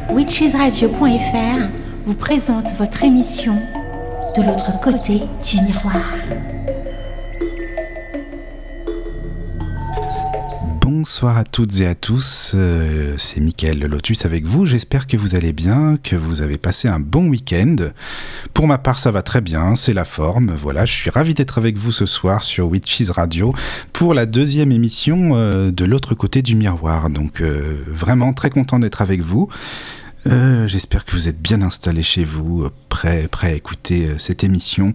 witchesradio.fr vous présente votre émission De l'autre côté du miroir. Bonsoir à toutes et à tous, c'est Mickaël le Lotus avec vous, j'espère que vous allez bien, que vous avez passé un bon week-end. Pour ma part ça va très bien, c'est la forme, voilà, je suis ravi d'être avec vous ce soir sur Witches Radio pour la deuxième émission de l'autre côté du miroir, donc vraiment très content d'être avec vous. J'espère que vous êtes bien installés chez vous, prêts à écouter cette émission.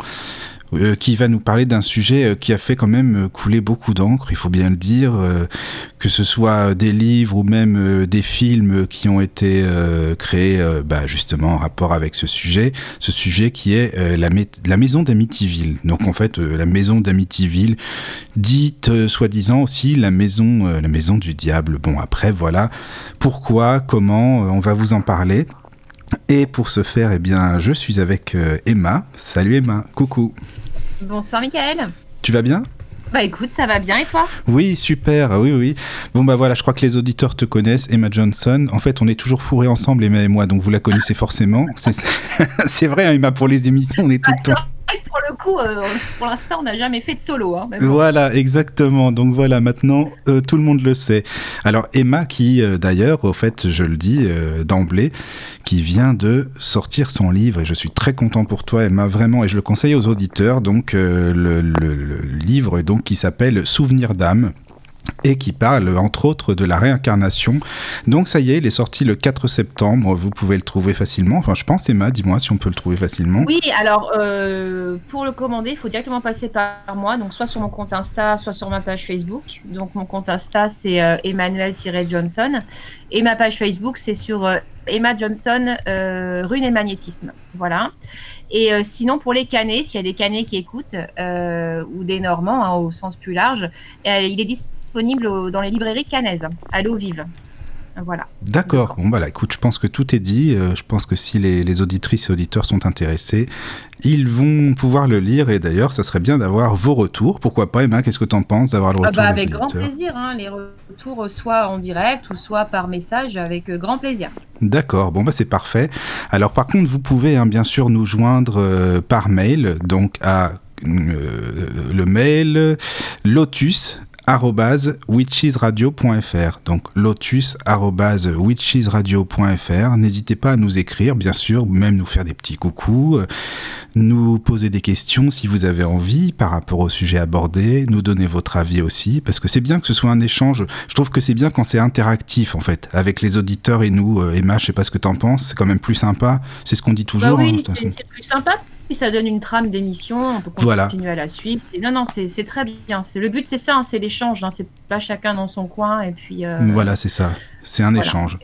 Qui va nous parler d'un sujet qui a fait quand même couler beaucoup d'encre, il faut bien le dire, que ce soit des livres ou même des films qui ont été créés justement en rapport avec ce sujet qui est la maison d'Amityville. Donc en fait, la maison d'Amityville, dite soi-disant aussi la maison du diable. Bon après voilà, pourquoi, comment, on va vous en parler. Et pour ce faire, eh bien, je suis avec Emma. Salut Emma, coucou. Bonsoir Mickaël. Tu vas bien ? Bah écoute, ça va bien et toi ? Oui, super, oui. Bon bah voilà, je crois que les auditeurs te connaissent, Emma Johnson. En fait, on est toujours fourrés ensemble, Emma et moi, donc vous la connaissez forcément. C'est vrai, hein, Emma, pour les émissions, on est tout le temps... Pour le coup, pour l'instant, on n'a jamais fait de solo. Hein, bon. Voilà, exactement. Donc voilà, maintenant, tout le monde le sait. Alors Emma, qui d'ailleurs, au fait, je le dis d'emblée, qui vient de sortir son livre, et je suis très content pour toi, Emma, vraiment, et je le conseille aux auditeurs, donc le livre donc, qui s'appelle Souvenirs d'âme, et qui parle entre autres de la réincarnation. Donc ça y est, il est sorti le 4 septembre, vous pouvez le trouver facilement, enfin je pense, Emma, dis-moi si on peut le trouver facilement. Oui, alors pour le commander, il faut directement passer par moi, donc soit sur mon compte Insta, soit sur ma page Facebook. Donc mon compte Insta c'est Emmanuel-Johnson, et ma page Facebook c'est sur Emma Johnson, Rune et Magnétisme, voilà. Et sinon, pour les Canets, s'il y a des Canets qui écoutent, ou des Normands, hein, au sens plus large, il est disponible dans les librairies canaises, à l'eau vive. Voilà. D'accord. Bon, bah là, écoute, je pense que tout est dit. Je pense que si les auditrices et auditeurs sont intéressés, ils vont pouvoir le lire. Et d'ailleurs, ça serait bien d'avoir vos retours. Pourquoi pas, Emma ? Qu'est-ce que tu en penses d'avoir le retour des avec auditeurs ? Grand plaisir. Hein, les retours, soit en direct ou soit par message, avec grand plaisir. D'accord. Bon, bah c'est parfait. Alors, par contre, vous pouvez bien sûr nous joindre par mail, donc à le mail lotus@witchesradio.fr. Donc lotus@witchesradio.fr. N'hésitez pas à nous écrire, bien sûr, même nous faire des petits coucous, nous poser des questions si vous avez envie par rapport au sujet abordé, nous donner votre avis aussi, parce que c'est bien que ce soit un échange. Je trouve que c'est bien quand c'est interactif, en fait, avec les auditeurs et nous. Emma, je sais pas ce que t'en penses, c'est quand même plus sympa. C'est ce qu'on dit toujours. Bah oui, c'est plus sympa. Puis ça donne une trame d'émission, on peut continuer à la suivre. C'est très bien. Le but, c'est ça, hein, c'est l'échange. Hein, c'est pas chacun dans son coin. Et puis, voilà, c'est ça. C'est un échange.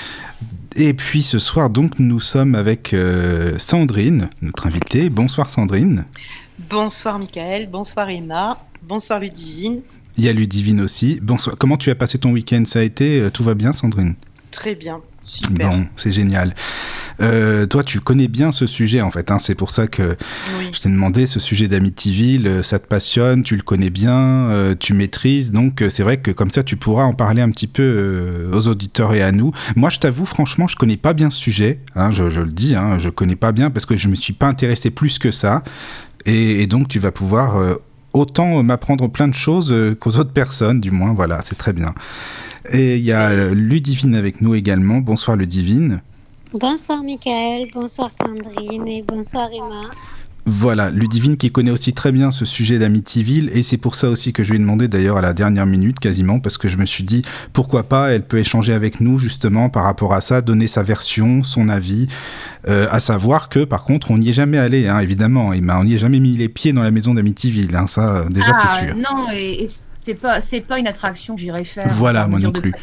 Et puis ce soir, donc, nous sommes avec Sandrine, notre invitée. Bonsoir Sandrine. Bonsoir Mickaël, bonsoir Emma, bonsoir Ludivine. Il y a Ludivine aussi. Bonsoir. Comment tu as passé ton week-end ? Ça a été tout va bien, Sandrine ? Très bien. Super. Bon, c'est génial. Toi, tu connais bien ce sujet, en fait. Hein, c'est pour ça que je t'ai demandé, ce sujet d'Amityville, ça te passionne, tu le connais bien, tu maîtrises. Donc, c'est vrai que comme ça, tu pourras en parler un petit peu aux auditeurs et à nous. Moi, je t'avoue, franchement, je connais pas bien ce sujet. Hein, je le dis, hein, je connais pas bien parce que je me suis pas intéressé plus que ça. Et donc, tu vas pouvoir autant m'apprendre plein de choses qu'aux autres personnes, du moins. Voilà, c'est très bien. Et il y a Ludivine avec nous également. Bonsoir Ludivine. Bonsoir Mickaël, bonsoir Sandrine et bonsoir Emma. Voilà, Ludivine qui connaît aussi très bien ce sujet d'Amityville, et c'est pour ça aussi que je lui ai demandé d'ailleurs à la dernière minute quasiment, parce que je me suis dit pourquoi pas, elle peut échanger avec nous justement par rapport à ça, donner sa version, son avis, à savoir que par contre on n'y est jamais allé, hein, évidemment, on n'y est jamais mis les pieds dans la maison d'Amityville, hein, ça déjà c'est sûr. Non, et c'est pas une attraction que j'irais faire. Voilà, moi non plus.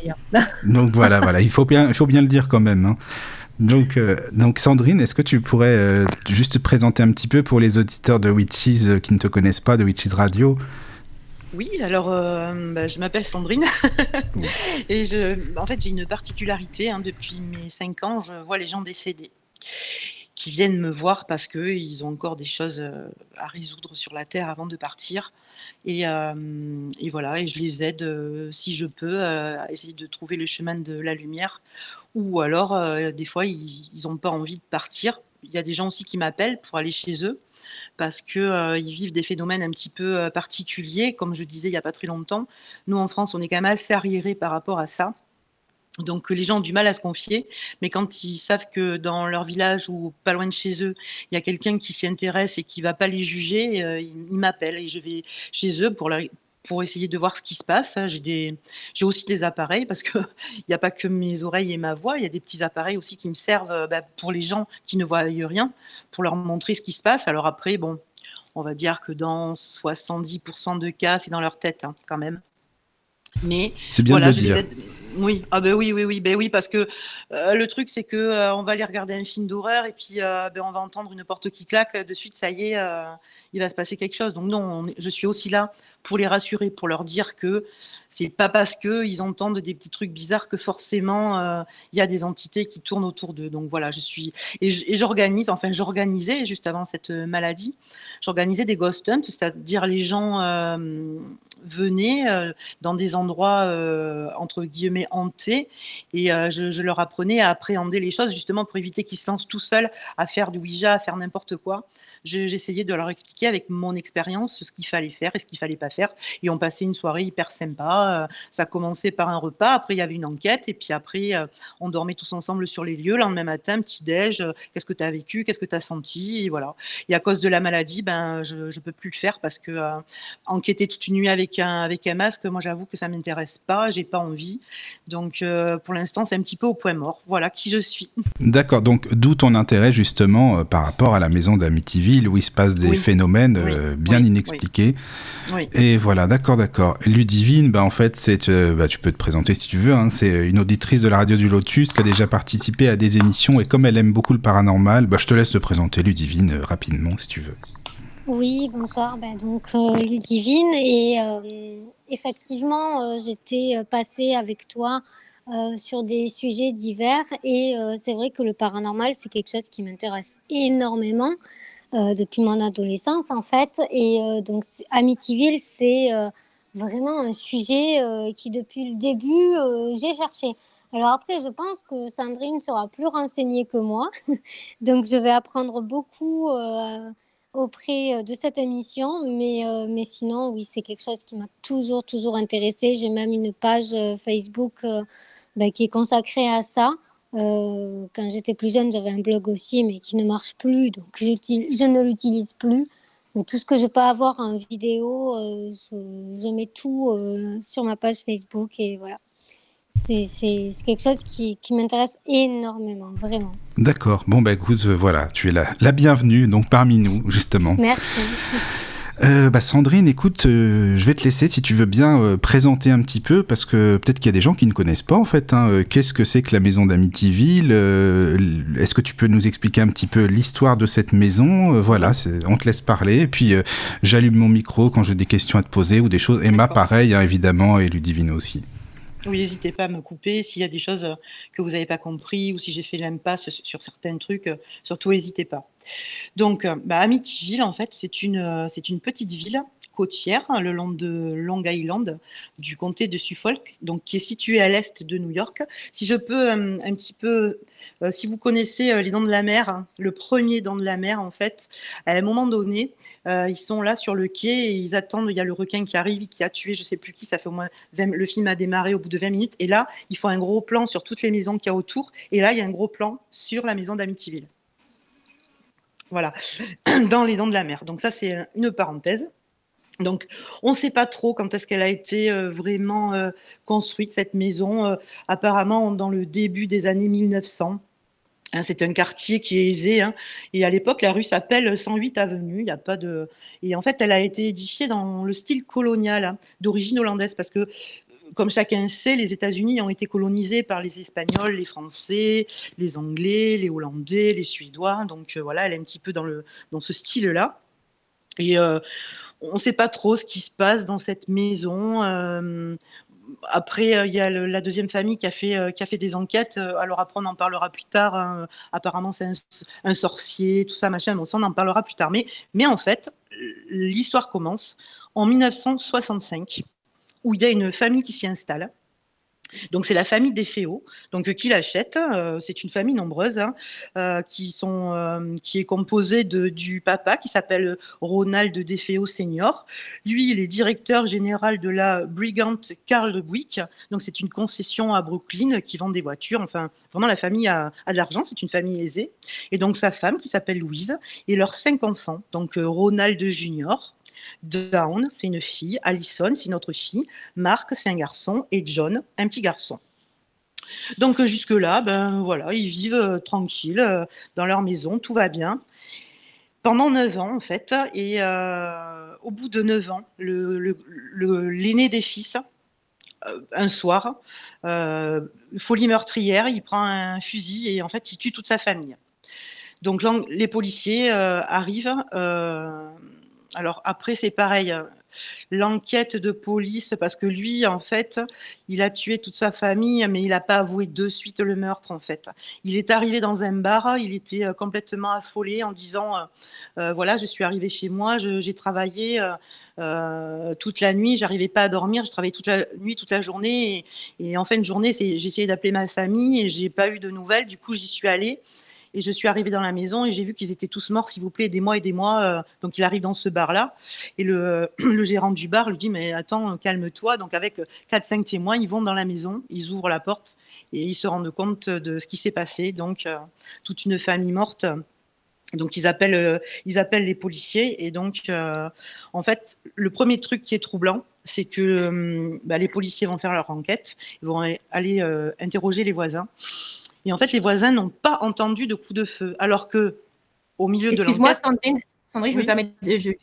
Donc voilà, il faut bien le dire quand même. Hein. Donc Sandrine, est-ce que tu pourrais juste te présenter un petit peu pour les auditeurs de Witches qui ne te connaissent pas, de Witches Radio ? Oui, alors je m'appelle Sandrine et en fait j'ai une particularité, hein, depuis mes 5 ans, je vois les gens décédés. qui viennent me voir parce qu'ils ont encore des choses à résoudre sur la Terre avant de partir. Et voilà, et je les aide si je peux à essayer de trouver le chemin de la lumière. Ou alors, des fois, ils n'ont pas envie de partir. Il y a des gens aussi qui m'appellent pour aller chez eux parce qu'ils vivent des phénomènes un petit peu particuliers. Comme je disais il n'y a pas très longtemps, nous en France, on est quand même assez arriérés par rapport à ça. Donc les gens ont du mal à se confier, mais quand ils savent que dans leur village ou pas loin de chez eux, il y a quelqu'un qui s'y intéresse et qui va pas les juger, ils m'appellent et je vais chez eux pour essayer de voir ce qui se passe. J'ai aussi des appareils parce qu'il n'y a pas que mes oreilles et ma voix, il y a des petits appareils aussi qui me servent pour les gens qui ne voient rien, pour leur montrer ce qui se passe. Alors après, bon, on va dire que dans 70% de cas, c'est dans leur tête quand même. Mais C'est bien voilà, de le je les dire. aide. Oui, ah ben oui, oui, oui, ben oui, parce que le truc c'est que on va aller regarder un film d'horreur et puis on va entendre une porte qui claque, de suite, ça y est, il va se passer quelque chose. Donc non, je suis aussi là pour les rassurer, pour leur dire que c'est pas parce que ils entendent des petits trucs bizarres que forcément il y a des entités qui tournent autour d'eux. Donc voilà, j'organisais juste avant cette maladie, j'organisais des ghost hunts, c'est-à-dire les gens venaient dans des endroits entre guillemets hantés et je leur apprenais à appréhender les choses justement pour éviter qu'ils se lancent tout seuls à faire du Ouija, à faire n'importe quoi. J'essayais de leur expliquer avec mon expérience ce qu'il fallait faire et ce qu'il fallait pas faire. Et on passait une soirée hyper sympa. Ça commençait par un repas, après il y avait une enquête, et puis après on dormait tous ensemble sur les lieux. Le lendemain matin, petit-déj, qu'est-ce que tu as vécu, qu'est-ce que tu as senti, et voilà. Et à cause de la maladie, je peux plus le faire parce que enquêter toute une nuit avec un masque, moi j'avoue que ça m'intéresse pas, j'ai pas envie. Donc pour l'instant, c'est un petit peu au point mort. Voilà qui je suis. D'accord, donc d'où ton intérêt justement par rapport à la maison d'Amityville où il se passe des Oui. phénomènes Oui. bien Oui. inexpliqués. Oui. Et voilà, d'accord. Ludivine, en fait, tu peux te présenter si tu veux, hein, c'est une auditrice de la radio du Lotus qui a déjà participé à des émissions et comme elle aime beaucoup le paranormal, je te laisse te présenter Ludivine rapidement si tu veux. Oui, bonsoir. Donc, Ludivine. Et effectivement, j'étais passée avec toi sur des sujets divers. Et c'est vrai que le paranormal, c'est quelque chose qui m'intéresse énormément depuis mon adolescence, en fait. Et donc, Amityville, c'est vraiment un sujet qui, depuis le début, j'ai cherché. Alors après, je pense que Sandrine sera plus renseignée que moi. Donc, je vais apprendre beaucoup auprès de cette émission, mais sinon, oui, c'est quelque chose qui m'a toujours intéressée. J'ai même une page Facebook qui est consacrée à ça. Quand j'étais plus jeune, j'avais un blog aussi, mais qui ne marche plus, donc je ne l'utilise plus. Mais tout ce que je peux avoir en vidéo, je mets tout sur ma page Facebook et voilà. C'est quelque chose qui m'intéresse énormément, vraiment. D'accord. Bon, écoute, voilà, tu es la bienvenue, donc parmi nous, justement. Merci. Sandrine, écoute, je vais te laisser, si tu veux bien, présenter un petit peu, parce que peut-être qu'il y a des gens qui ne connaissent pas, en fait, qu'est-ce que c'est que la maison d'Amityville, est-ce que tu peux nous expliquer un petit peu l'histoire de cette maison, voilà, on te laisse parler, et puis j'allume mon micro quand j'ai des questions à te poser, ou des choses, Emma, pareil, évidemment, et Ludivine aussi. Oui, n'hésitez pas à me couper s'il y a des choses que vous n'avez pas compris ou si j'ai fait l'impasse sur certains trucs, surtout n'hésitez pas. Donc, Amityville, en fait, c'est une petite ville côtière le long de Long Island du comté de Suffolk, donc qui est située à l'est de New York. Si je peux un petit peu, si vous connaissez les Dents de la Mer, le premier Dents de la Mer, en fait, à un moment donné, ils sont là sur le quai et ils attendent, il y a le requin qui arrive, qui a tué je sais plus qui, ça fait au moins le film a démarré au bout de 20 minutes, et là, ils font un gros plan sur toutes les maisons qu'il y a autour, et là, il y a un gros plan sur la maison d'Amityville. Voilà, dans les Dents de la Mer. Donc ça, c'est une parenthèse. Donc, on ne sait pas trop quand est-ce qu'elle a été vraiment construite, cette maison, apparemment dans le début des années 1900. C'est un quartier qui est aisé, et à l'époque, la rue s'appelle 108 Avenue. Il y a pas de... Et en fait, elle a été édifiée dans le style colonial, d'origine hollandaise, parce que comme chacun sait, les États-Unis ont été colonisés par les Espagnols, les Français, les Anglais, les Hollandais, les Suédois. Donc voilà, elle est un petit peu dans ce style-là. Et on ne sait pas trop ce qui se passe dans cette maison. après, il y a la deuxième famille qui a fait des enquêtes. Alors après, on en parlera plus tard, hein. Apparemment, c'est un sorcier, tout ça, machin. Bon, ça, on en parlera plus tard. Mais en fait, l'histoire commence en 1965, où il y a une famille qui s'y installe. Donc c'est la famille des Féaux, donc qui l'achète. C'est une famille nombreuse, hein, qui est composée du papa qui s'appelle Ronald Defeo Senior. Lui, il est directeur général de la Brigant Carl Buick. Donc c'est une concession à Brooklyn qui vend des voitures. Enfin, vraiment la famille a de l'argent. C'est une famille aisée. Et donc sa femme qui s'appelle Louise et leurs 5 enfants. Donc Ronald Junior. Dawn, c'est une fille. Allison, c'est une autre fille. Mark, c'est un garçon. Et John, un petit garçon. Donc jusque-là, ben voilà, ils vivent tranquilles dans leur maison, tout va bien. Pendant 9 ans, en fait, et au bout de 9 ans, l'aîné des fils, un soir, folie meurtrière, il prend un fusil et en fait, il tue toute sa famille. Donc les policiers arrivent. Alors après, c'est pareil. L'enquête de police, parce que lui, en fait, il a tué toute sa famille, mais il n'a pas avoué de suite le meurtre, en fait. Il est arrivé dans un bar, il était complètement affolé en disant voilà, je suis arrivé chez moi, j'ai travaillé toute la nuit, j'arrivais pas à dormir, je travaillais toute la nuit, toute la journée, et en fin de journée, j'ai essayé d'appeler ma famille et j'ai pas eu de nouvelles, du coup, j'y suis allée. Et je suis arrivée dans la maison et j'ai vu qu'ils étaient tous morts, s'il vous plaît, aidez-moi, aidez-moi. Donc il arrive dans ce bar-là et le gérant du bar lui dit mais attends, calme-toi. Donc avec 4-5 témoins, ils vont dans la maison, ils ouvrent la porte et ils se rendent compte de ce qui s'est passé. Donc toute une famille morte. Donc ils appellent les policiers et donc en fait le premier truc qui est troublant, c'est que les policiers vont faire leur enquête, ils vont aller interroger les voisins. Et en fait, les voisins n'ont pas entendu de coup de feu, alors que au milieu de l'enquête... Excuse-moi, Sandrine, je me permets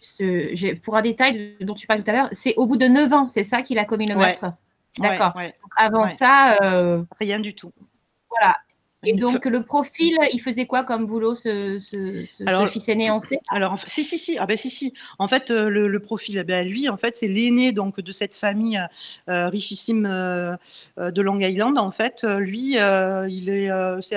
pour un détail dont tu parlais tout à l'heure, c'est au bout de 9 ans, c'est ça qu'il a commis le meurtre. D'accord. Ouais. Avant ça... rien du tout. Voilà. Et donc, le profil, il faisait quoi comme boulot, ce fils aîné, on sait? Alors, si. Ah ben si. En fait, le profil, lui, en fait, c'est l'aîné donc de cette famille richissime de Long Island. En fait, lui, c'est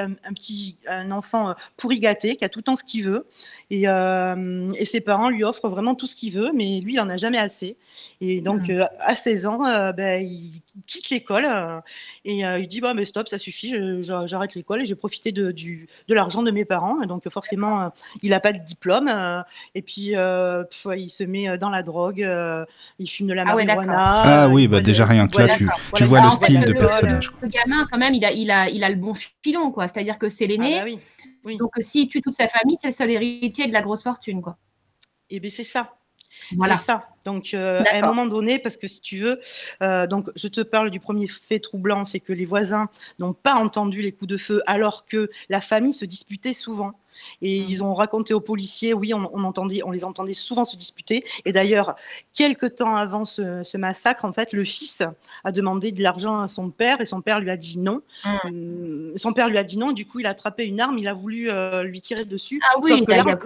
un enfant pourri gâté qui a tout le temps ce qu'il veut. Et ses parents lui offrent vraiment tout ce qu'il veut, mais lui, il en a jamais assez. Et donc, à 16 ans, il quitte l'école et il dit mais stop, ça suffit, j'arrête l'école et j'ai profité de l'argent de mes parents. Et donc, forcément, il n'a pas de diplôme. Et puis, il se met dans la drogue, il fume de la marijuana. Ah oui, déjà rien que là, tu vois le style de personnage. Le gamin, quand même, il a le bon filon, quoi. C'est-à-dire que c'est l'aîné. Oui. Donc, s'il tue toute sa famille, c'est le seul héritier de la grosse fortune, quoi. Et bien, c'est ça. Voilà. C'est ça. Donc, à un moment donné, parce que si tu veux, donc je te parle du premier fait troublant, c'est que les voisins n'ont pas entendu les coups de feu, alors que la famille se disputait souvent. Et ils ont raconté aux policiers, oui, on les entendait souvent se disputer. Et d'ailleurs, quelques temps avant ce massacre, en fait, le fils a demandé de l'argent à son père et son père lui a dit non. Son père lui a dit non. Du coup, il a attrapé une arme, il a voulu lui tirer dessus. Ah oui, sauf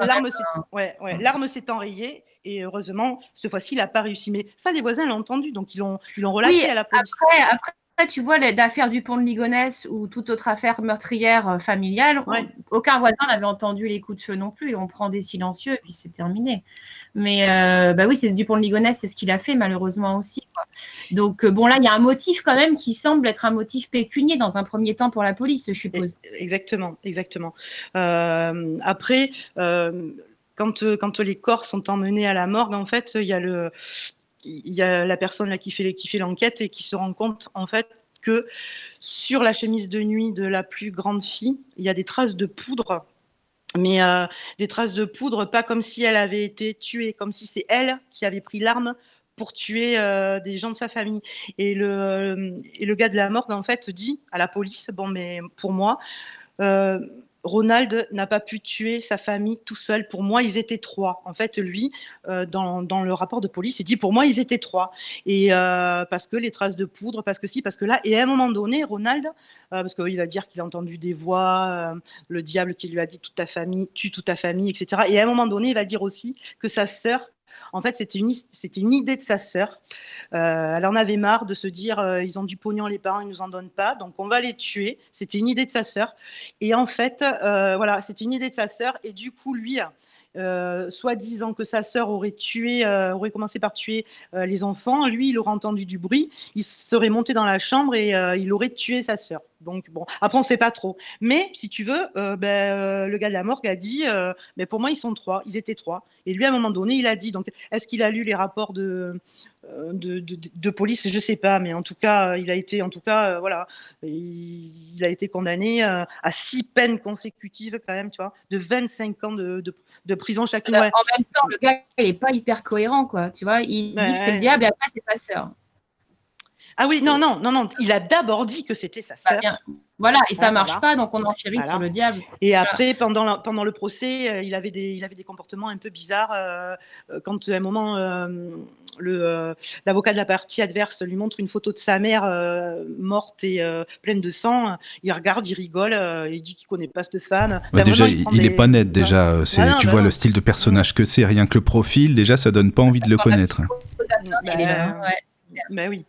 que l'arme s'est enrayée. Et heureusement, cette fois-ci, il n'a pas réussi. Mais ça, les voisins l'ont entendu, donc ils l'ont relaté à la police. Après, tu vois, l'affaire du pont de Ligonnès ou toute autre affaire meurtrière familiale, aucun voisin n'avait entendu les coups de feu non plus. On prend des silencieux et puis c'est terminé. Mais oui, c'est du pont de Ligonnès, c'est ce qu'il a fait malheureusement aussi, quoi. Donc là, il y a un motif quand même qui semble être un motif pécunier dans un premier temps pour la police, je suppose. Exactement. Après... Quand les corps sont emmenés à la morgue, en fait, il y a la personne là qui fait l'enquête et qui se rend compte en fait que sur la chemise de nuit de la plus grande fille, il y a des traces de poudre, mais des traces de poudre pas comme si elle avait été tuée, comme si c'est elle qui avait pris l'arme pour tuer des gens de sa famille. Et le gars de la morgue en fait dit à la police mais pour moi Ronald n'a pas pu tuer sa famille tout seul. Pour moi, ils étaient 3. En fait, lui, dans le rapport de police, il dit pour moi, ils étaient 3. Et parce que les traces de poudre, parce que si, parce que là. Et à un moment donné, Ronald, parce qu'il va dire qu'il a entendu des voix, le diable qui lui a dit toute ta famille, tue toute ta famille, etc. Et à un moment donné, il va dire aussi que sa sœur En fait, c'était une idée de sa sœur. Elle en avait marre de se dire ils ont du pognon, les parents, ils nous en donnent pas, donc on va les tuer. C'était une idée de sa sœur. Et en fait, voilà, c'était une idée de sa sœur. Et du coup, lui, soi-disant que sa sœur aurait commencé par tuer les enfants. Lui, il aurait entendu du bruit, il serait monté dans la chambre et il aurait tué sa sœur. Donc bon, après on sait pas trop. Mais si tu veux, le gars de la morgue a dit, mais pour moi ils sont 3, ils étaient 3. Et lui à un moment donné, il a dit. Donc est-ce qu'il a lu les rapports de police? Je sais pas, mais en tout cas, il a été, voilà, il a été condamné à 6 peines consécutives quand même, tu vois, de 25 ans de prison chacune. Ouais. En même temps, le gars, il est pas hyper cohérent, quoi. Tu vois, il dit que c'est le diable et après c'est sa sœur. Ah oui, non, il a d'abord dit que c'était sa sœur. Voilà, et ça marche pas, donc on enchérit sur le diable. Et après, pendant le procès, il avait des comportements un peu bizarres. Quand à un moment, l'avocat de la partie adverse lui montre une photo de sa mère morte et pleine de sang, il regarde, il rigole, il dit qu'il connaît pas cette femme. Déjà, il est pas net. Déjà, tu vois le style de personnage que c'est, rien que le profil. Déjà, ça donne pas envie de le connaître. Oui.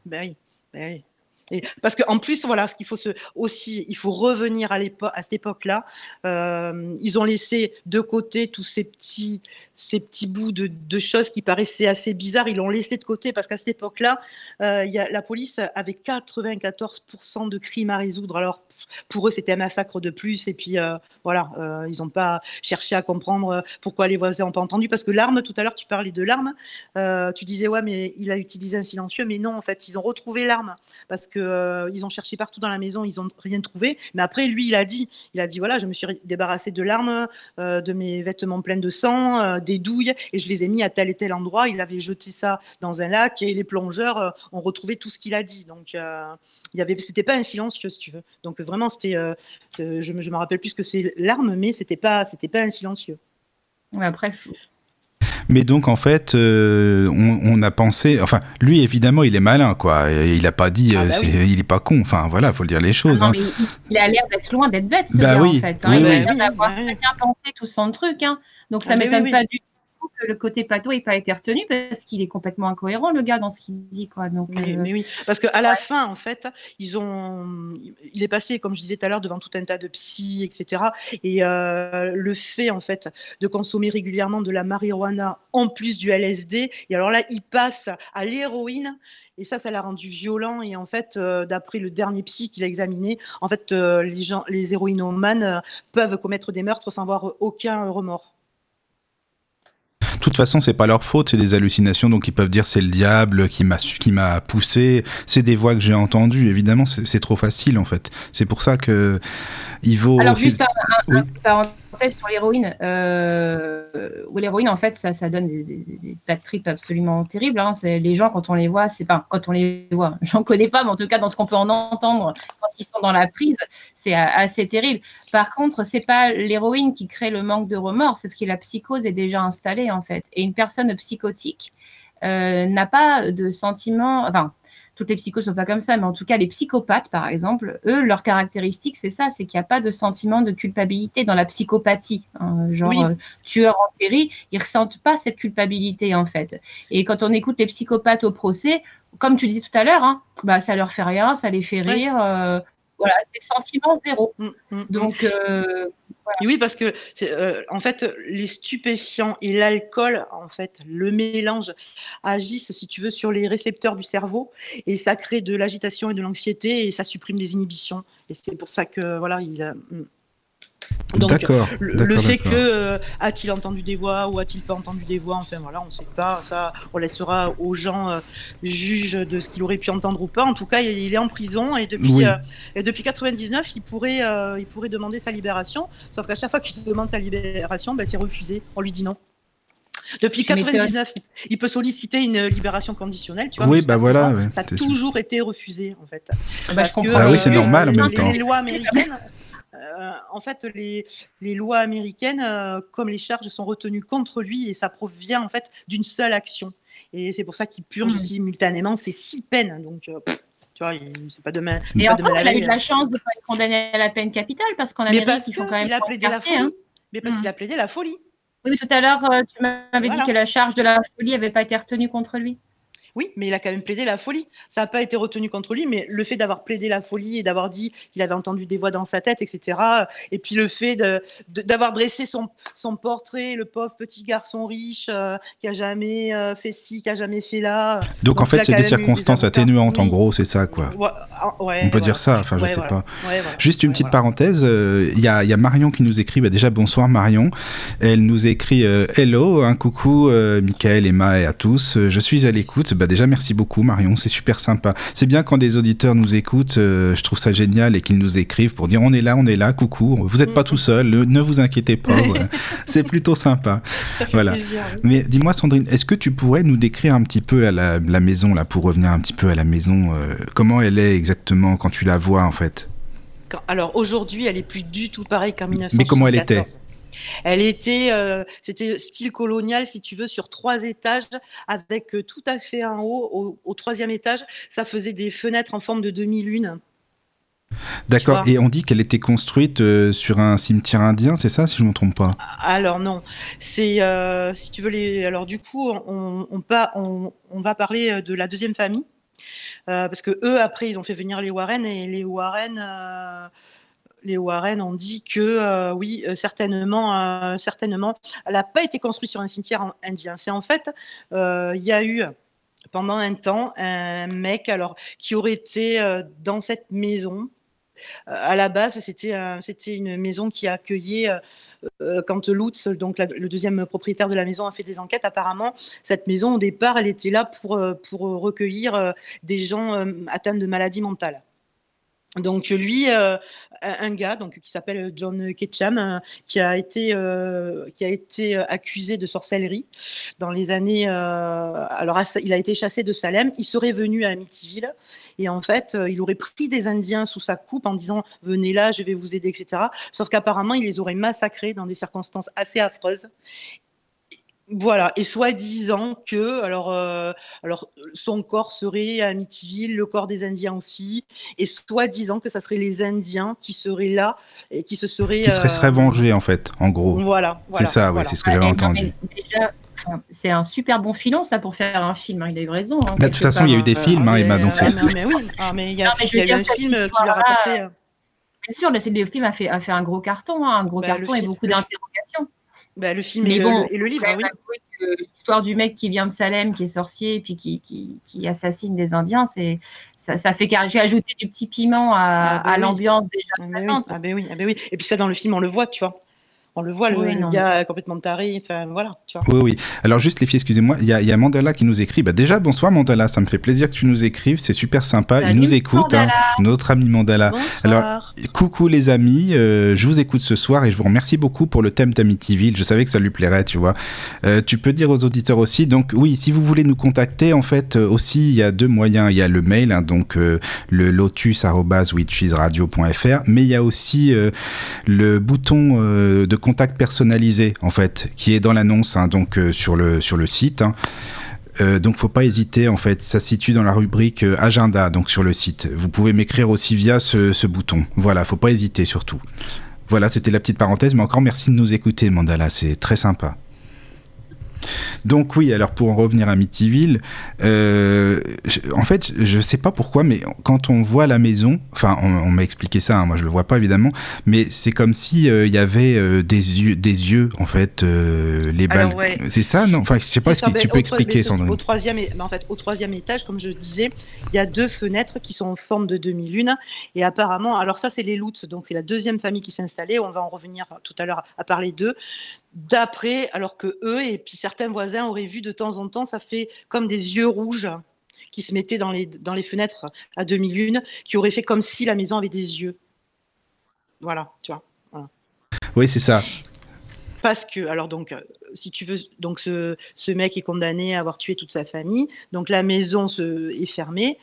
Et parce qu'en plus, voilà, il faut revenir à cette époque-là. Ils ont laissé de côté tous ces petits bouts de choses qui paraissaient assez bizarres. Ils l'ont laissé de côté parce qu'à cette époque-là, la police avait 94% de crimes à résoudre. Alors, pour eux, c'était un massacre de plus. Et puis, voilà, ils n'ont pas cherché à comprendre pourquoi les voisins n'ont pas entendu. Parce que l'arme, tout à l'heure, tu parlais de l'arme. Tu disais, ouais, mais il a utilisé un silencieux. Mais non, en fait, ils ont retrouvé l'arme. Parce que ils ont cherché partout dans la maison, ils n'ont rien trouvé. Mais après, lui, il a dit, voilà, je me suis débarrassé de l'arme, de mes vêtements pleins de sang, des douilles, et je les ai mis à tel et tel endroit. Il avait jeté ça dans un lac, et les plongeurs ont retrouvé tout ce qu'il a dit. Donc, c'était pas un silencieux, si tu veux. Donc vraiment, je me rappelle plus que c'est l'arme, mais c'était pas un silencieux. Ouais, après. Mais donc en fait, on a pensé, enfin lui évidemment il est malin quoi, il a pas dit, il est pas con, enfin voilà, faut le dire les choses. Non, mais il a l'air d'être loin d'être bête ce gars en fait. Il a l'air d'avoir bien pensé tout son truc, donc ça m'étonne pas du tout que le côté pato n'ait pas été retenu parce qu'il est complètement incohérent le gars dans ce qu'il dit quoi. Donc mais oui, parce qu'à la fin en fait, il est passé comme je disais tout à l'heure devant tout un tas de psy, etc. Et le fait en fait de consommer régulièrement de la marijuana en plus du LSD, et alors là il passe à l'héroïne. Et ça l'a rendu violent. Et en fait, d'après le dernier psy qu'il a examiné, en fait, les héroïnomanes peuvent commettre des meurtres sans avoir aucun remords. De toute façon, c'est pas leur faute, c'est des hallucinations, donc ils peuvent dire c'est le diable qui m'a poussé. C'est des voix que j'ai entendues. Évidemment, c'est trop facile en fait. C'est pour ça que il vaut. Alors juste un parenthèse sur l'héroïne. L'héroïne en fait, ça donne des bad trips absolument terribles. C'est les gens quand on les voit, j'en connais pas, mais en tout cas dans ce qu'on peut en entendre quand ils sont dans la prise, c'est assez terrible. Par contre, c'est pas l'héroïne qui crée le manque de remords, c'est ce qui la psychose est déjà installée en fait. Et une personne psychotique n'a pas de sentiments. Enfin, toutes les psychos sont pas comme ça, mais en tout cas les psychopathes par exemple, eux leur caractéristique c'est ça, c'est qu'il n'y a pas de sentiment de culpabilité dans la psychopathie. Tueurs en série, ils ressentent pas cette culpabilité en fait. Et quand on écoute les psychopathes au procès, comme tu disais tout à l'heure, ça leur fait rien, ça les fait rire. Voilà, c'est sentiment zéro. Donc, voilà. Oui, parce que en fait, les stupéfiants et l'alcool, en fait, le mélange agissent, si tu veux, sur les récepteurs du cerveau et ça crée de l'agitation et de l'anxiété et ça supprime les inhibitions. Et c'est pour ça que voilà, Donc, d'accord. Le fait que a-t-il entendu des voix ou a-t-il pas entendu des voix, enfin voilà, on ne sait pas. Ça, on laissera aux gens juges de ce qu'il aurait pu entendre ou pas. En tout cas, il est en prison et depuis 99, il pourrait demander sa libération. Sauf qu'à chaque fois qu'il demande sa libération, c'est refusé. On lui dit non. Depuis 99, il peut solliciter une libération conditionnelle. Tu vois, oui, voilà. Ça a toujours été refusé, en fait. Oui, c'est normal en même temps. Les lois américaines. En fait, les lois américaines, comme les charges sont retenues contre lui, et ça provient en fait d'une seule action. Et c'est pour ça qu'il purge simultanément ces 6 peines. Donc, tu vois, c'est pas demain. Et encore, il a eu de la chance de ne pas être condamné à la peine capitale parce qu'en Amérique, il faut quand même. Il a plaidé la folie. Mais parce qu'il a plaidé la folie. Oui, mais tout à l'heure, tu m'avais dit que la charge de la folie n'avait pas été retenue contre lui. Oui, mais il a quand même plaidé la folie. Ça n'a pas été retenu contre lui, mais le fait d'avoir plaidé la folie et d'avoir dit qu'il avait entendu des voix dans sa tête, etc. Et puis le fait d'avoir dressé son portrait, le pauvre petit garçon riche qui a jamais fait ci, qui a jamais fait là. Donc en fait, c'est des circonstances atténuantes, en gros, c'est ça, quoi. On peut dire ça, enfin, je sais pas. Juste une petite parenthèse, il y a Marion qui nous écrit, déjà bonsoir Marion. Elle nous écrit hello, coucou Michael, Emma et à tous. Je suis à l'écoute. Déjà, merci beaucoup Marion, c'est super sympa. C'est bien quand des auditeurs nous écoutent, je trouve ça génial et qu'ils nous écrivent pour dire on est là, coucou, vous n'êtes pas tout seul, ne vous inquiétez pas, voilà. C'est plutôt sympa. Ça fait plaisir. Oui. Mais dis-moi Sandrine, est-ce que tu pourrais nous décrire un petit peu la maison, là, pour revenir un petit peu à la maison, comment elle est exactement quand tu la vois en fait? Alors aujourd'hui, elle est plus du tout pareille qu'en 1974. Mais comment elle était? Elle était, c'était style colonial, si tu veux, sur 3 étages, avec tout à fait un haut. Au 3e étage, ça faisait des fenêtres en forme de demi-lune. D'accord, et on dit qu'elle était construite sur un cimetière indien, c'est ça, si je ne me trompe pas? Alors non, c'est, si tu veux, alors du coup, on va parler de la 2e famille, parce que eux, après, ils ont fait venir les Warren, et les Warren ont dit que oui, certainement, elle n'a pas été construite sur un cimetière indien. C'est en fait, il y a eu pendant un temps un mec qui aurait été dans cette maison. À la base, c'était une maison qui accueillait. Quand Lutz, donc le 2e propriétaire de la maison, a fait des enquêtes, apparemment, cette maison, au départ, elle était là pour recueillir des gens atteints de maladies mentales. Donc lui, un gars qui s'appelle John Ketchum, qui a été accusé de sorcellerie dans les années. Il a été chassé de Salem. Il serait venu à Amityville et en fait, il aurait pris des Indiens sous sa coupe en disant venez là, je vais vous aider, etc. Sauf qu'apparemment, il les aurait massacrés dans des circonstances assez affreuses. Voilà, et soi-disant que alors son corps serait à Amityville, le corps des Indiens aussi, et soi-disant que ça serait les Indiens qui seraient là et qui se seraient qui seraient vengés en fait, en gros. Voilà. C'est ça, ouais, c'est ce que j'avais entendu. Déjà, c'est un super bon filon ça pour faire un film. Il a eu raison. De toute façon, il y a eu des films, Emma, donc c'est. Mais oui, mais il y a eu un film qui l'a rapporté. Bien sûr, le film a fait un gros carton, un gros carton et beaucoup d'interrogations. Le film et le livre, oui. L'histoire du mec qui vient de Salem, qui est sorcier, et puis qui assassine des Indiens, ça fait j'ai ajouté du petit piment à l'ambiance déjà présente. Oui. Et puis ça, dans le film, on le voit, tu vois. On le voit, le gars complètement taré, enfin voilà, tu vois. Oui. Alors juste les filles, excusez-moi, il y a Mandala qui nous écrit. Déjà, bonsoir Mandala, ça me fait plaisir que tu nous écrives, c'est super sympa. Salut, il nous écoute, notre ami Mandala. Bonsoir. Alors, coucou les amis, je vous écoute ce soir et je vous remercie beaucoup pour le thème d'Amityville. Je savais que ça lui plairait, tu vois. Tu peux dire aux auditeurs aussi, donc oui, si vous voulez nous contacter, en fait, aussi, il y a 2 moyens. Il y a le mail, donc le lotus@witchesradio.fr, mais il y a aussi le bouton de contact personnalisé en fait qui est dans l'annonce donc sur le site donc faut pas hésiter en fait, ça se situe dans la rubrique agenda donc sur le site. Vous pouvez m'écrire aussi via ce bouton. Voilà, faut pas hésiter surtout. Voilà, c'était la petite parenthèse, mais encore merci de nous écouter Mandala, c'est très sympa. Donc oui, alors pour en revenir à Amityville, en fait, je sais pas pourquoi, mais quand on voit la maison, enfin, on m'a expliqué ça, moi je le vois pas évidemment, mais c'est comme si il y avait des yeux, en fait, les balles. Ouais. C'est ça, non? Enfin, je sais pas, est-ce que tu peux expliquer, Sandrine? Au 3e étage, comme je disais, il y a 2 fenêtres qui sont en forme de demi-lune, et apparemment, alors ça c'est les Lutz, donc c'est la 2e famille qui s'est installée, on va en revenir tout à l'heure à parler d'eux. D'après, alors que eux et puis certains voisins auraient vu de temps en temps, ça fait comme des yeux rouges qui se mettaient dans les fenêtres à demi-lune, qui auraient fait comme si la maison avait des yeux. Voilà, tu vois. Voilà. Oui, c'est ça. Parce que, alors donc, si tu veux, donc ce mec est condamné à avoir tué toute sa famille, donc la maison est fermée.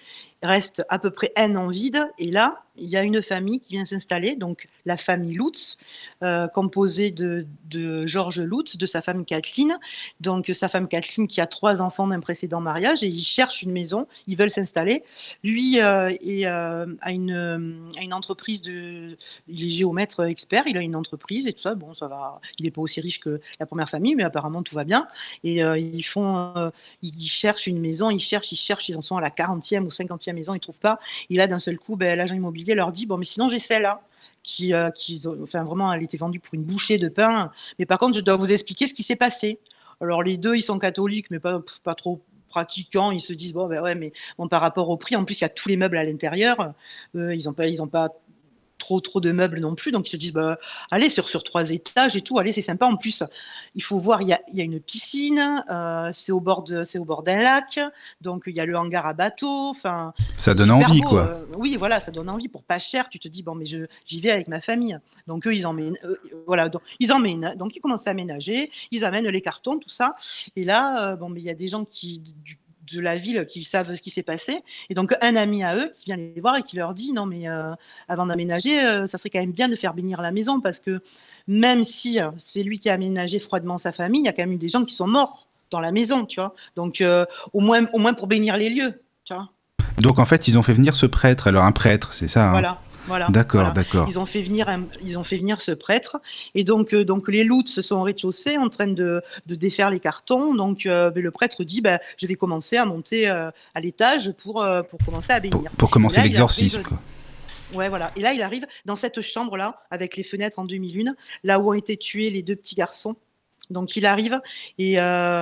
reste à peu près un an vide. Et là, il y a une famille qui vient s'installer, donc la famille Lutz, composée de Georges Lutz, de sa femme Kathleen. Donc sa femme Kathleen qui a 3 enfants d'un précédent mariage et ils cherchent une maison, ils veulent s'installer. Lui a une entreprise il est géomètre expert, il a une entreprise et tout ça. Bon, ça va. Il n'est pas aussi riche que la première famille, mais apparemment tout va bien. Et ils cherchent une maison, ils cherchent, ils en sont à la 40e ou 50e maison, ils trouvent pas. Et là, d'un seul coup, l'agent immobilier leur dit bon, mais sinon j'ai celle-là enfin vraiment, elle était vendue pour une bouchée de pain. Mais par contre, je dois vous expliquer ce qui s'est passé. Alors les deux, ils sont catholiques, mais pas trop pratiquants. Ils se disent bon, ouais, mais bon, par rapport au prix, en plus il y a tous les meubles à l'intérieur. Ils ont pas trop de meubles non plus, donc ils se disent allez sur 3 étages et tout, allez c'est sympa. En plus il faut voir, il y a une piscine, c'est au bord d'un lac, donc il y a le hangar à bateau, enfin ça donne envie beau, quoi. Oui voilà, ça donne envie pour pas cher. Tu te dis bon mais j'y vais avec ma famille, donc eux ils emmènent donc ils commencent à aménager, ils amènent les cartons tout ça, et là mais il y a des gens de la ville qui savent ce qui s'est passé. Et donc, un ami à eux qui vient les voir et qui leur dit « Non, mais avant d'aménager, ça serait quand même bien de faire bénir la maison parce que même si c'est lui qui a aménagé froidement sa famille, il y a quand même eu des gens qui sont morts dans la maison, tu vois. Donc, au moins pour bénir les lieux, tu vois. » Donc, en fait, ils ont fait venir ce prêtre, alors un prêtre, c'est ça, hein. Voilà. D'accord. Ils ont fait venir ce prêtre, et donc les Lutz sont au rez-de-chaussée en train de défaire les cartons. Donc le prêtre dit je vais commencer à monter à l'étage pour commencer à bénir. Pour commencer l'exorcisme, quoi. Ouais, voilà. Et là, il arrive dans cette chambre-là, avec les fenêtres en demi-lune, là où ont été tués les 2 petits garçons. Donc il arrive et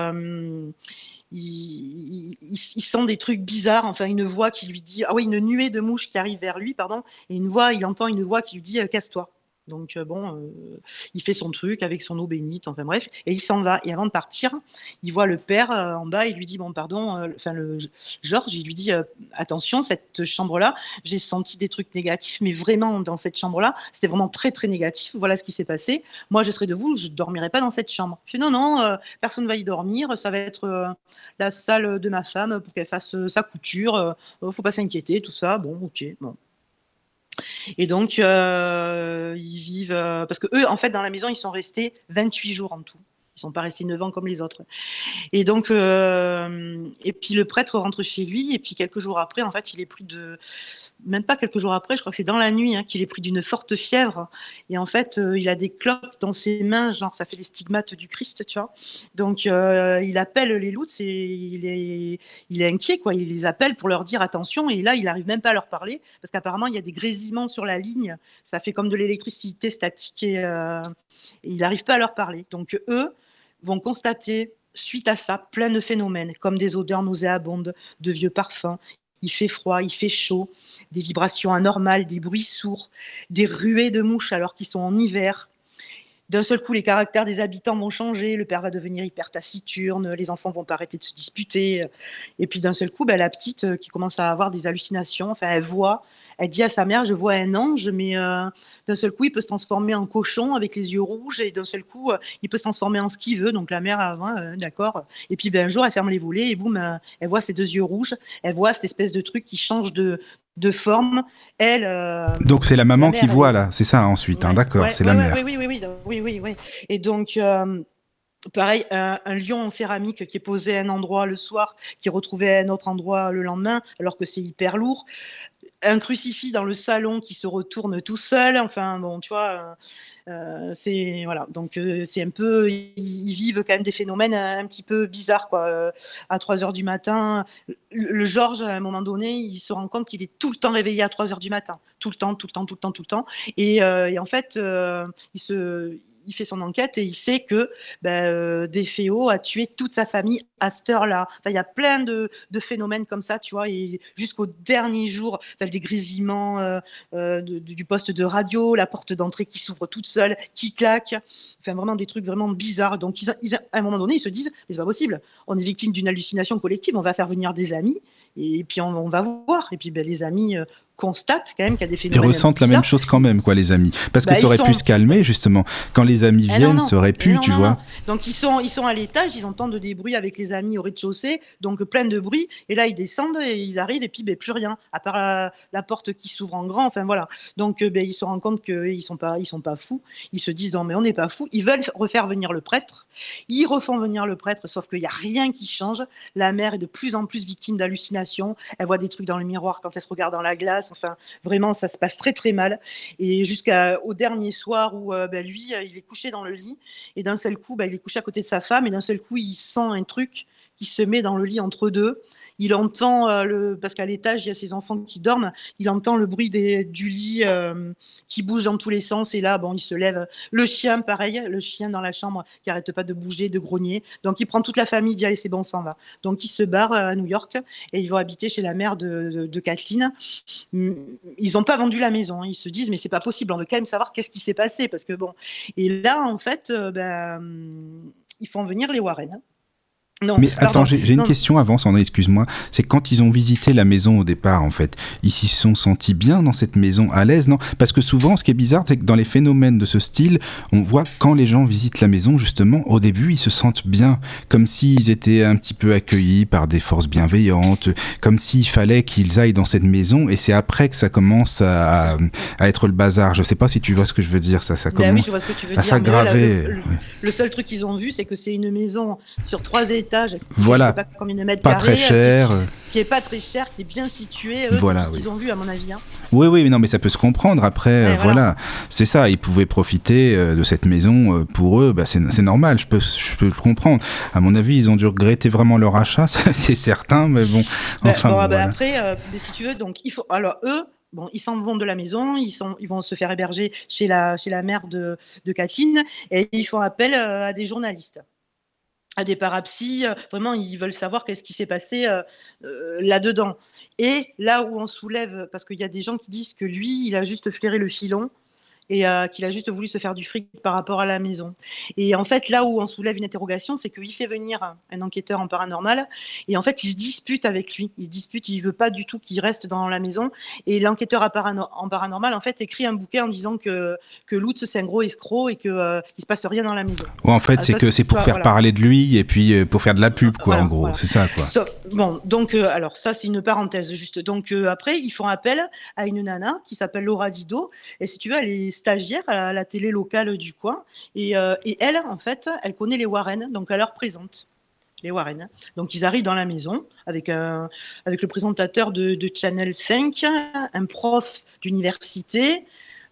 il sent des trucs bizarres, enfin une voix qui lui dit une nuée de mouches qui arrive vers lui, pardon, et il entend une voix qui lui dit casse-toi. Donc il fait son truc avec son eau bénite, enfin bref, et il s'en va. Et avant de partir, il voit le père en bas, il lui dit bon pardon, le Georges, il lui dit attention, cette chambre-là, j'ai senti des trucs négatifs, mais vraiment dans cette chambre-là, c'était vraiment très très négatif. Voilà ce qui s'est passé. Moi, je serais de vous, je ne dormirai pas dans cette chambre. Je fais non, personne ne va y dormir, ça va être la salle de ma femme pour qu'elle fasse sa couture. Faut pas s'inquiéter, tout ça. Bon, ok, bon. Et donc, ils vivent... parce que eux, en fait, dans la maison, ils sont restés 28 jours en tout. Ils ne sont pas restés 9 ans comme les autres. Et donc, et puis le prêtre rentre chez lui, et puis quelques jours après, en fait, il est pris de... Même pas quelques jours après, je crois que c'est dans la nuit qu'il est pris d'une forte fièvre. Et en fait, il a des cloques dans ses mains, genre ça fait les stigmates du Christ, tu vois. Donc, il appelle les Lutz et il est inquiet, quoi. Il les appelle pour leur dire attention. Et là, il n'arrive même pas à leur parler parce qu'apparemment, il y a des grésillements sur la ligne. Ça fait comme de l'électricité statique et il n'arrive pas à leur parler. Donc, eux vont constater, suite à ça, plein de phénomènes comme des odeurs nauséabondes, de vieux parfums. Il fait froid, il fait chaud, des vibrations anormales, des bruits sourds, des ruées de mouches alors qu'ils sont en hiver. D'un seul coup, les caractères des habitants vont changer, le père va devenir hyper taciturne, les enfants vont pas arrêter de se disputer. Et puis d'un seul coup, la petite qui commence à avoir des hallucinations, enfin elle dit à sa mère, je vois un ange, mais d'un seul coup, il peut se transformer en cochon avec les yeux rouges, et d'un seul coup, il peut se transformer en ce qu'il veut. Donc la mère, d'accord. Et puis un jour, elle ferme les volets, et boum, elle voit ses 2 yeux rouges, elle voit cette espèce de truc qui change de forme. Donc c'est la maman qui voit, là, c'est ça ensuite, ouais, d'accord, ouais, c'est la mère. Oui. Et donc... pareil, un lion en céramique qui est posé à un endroit le soir, qui est retrouvé à un autre endroit le lendemain, alors que c'est hyper lourd. Un crucifix dans le salon qui se retourne tout seul. Enfin, bon, tu vois, c'est... Voilà. Donc, c'est un peu... Ils vivent quand même des phénomènes un petit peu bizarres, quoi. À 3h du matin, le Georges, à un moment donné, il se rend compte qu'il est tout le temps réveillé à 3h du matin. Tout le temps. Et en fait, il fait son enquête et il sait que Defeo a tué toute sa famille à cette heure-là. Enfin, il y a plein de phénomènes comme ça, tu vois, et jusqu'au dernier jour, des grésillements du poste de radio, la porte d'entrée qui s'ouvre toute seule, qui claque, enfin vraiment des trucs vraiment bizarres. Donc à un moment donné, ils se disent, mais c'est pas possible, on est victime d'une hallucination collective, on va faire venir des amis, et puis on va voir. Et puis les amis constatent quand même qu'il y a des Ils phénomènes ressentent la même bizarres. chose quand même, quoi, les amis. Parce que Bah, ça ils aurait pu sont- se calmer, justement. Quand les amis Eh viennent, non, ça aurait pu, non, tu non, vois. non. Donc ils sont à l'étage, ils entendent des bruits avec les amis au rez-de-chaussée, donc plein de bruit. Et là ils descendent et ils arrivent et puis ben, plus rien, à part la porte qui s'ouvre en grand. Enfin voilà. Donc ben, ils se rendent compte qu'ils sont pas fous. Ils se disent non mais on n'est pas fous. Ils veulent refaire venir le prêtre. Ils refont venir le prêtre, sauf qu'il n'y a rien qui change. La mère est de plus en plus victime d'hallucinations. Elle voit des trucs dans le miroir quand elle se regarde dans la glace. Enfin vraiment ça se passe très très mal. Et jusqu'au dernier soir où ben, lui il est couché dans le lit. Et d'un seul coup, il est couché à côté de sa femme, et d'un seul coup, il sent un truc qui se met dans le lit entre deux. Il entend, parce qu'à l'étage, il y a ses enfants qui dorment, il entend le bruit du lit qui bouge dans tous les sens, et là, bon, il se lève. Le chien, pareil, le chien dans la chambre qui n'arrête pas de bouger, de grogner. Donc, il prend toute la famille, il dit, allez, c'est bon, on s'en va. Donc, il se barre à New York, et ils vont habiter chez la mère de Kathleen. Ils n'ont pas vendu la maison, hein. Ils se disent, mais c'est pas possible, on veut quand même savoir qu'est-ce qui s'est passé, parce que bon. Et là, en fait, ils font venir les Warren. Non, Mais pardon, attends, j'ai une non, question avant, Sandrine, excuse-moi. C'est quand ils ont visité la maison au départ, en fait, ils s'y sont sentis bien dans cette maison, à l'aise, non? Parce que souvent, ce qui est bizarre, c'est que dans les phénomènes de ce style, on voit quand les gens visitent la maison, justement, au début, ils se sentent bien, comme s'ils étaient un petit peu accueillis par des forces bienveillantes, comme s'il fallait qu'ils aillent dans cette maison, et c'est après que ça commence à être le bazar. Je sais pas si tu vois ce que je veux dire, ça ben oui, commence je vois ce que tu veux à dire. Mais là, s'aggraver. le seul truc qu'ils ont vu, c'est que c'est une maison sur 3 étages, Voilà. je sais pas combien de mètres Pas carrés, très cher. qui est pas très cher, qui est bien située. Voilà, C'est tout ce oui. qu'ils ont vu, à mon avis. Hein. Oui, oui, mais non, mais ça peut se comprendre. Après, Ouais, voilà, voilà. c'est ça. Ils pouvaient profiter de cette maison. Pour eux, c'est normal. Je peux le comprendre. À mon avis, ils ont dû regretter vraiment leur achat, ça, c'est certain. Mais bon, enfin, bon, voilà. Après, mais si tu veux, donc alors eux. Bon, ils s'en vont de la maison, ils vont se faire héberger chez la mère de Kathleen, et ils font appel à des journalistes, à des parapsies. Vraiment, ils veulent savoir qu'est-ce qui s'est passé là-dedans. Et là où on soulève, parce qu'il y a des gens qui disent que lui, il a juste flairé le filon, et qu'il a juste voulu se faire du fric par rapport à la maison. Et en fait, là où on soulève une interrogation, c'est qu'il fait venir un enquêteur en paranormal, et en fait, il se dispute avec lui. Il se dispute, il veut pas du tout qu'il reste dans la maison. Et l'enquêteur en paranormal, en fait, écrit un bouquet en disant que Lutz, c'est un gros escroc et qu'il il se passe rien dans la maison. Ouais, en fait, c'est pour faire parler de lui et puis pour faire de la pub, quoi, en gros. Voilà. C'est ça, quoi. Bon, donc, alors, ça, c'est une parenthèse, juste. Donc, après, ils font appel à une nana qui s'appelle Laura Didot. Et si tu veux, elle est stagiaire à la télé locale du coin. Et elle, en fait, elle connaît les Warren. Donc, elle leur présente les Warren. Donc, ils arrivent dans la maison avec le présentateur de Channel 5, un prof d'université,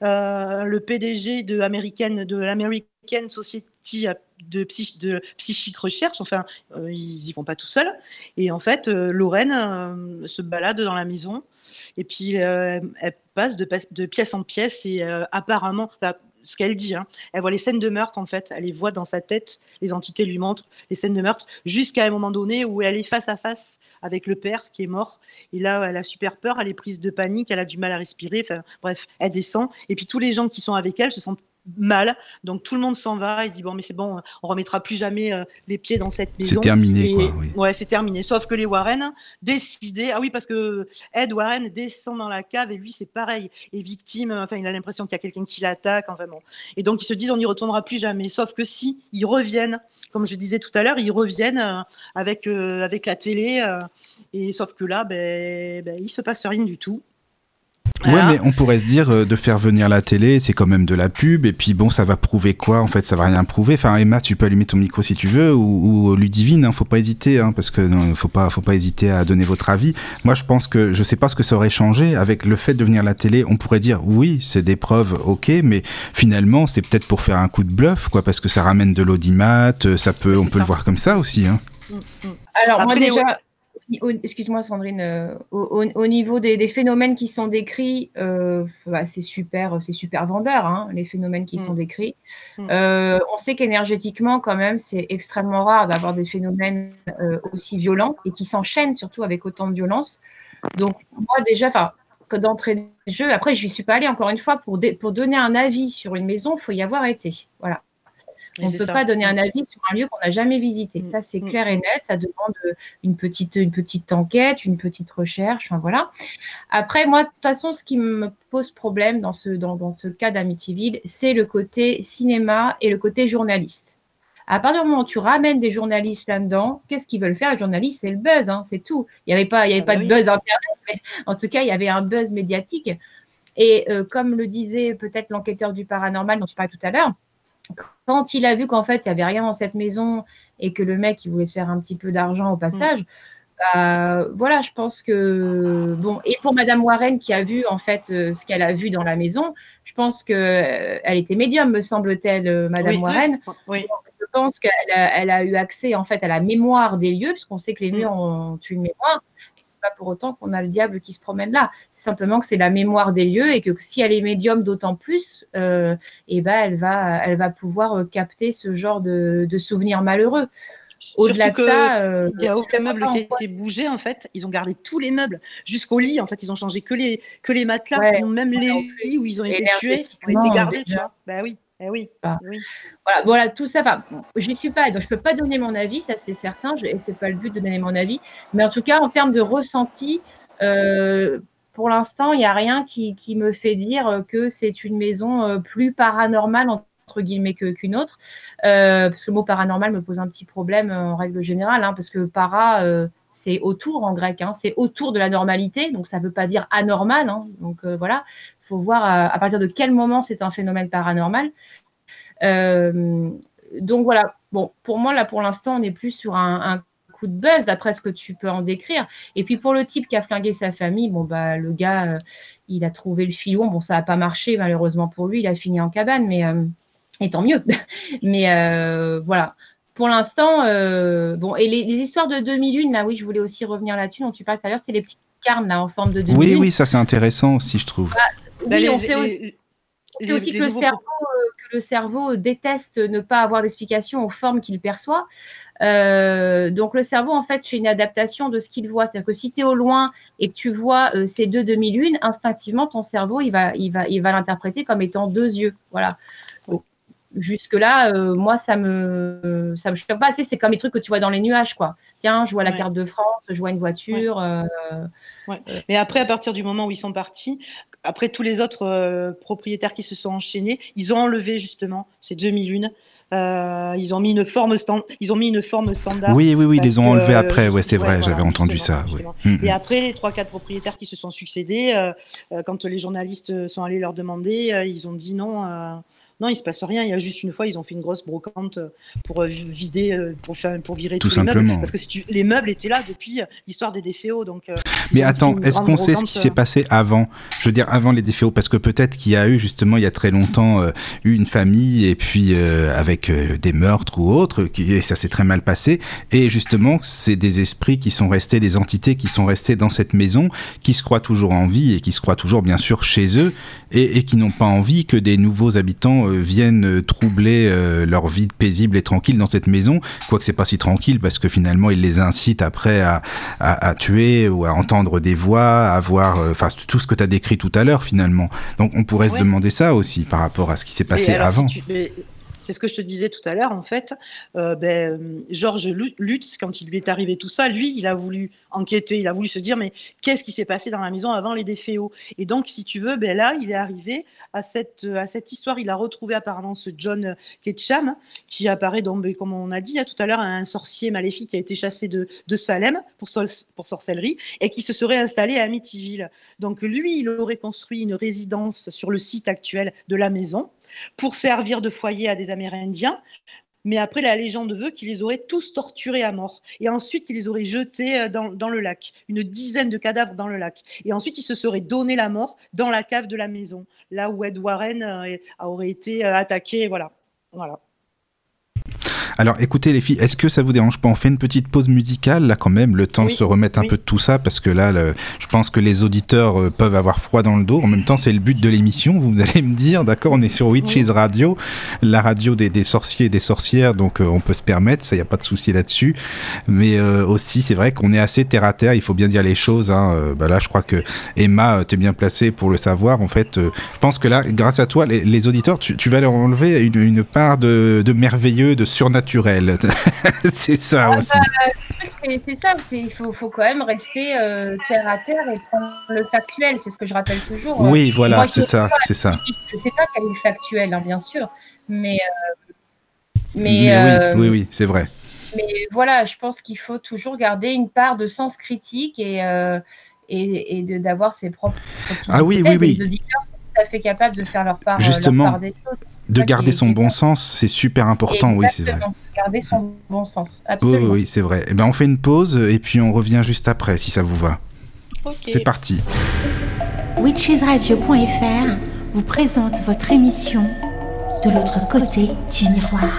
le PDG de l'American Society de Psychic Research. Enfin, ils y vont pas tout seuls. Et en fait, Lorraine se balade dans la maison. Et puis, elle passe de pièce en pièce et apparemment, ce qu'elle dit, hein, elle voit les scènes de meurtre, en fait. Elle les voit dans sa tête. Les entités lui montrent les scènes de meurtre jusqu'à un moment donné où elle est face à face avec le père qui est mort. Et là, elle a super peur, elle est prise de panique, elle a du mal à respirer. Enfin, bref, elle descend. Et puis, tous les gens qui sont avec elle se sentent mal, donc tout le monde s'en va. Il dit bon, mais c'est bon, on remettra plus jamais les pieds dans cette maison. C'est terminé, quoi. Oui. Ouais, c'est terminé. Sauf que les Warren décidaient. Ah oui, parce que Ed Warren descend dans la cave et lui c'est pareil, est victime. Enfin, il a l'impression qu'il y a quelqu'un qui l'attaque. Enfin bon. Et donc ils se disent on n'y retournera plus jamais. Sauf que si ils reviennent, comme je disais tout à l'heure, ils reviennent avec la télé. Et sauf que là, il se passe rien du tout. Ouais, mais on pourrait se dire de faire venir la télé, c'est quand même de la pub, et puis bon, ça va prouver quoi? En fait, ça va rien prouver. Enfin, Emma, tu peux allumer ton micro si tu veux, ou Ludivine, hein, faut pas hésiter, hein, parce que non, faut pas hésiter à donner votre avis. Moi, je pense que je sais pas ce que ça aurait changé avec le fait de venir la télé. On pourrait dire oui, c'est des preuves, ok, mais finalement, c'est peut-être pour faire un coup de bluff, quoi, parce que ça ramène de l'audimat, on peut le voir comme ça aussi, hein. Alors après, moi déjà. Excuse-moi Sandrine, au niveau des phénomènes qui sont décrits, c'est super vendeur, hein, les phénomènes qui sont décrits. On sait qu'énergétiquement, quand même, c'est extrêmement rare d'avoir des phénomènes aussi violents et qui s'enchaînent surtout avec autant de violence. Donc moi déjà, d'entrée de jeu, après je n'y suis pas allée encore une fois, pour donner un avis sur une maison, il faut y avoir été. Voilà. On ne peut pas donner un avis sur un lieu qu'on n'a jamais visité. Ça, c'est clair et net. Ça demande une petite enquête, une petite recherche. Enfin, voilà. Après, moi, de toute façon, ce qui me pose problème dans ce cas d'Amityville, c'est le côté cinéma et le côté journaliste. À partir du moment où tu ramènes des journalistes là-dedans, qu'est-ce qu'ils veulent faire? Les journalistes, c'est le buzz, hein, c'est tout. Il n'y avait pas de buzz Internet, mais en tout cas, il y avait un buzz médiatique. Et comme le disait peut-être l'enquêteur du paranormal dont tu parlais tout à l'heure, quand il a vu qu'en fait, il n'y avait rien dans cette maison et que le mec, il voulait se faire un petit peu d'argent au passage, voilà, je pense que... Bon, et pour Madame Warren qui a vu en fait ce qu'elle a vu dans la maison, je pense qu'elle était médium, me semble-t-elle, Madame Warren. Oui. Donc, je pense qu'elle a eu accès en fait à la mémoire des lieux, puisqu'on sait que les murs ont une mémoire. C'est pas pour autant qu'on a le diable qui se promène là. C'est simplement que c'est la mémoire des lieux et que si elle est médium d'autant plus, elle va pouvoir capter ce genre de souvenirs malheureux. Au-delà de ça, il n'y a aucun meuble qui a été bougé en fait. Ils ont gardé tous les meubles jusqu'au lit. En fait, ils ont changé que les matelas. Sinon même les lits où ils ont été tués ont été gardés. Tu vois. Bah oui. Oui. Voilà, tout ça. Je n'y suis pas, donc je ne peux pas donner mon avis, ça c'est certain. Et c'est pas le but de donner mon avis. Mais en tout cas, en termes de ressenti, pour l'instant, il n'y a rien qui me fait dire que c'est une maison plus paranormale entre guillemets qu'une autre, parce que le mot paranormal me pose un petit problème en règle générale, hein, parce que para, c'est autour en grec, hein, c'est autour de la normalité, donc ça ne veut pas dire anormal, hein, donc voilà, il faut voir à partir de quel moment c'est un phénomène paranormal. Donc voilà, bon, pour moi là pour l'instant on est plus sur un coup de buzz d'après ce que tu peux en décrire. Et puis pour le type qui a flingué sa famille, bon bah le gars il a trouvé le filon, bon ça n'a pas marché malheureusement pour lui, il a fini en cabane, mais et tant mieux. Mais voilà. Pour l'instant, bon, et les histoires de 2001, là, oui, je voulais aussi revenir là-dessus, dont tu parles tout à l'heure, c'est les petites carnes là, en forme de 2001. Oui, ça c'est intéressant aussi, je trouve. Oui, on sait aussi que le cerveau déteste ne pas avoir d'explication aux formes qu'il perçoit. Donc le cerveau, en fait, fait une adaptation de ce qu'il voit. C'est-à-dire que si tu es au loin et que tu vois ces deux 2001, instinctivement, ton cerveau, il va l'interpréter comme étant deux yeux. Voilà. Jusque-là, moi, ça me choque pas assez. C'est comme les trucs que tu vois dans les nuages, quoi. Tiens, je vois la carte de France, je vois une voiture. Mais après, à partir du moment où ils sont partis, après tous les autres propriétaires qui se sont enchaînés, ils ont enlevé justement ces 2001. Ils ont mis une forme standard. Oui, ils les ont enlevés après. Ouais, c'est vrai, j'avais entendu ça. Oui. Et après, les 3-4 propriétaires qui se sont succédés, quand les journalistes sont allés leur demander, ils ont dit non. Non, il se passe rien. Il y a juste une fois, ils ont fait une grosse brocante pour vider, pour virer tout tous les simplement. meubles. Parce que les meubles étaient là depuis l'histoire des déféos. Donc, mais attends, est-ce qu'on sait ce qui s'est passé avant? Je veux dire, avant les déféos, parce que peut-être qu'il y a eu justement, il y a très longtemps, une famille et puis avec des meurtres ou autres, et ça s'est très mal passé. Et justement, c'est des esprits qui sont restés, des entités qui sont restées dans cette maison, qui se croient toujours en vie et qui se croient toujours bien sûr chez eux, et qui n'ont pas envie que des nouveaux habitants viennent troubler leur vie paisible et tranquille dans cette maison, quoique c'est pas si tranquille parce que finalement ils les incitent après à tuer ou à entendre des voix, à voir tout ce que tu as décrit tout à l'heure finalement. Donc on pourrait se demander ça aussi par rapport à ce qui s'est passé avant. C'est ce que je te disais tout à l'heure, en fait. Georges Lutz, quand il lui est arrivé tout ça, lui, il a voulu enquêter, il a voulu se dire, mais qu'est-ce qui s'est passé dans la maison avant les déféos? Et donc, si tu veux, là, il est arrivé à cette histoire. Il a retrouvé apparemment ce John Ketcham, qui apparaît, donc, comme on a dit tout à l'heure, un sorcier maléfique qui a été chassé de Salem pour sorcellerie et qui se serait installé à Amityville. Donc, lui, il aurait construit une résidence sur le site actuel de la maison pour servir de foyer à des Amérindiens. Mais après, la légende veut qu'il les aurait tous torturés à mort. Et ensuite, qu'il les aurait jetés dans le lac. Une dizaine de cadavres dans le lac. Et ensuite, il se serait donné la mort dans la cave de la maison, là où Ed Warren aurait été attaqué. Voilà. Alors écoutez les filles, est-ce que ça vous dérange pas? On fait une petite pause musicale là quand même, le temps de se remettre un peu de tout ça, parce que là je pense que les auditeurs peuvent avoir froid dans le dos. En même temps c'est le but de l'émission, vous allez me dire, d'accord? On est sur Witches Radio, la radio des sorciers et des sorcières, donc on peut se permettre, ça y a pas de souci là-dessus. Mais aussi c'est vrai qu'on est assez terre à terre, il faut bien dire les choses. Là je crois que Emma, t'es bien placée pour le savoir. En fait, je pense que là, grâce à toi, les auditeurs, tu vas leur enlever une part de merveilleux, de surnaturel. C'est ça aussi. C'est ça, il faut quand même rester terre à terre et prendre le factuel, c'est ce que je rappelle toujours. Oui, voilà, moi, c'est ça. Je sais pas quel est le factuel, hein, bien sûr, mais oui, c'est vrai. Mais voilà, je pense qu'il faut toujours garder une part de sens critique et d'avoir ses propres oui. Les auditeurs sont tout à fait capables de faire leur part, justement, leur part des choses. De garder son bon sens, c'est super important. Exactement, oui, c'est vrai. Garder son bon sens, absolument. Oui, c'est vrai. On fait une pause et puis on revient juste après, si ça vous va. Okay. C'est parti. Witchesradio.fr vous présente votre émission De l'autre côté du miroir.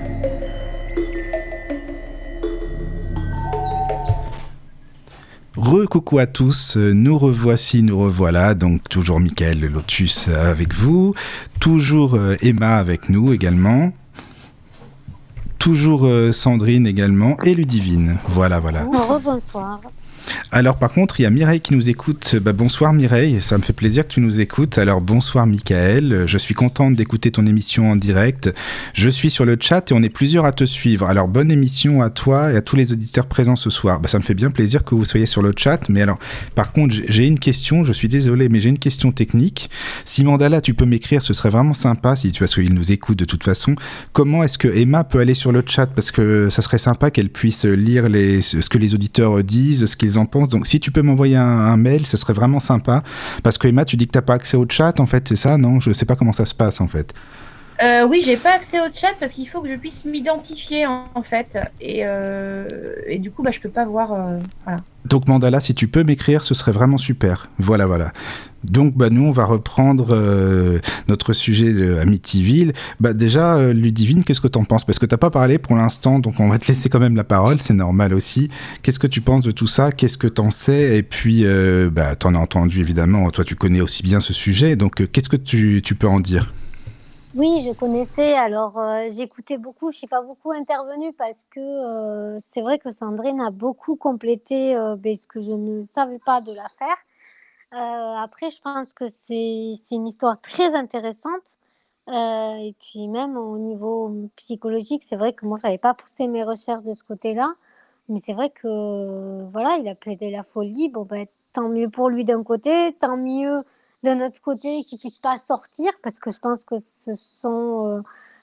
Coucou à tous, nous revoilà, donc toujours Michael Lotus avec vous, toujours Emma avec nous également, toujours Sandrine également et Ludivine, voilà. Bonsoir. Alors par contre, il y a Mireille qui nous écoute. Bonsoir Mireille, ça me fait plaisir que tu nous écoutes. Alors bonsoir Michael, je suis contente d'écouter ton émission en direct. Je suis sur le chat et on est plusieurs à te suivre. Alors bonne émission à toi et à tous les auditeurs présents ce soir. Ça me fait bien plaisir que vous soyez sur le chat. Mais alors, par contre, j'ai une question, je suis désolé, mais j'ai une question technique. Si Mandala, tu peux m'écrire, ce serait vraiment sympa, parce qu'il nous écoute de toute façon. Comment est-ce que Emma peut aller sur le chat? Parce que ça serait sympa qu'elle puisse lire ce que les auditeurs disent, ce qu'ils en pensent. Donc si tu peux m'envoyer un mail, ce serait vraiment sympa. Parce que Emma, tu dis que t'as pas accès au chat, en fait, c'est ça? Non, je sais pas comment ça se passe, en fait. Oui, j'ai pas accès au chat parce qu'il faut que je puisse m'identifier en fait. Et du coup, je peux pas voir. Voilà. Donc Mandala, si tu peux m'écrire, ce serait vraiment super. Voilà. Donc nous, on va reprendre notre sujet de Amityville. Déjà, Ludivine, qu'est-ce que t'en penses? Parce que t'as pas parlé pour l'instant, donc on va te laisser quand même la parole, c'est normal aussi. Qu'est-ce que tu penses de tout ça? Qu'est-ce que t'en sais? Et puis, t'en as entendu évidemment, toi tu connais aussi bien ce sujet, donc qu'est-ce que tu peux en dire? Oui, je connaissais. Alors, j'écoutais beaucoup. Je suis pas beaucoup intervenue parce que c'est vrai que Sandrine a beaucoup complété ce que je ne savais pas de l'affaire. Après, je pense que c'est une histoire très intéressante. Et puis même au niveau psychologique, c'est vrai que moi, ça n'avait pas poussé mes recherches de ce côté-là. Mais c'est vrai que voilà, il a plaidé la folie. Tant mieux pour lui d'un côté, tant mieux d'un autre côté qu'il puisse pas sortir, parce que je pense que ce sont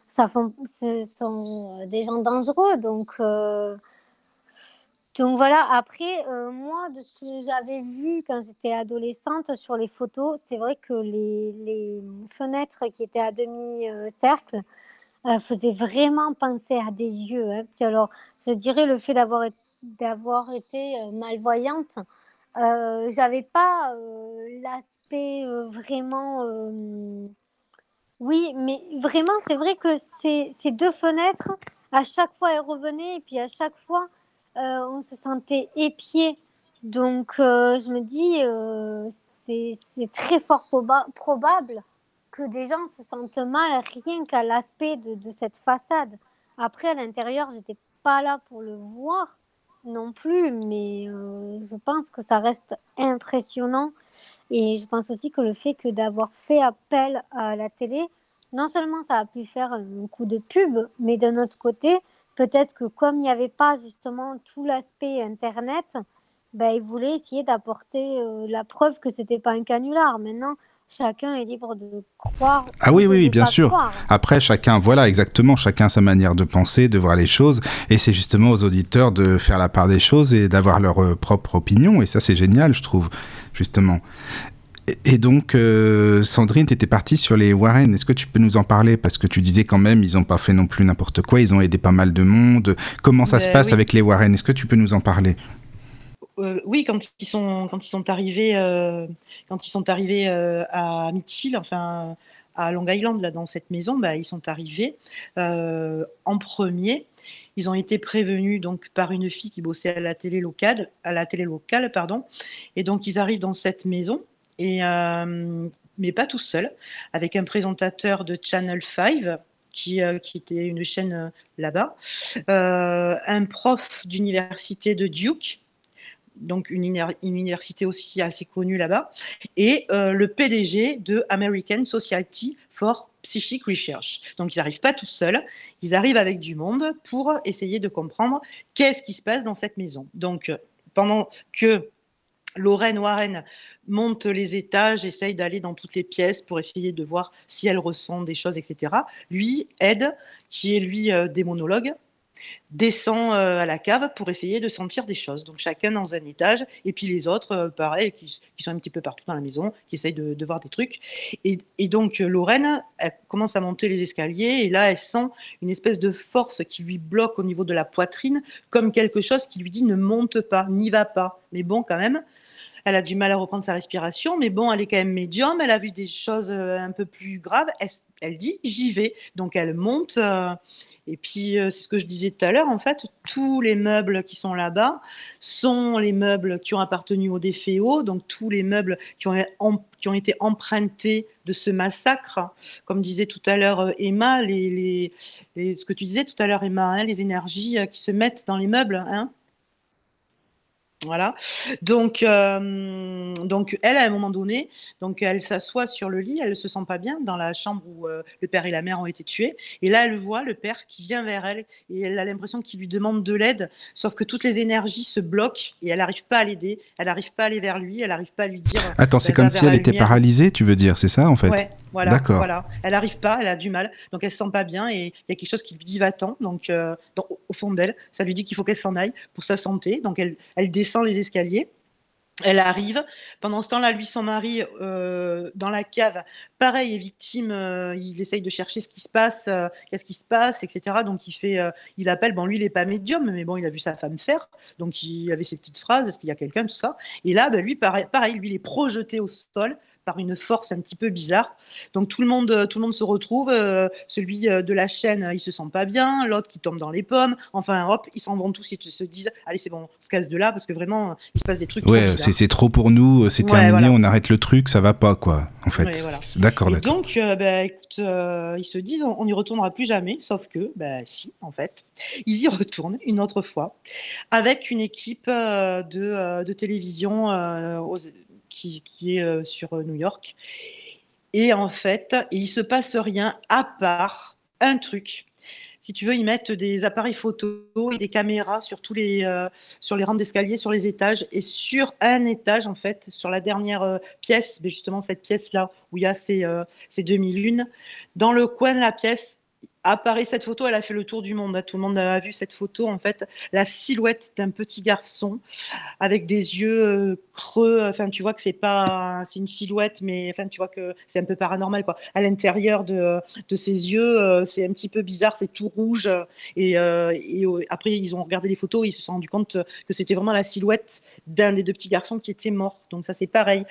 des gens dangereux. Donc voilà. Après, moi, de ce que j'avais vu quand j'étais adolescente sur les photos, c'est vrai que les fenêtres qui étaient à demi-cercle faisaient vraiment penser à des yeux. Alors, je dirais le fait d'avoir été malvoyante, j'avais pas l'aspect vraiment... Oui, mais vraiment, c'est vrai que ces deux fenêtres, à chaque fois, elles revenaient, et puis à chaque fois, on se sentait épié. Donc, je me dis, c'est très fort probable que des gens se sentent mal rien qu'à l'aspect de cette façade. Après, à l'intérieur, j'étais pas là pour le voir non plus, mais je pense que ça reste impressionnant. Et je pense aussi que le fait d'avoir fait appel à la télé, non seulement ça a pu faire un coup de pub, mais d'un autre côté, peut-être que comme il n'y avait pas justement tout l'aspect Internet, ils voulaient essayer d'apporter la preuve que c'était pas un canular. Maintenant, chacun est libre de croire. Ah oui, bien sûr. Croire. Après, chacun a sa manière de penser, de voir les choses, et c'est justement aux auditeurs de faire la part des choses et d'avoir leur propre opinion, et ça c'est génial, je trouve, justement. Et donc, Sandrine, tu étais partie sur les Warren. Est-ce que tu peux nous en parler? Parce que tu disais quand même, ils n'ont pas fait non plus n'importe quoi, ils ont aidé pas mal de monde. Comment ça se passe avec les Warren? Est-ce que tu peux nous en parler? Oui, quand ils sont arrivés à Amityville, à Long Island, là, dans cette maison, ils sont arrivés en premier. Ils ont été prévenus donc par une fille qui bossait à la télé locale, pardon. Et donc ils arrivent dans cette maison et mais pas tout seuls, avec un présentateur de Channel 5 qui était une chaîne là-bas, un prof d'université de Duke, donc une université aussi assez connue là-bas, et le PDG de American Society for Psychic Research. Donc ils n'arrivent pas tout seuls, ils arrivent avec du monde pour essayer de comprendre qu'est-ce qui se passe dans cette maison. Donc pendant que Lorraine Warren monte les étages, essaye d'aller dans toutes les pièces pour essayer de voir si elle ressent des choses, etc. Lui, Ed, qui est lui démonologue, descend à la cave pour essayer de sentir des choses. Donc chacun dans un étage, et puis les autres, pareil, qui sont un petit peu partout dans la maison, qui essayent de voir des trucs. Et donc Lorraine, elle commence à monter les escaliers, et là elle sent une espèce de force qui lui bloque au niveau de la poitrine, comme quelque chose qui lui dit ne monte pas, n'y va pas. Mais bon, quand même, elle a du mal à reprendre sa respiration, mais bon, elle est quand même médium, elle a vu des choses un peu plus graves, elle dit j'y vais. Donc elle monte. Et puis, c'est ce que je disais tout à l'heure, en fait, tous les meubles qui sont là-bas sont les meubles qui ont appartenu au DFO, donc tous les meubles qui ont été empruntés de ce massacre. Comme disait tout à l'heure Emma, ce que tu disais tout à l'heure, Emma, hein, les énergies qui se mettent dans les meubles, hein. Voilà. Donc elle, à un moment donné, donc elle s'assoit sur le lit, elle ne se sent pas bien dans la chambre où le père et la mère ont été tués. Et là, elle voit le père qui vient vers elle et elle a l'impression qu'il lui demande de l'aide, sauf que toutes les énergies se bloquent et elle n'arrive pas à l'aider, elle n'arrive pas à aller vers lui, elle n'arrive pas à lui dire. Attends, c'est comme si elle était paralysée, tu veux dire, c'est ça en fait? Ouais, voilà. D'accord. Voilà. Elle n'arrive pas, elle a du mal, donc elle se sent pas bien et il y a quelque chose qui lui dit va-t'en. Donc au fond d'elle, ça lui dit qu'il faut qu'elle s'en aille pour sa santé. Donc elle descend les escaliers. Elle arrive. Pendant ce temps-là, lui, son mari, dans la cave, pareil, est victime. Il essaye de chercher ce qui se passe, qu'est-ce qui se passe, etc. Donc, il appelle. Bon, lui, il n'est pas médium, mais bon, il a vu sa femme faire. Donc, il avait ses petites phrases. Est-ce qu'il y a quelqu'un, tout ça. Et là, lui, pareil, lui, il est projeté au sol par une force un petit peu bizarre. Donc tout le monde se retrouve. Celui de la chaîne, il se sent pas bien. L'autre qui tombe dans les pommes. Enfin, hop, ils s'en vont tous. Ils se disent, allez, c'est bon, on se casse de là parce que vraiment, il se passe des trucs. Ouais, c'est trop pour nous. C'est terminé. Voilà. On arrête le truc. Ça va pas, quoi. En fait. Ouais, voilà. D'accord. Donc, écoute, ils se disent, on n'y retournera plus jamais. Sauf que, si, en fait, ils y retournent une autre fois avec une équipe de télévision qui est sur New York. Et en fait, il ne se passe rien à part un truc. Si tu veux, ils mettent des appareils photo et des caméras sur sur les rampes d'escalier, sur les étages. Et sur un étage, en fait, sur la dernière pièce, mais justement cette pièce-là, où il y a ces demi-lunes, dans le coin de la pièce, apparaît cette photo. Elle a fait le tour du monde. Tout le monde a vu cette photo, en fait, la silhouette d'un petit garçon avec des yeux creux. Enfin, tu vois que c'est une silhouette, mais enfin, tu vois que c'est un peu paranormal, quoi. À l'intérieur de ses yeux, c'est un petit peu bizarre, c'est tout rouge. Et après, ils ont regardé les photos, et ils se sont rendus compte que c'était vraiment la silhouette d'un des deux petits garçons qui était mort. Donc ça, c'est pareil.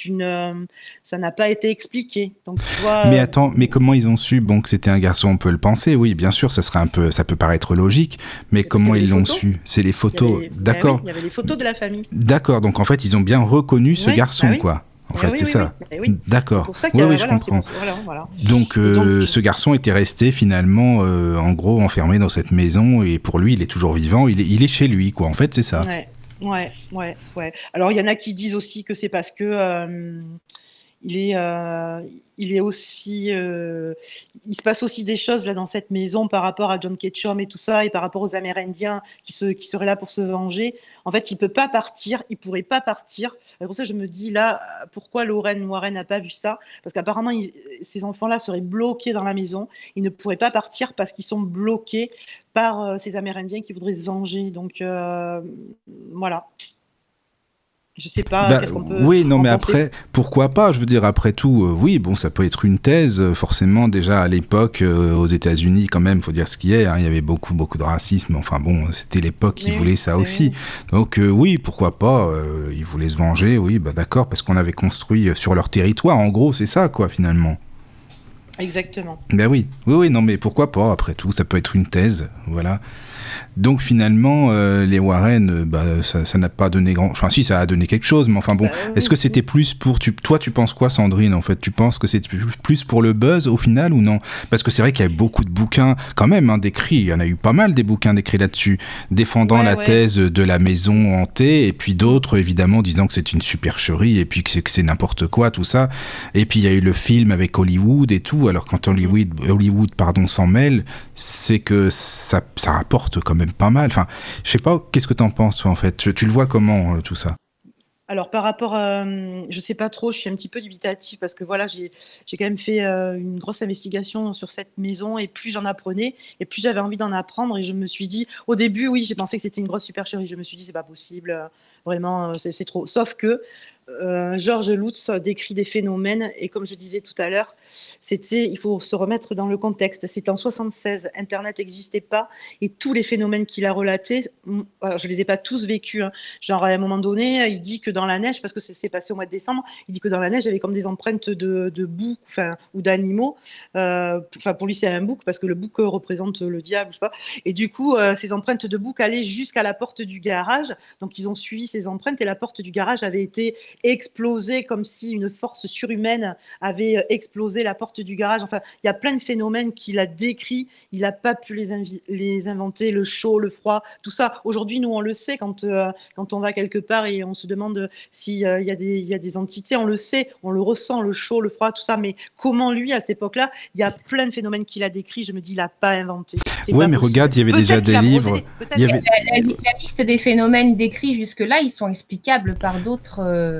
Ça n'a pas été expliqué. Donc tu vois. Mais attends, mais comment ils ont su que c'était un garçon? On peut le penser, oui, bien sûr, ça peut paraître logique, mais comment ils l'ont su? C'est les photos, d'accord. Il y avait les photos de la famille. D'accord, donc en fait, ils ont bien reconnu ce garçon, quoi. En fait, c'est ça. Oui. D'accord. C'est oui, je comprends. Voilà. Donc, ce garçon était resté finalement, en gros, enfermé dans cette maison, et pour lui, il est toujours vivant, il est chez lui, quoi. En fait, c'est ça. Ouais. Alors, il y en a qui disent aussi que c'est parce que il est aussi, il se passe aussi des choses là dans cette maison par rapport à John Ketchum et tout ça, et par rapport aux Amérindiens qui seraient là pour se venger. En fait, il pourrait pas partir. C'est pour ça que je me dis là, pourquoi Lorraine Warren n'a pas vu ça? Parce qu'apparemment, ces enfants-là seraient bloqués dans la maison. Ils ne pourraient pas partir parce qu'ils sont bloqués par ces Amérindiens qui voudraient se venger. Donc voilà. Je sais pas, qu'est-ce qu'on peut oui, non, mais penser. après, pourquoi pas? Je veux dire, après tout, oui, bon, ça peut être une thèse. Forcément, déjà à l'époque, aux États-Unis, quand même, faut dire ce qui est. Hein, il y avait beaucoup de racisme. Enfin bon, c'était l'époque qui voulait ça aussi. Donc oui, pourquoi pas? Ils voulaient se venger. Oui, d'accord, parce qu'on avait construit sur leur territoire. En gros, c'est ça, quoi, finalement. Exactement. Ben oui, oui, oui, non, mais pourquoi pas, après tout, ça peut être une thèse, voilà. Donc finalement, les Warren, ça n'a pas donné grand... Enfin si, ça a donné quelque chose, mais enfin bon, est-ce que c'était plus pour... Toi, tu penses quoi, Sandrine, en fait? Tu penses que c'était plus pour le buzz, au final, ou non? Parce que c'est vrai qu'il y a beaucoup de bouquins, quand même, hein, d'écrits, il y en a eu pas mal des bouquins d'écrits là-dessus, défendant la thèse de la maison hantée, et puis d'autres, évidemment, disant que c'est une supercherie, et puis que c'est n'importe quoi, tout ça. Et puis il y a eu le film avec Hollywood et tout, alors quand Hollywood s'en mêle, c'est que ça rapporte quand même pas mal. Enfin, je sais pas, qu'est-ce que t'en penses, toi, en fait? Tu le vois comment, tout ça? Alors par rapport, je sais pas trop, je suis un petit peu dubitative parce que voilà, j'ai quand même fait, une grosse investigation sur cette maison et plus j'en apprenais et plus j'avais envie d'en apprendre et je me suis dit au début, oui, j'ai pensé que c'était une grosse supercherie. Je me suis dit: «C'est pas possible, vraiment, c'est trop». Sauf que, George Lutz décrit des phénomènes et comme je disais tout à l'heure, il faut se remettre dans le contexte. C'était en 76, internet n'existait pas et tous les phénomènes qu'il a relatés, alors je les ai pas tous vécus, hein. Genre à un moment donné, il dit que dans la neige, parce que ça s'est passé au mois de décembre, il dit que dans la neige, il y avait comme des empreintes de boucs, enfin, ou d'animaux. Enfin, pour lui, c'est un bouc parce que le bouc représente le diable, je sais pas. Et du coup, ces empreintes de bouc allaient jusqu'à la porte du garage. Donc, ils ont suivi ces empreintes et la porte du garage avait été explosée comme si une force surhumaine avait explosé la porte du garage. Enfin, il y a plein de phénomènes qu'il a décrits. Il n'a pas pu les inventer, le chaud, le froid, tout ça. Aujourd'hui, nous, on le sait quand on va quelque part et on se demande s'il y a des entités, on le sait, on le ressent, le chaud, le froid, tout ça. Mais comment lui, à cette époque-là, il y a plein de phénomènes qu'il a décrits. Je me dis, il n'a pas inventé. Ouais, mais regarde, il y avait déjà des livres. La liste des phénomènes décrits jusque-là, ils sont explicables par d'autres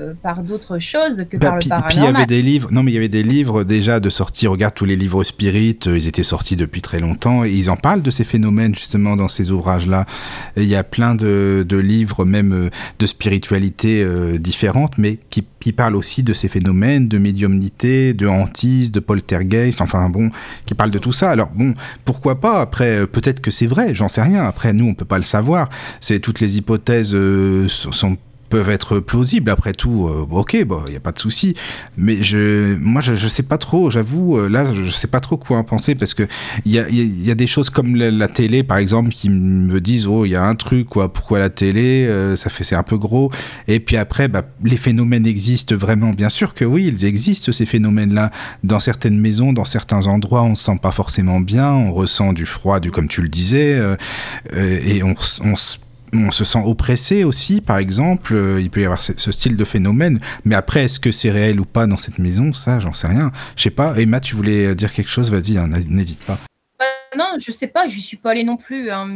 choses que par le paranormal. Puis il y avait des livres. Non, mais il y avait des livres déjà de sortie. Regarde tous les livres spirit, ils étaient sortis depuis très longtemps et ils en parlent de ces phénomènes justement dans ces ouvrages-là. Et il y a plein de livres même de spiritualité différentes, mais qui parlent aussi de ces phénomènes de médiumnité, de hantise, de poltergeist. Enfin bon, qui parlent de tout ça. Alors bon, pourquoi pas? Après, peut-être que c'est vrai. J'en sais rien. Après, nous, on peut pas le savoir. C'est toutes les hypothèses peuvent être plausibles après tout, ok, bon, y a pas de souci, mais moi je sais pas trop, j'avoue, là je sais pas trop quoi en penser parce que il y a des choses comme la télé par exemple qui me disent oh il y a un truc quoi, pourquoi la télé, c'est un peu gros, et puis après les phénomènes existent vraiment, bien sûr que oui, ils existent ces phénomènes là dans certaines maisons, dans certains endroits on se sent pas forcément bien, on ressent du froid, comme tu le disais, et on se sent oppressé aussi, par exemple, il peut y avoir ce style de phénomène, mais après, est-ce que c'est réel ou pas dans cette maison? Ça, j'en sais rien. Je sais pas. Emma, tu voulais dire quelque chose? Vas-y, hein, n'hésite pas. Non, je sais pas, je suis pas allée non plus, hein,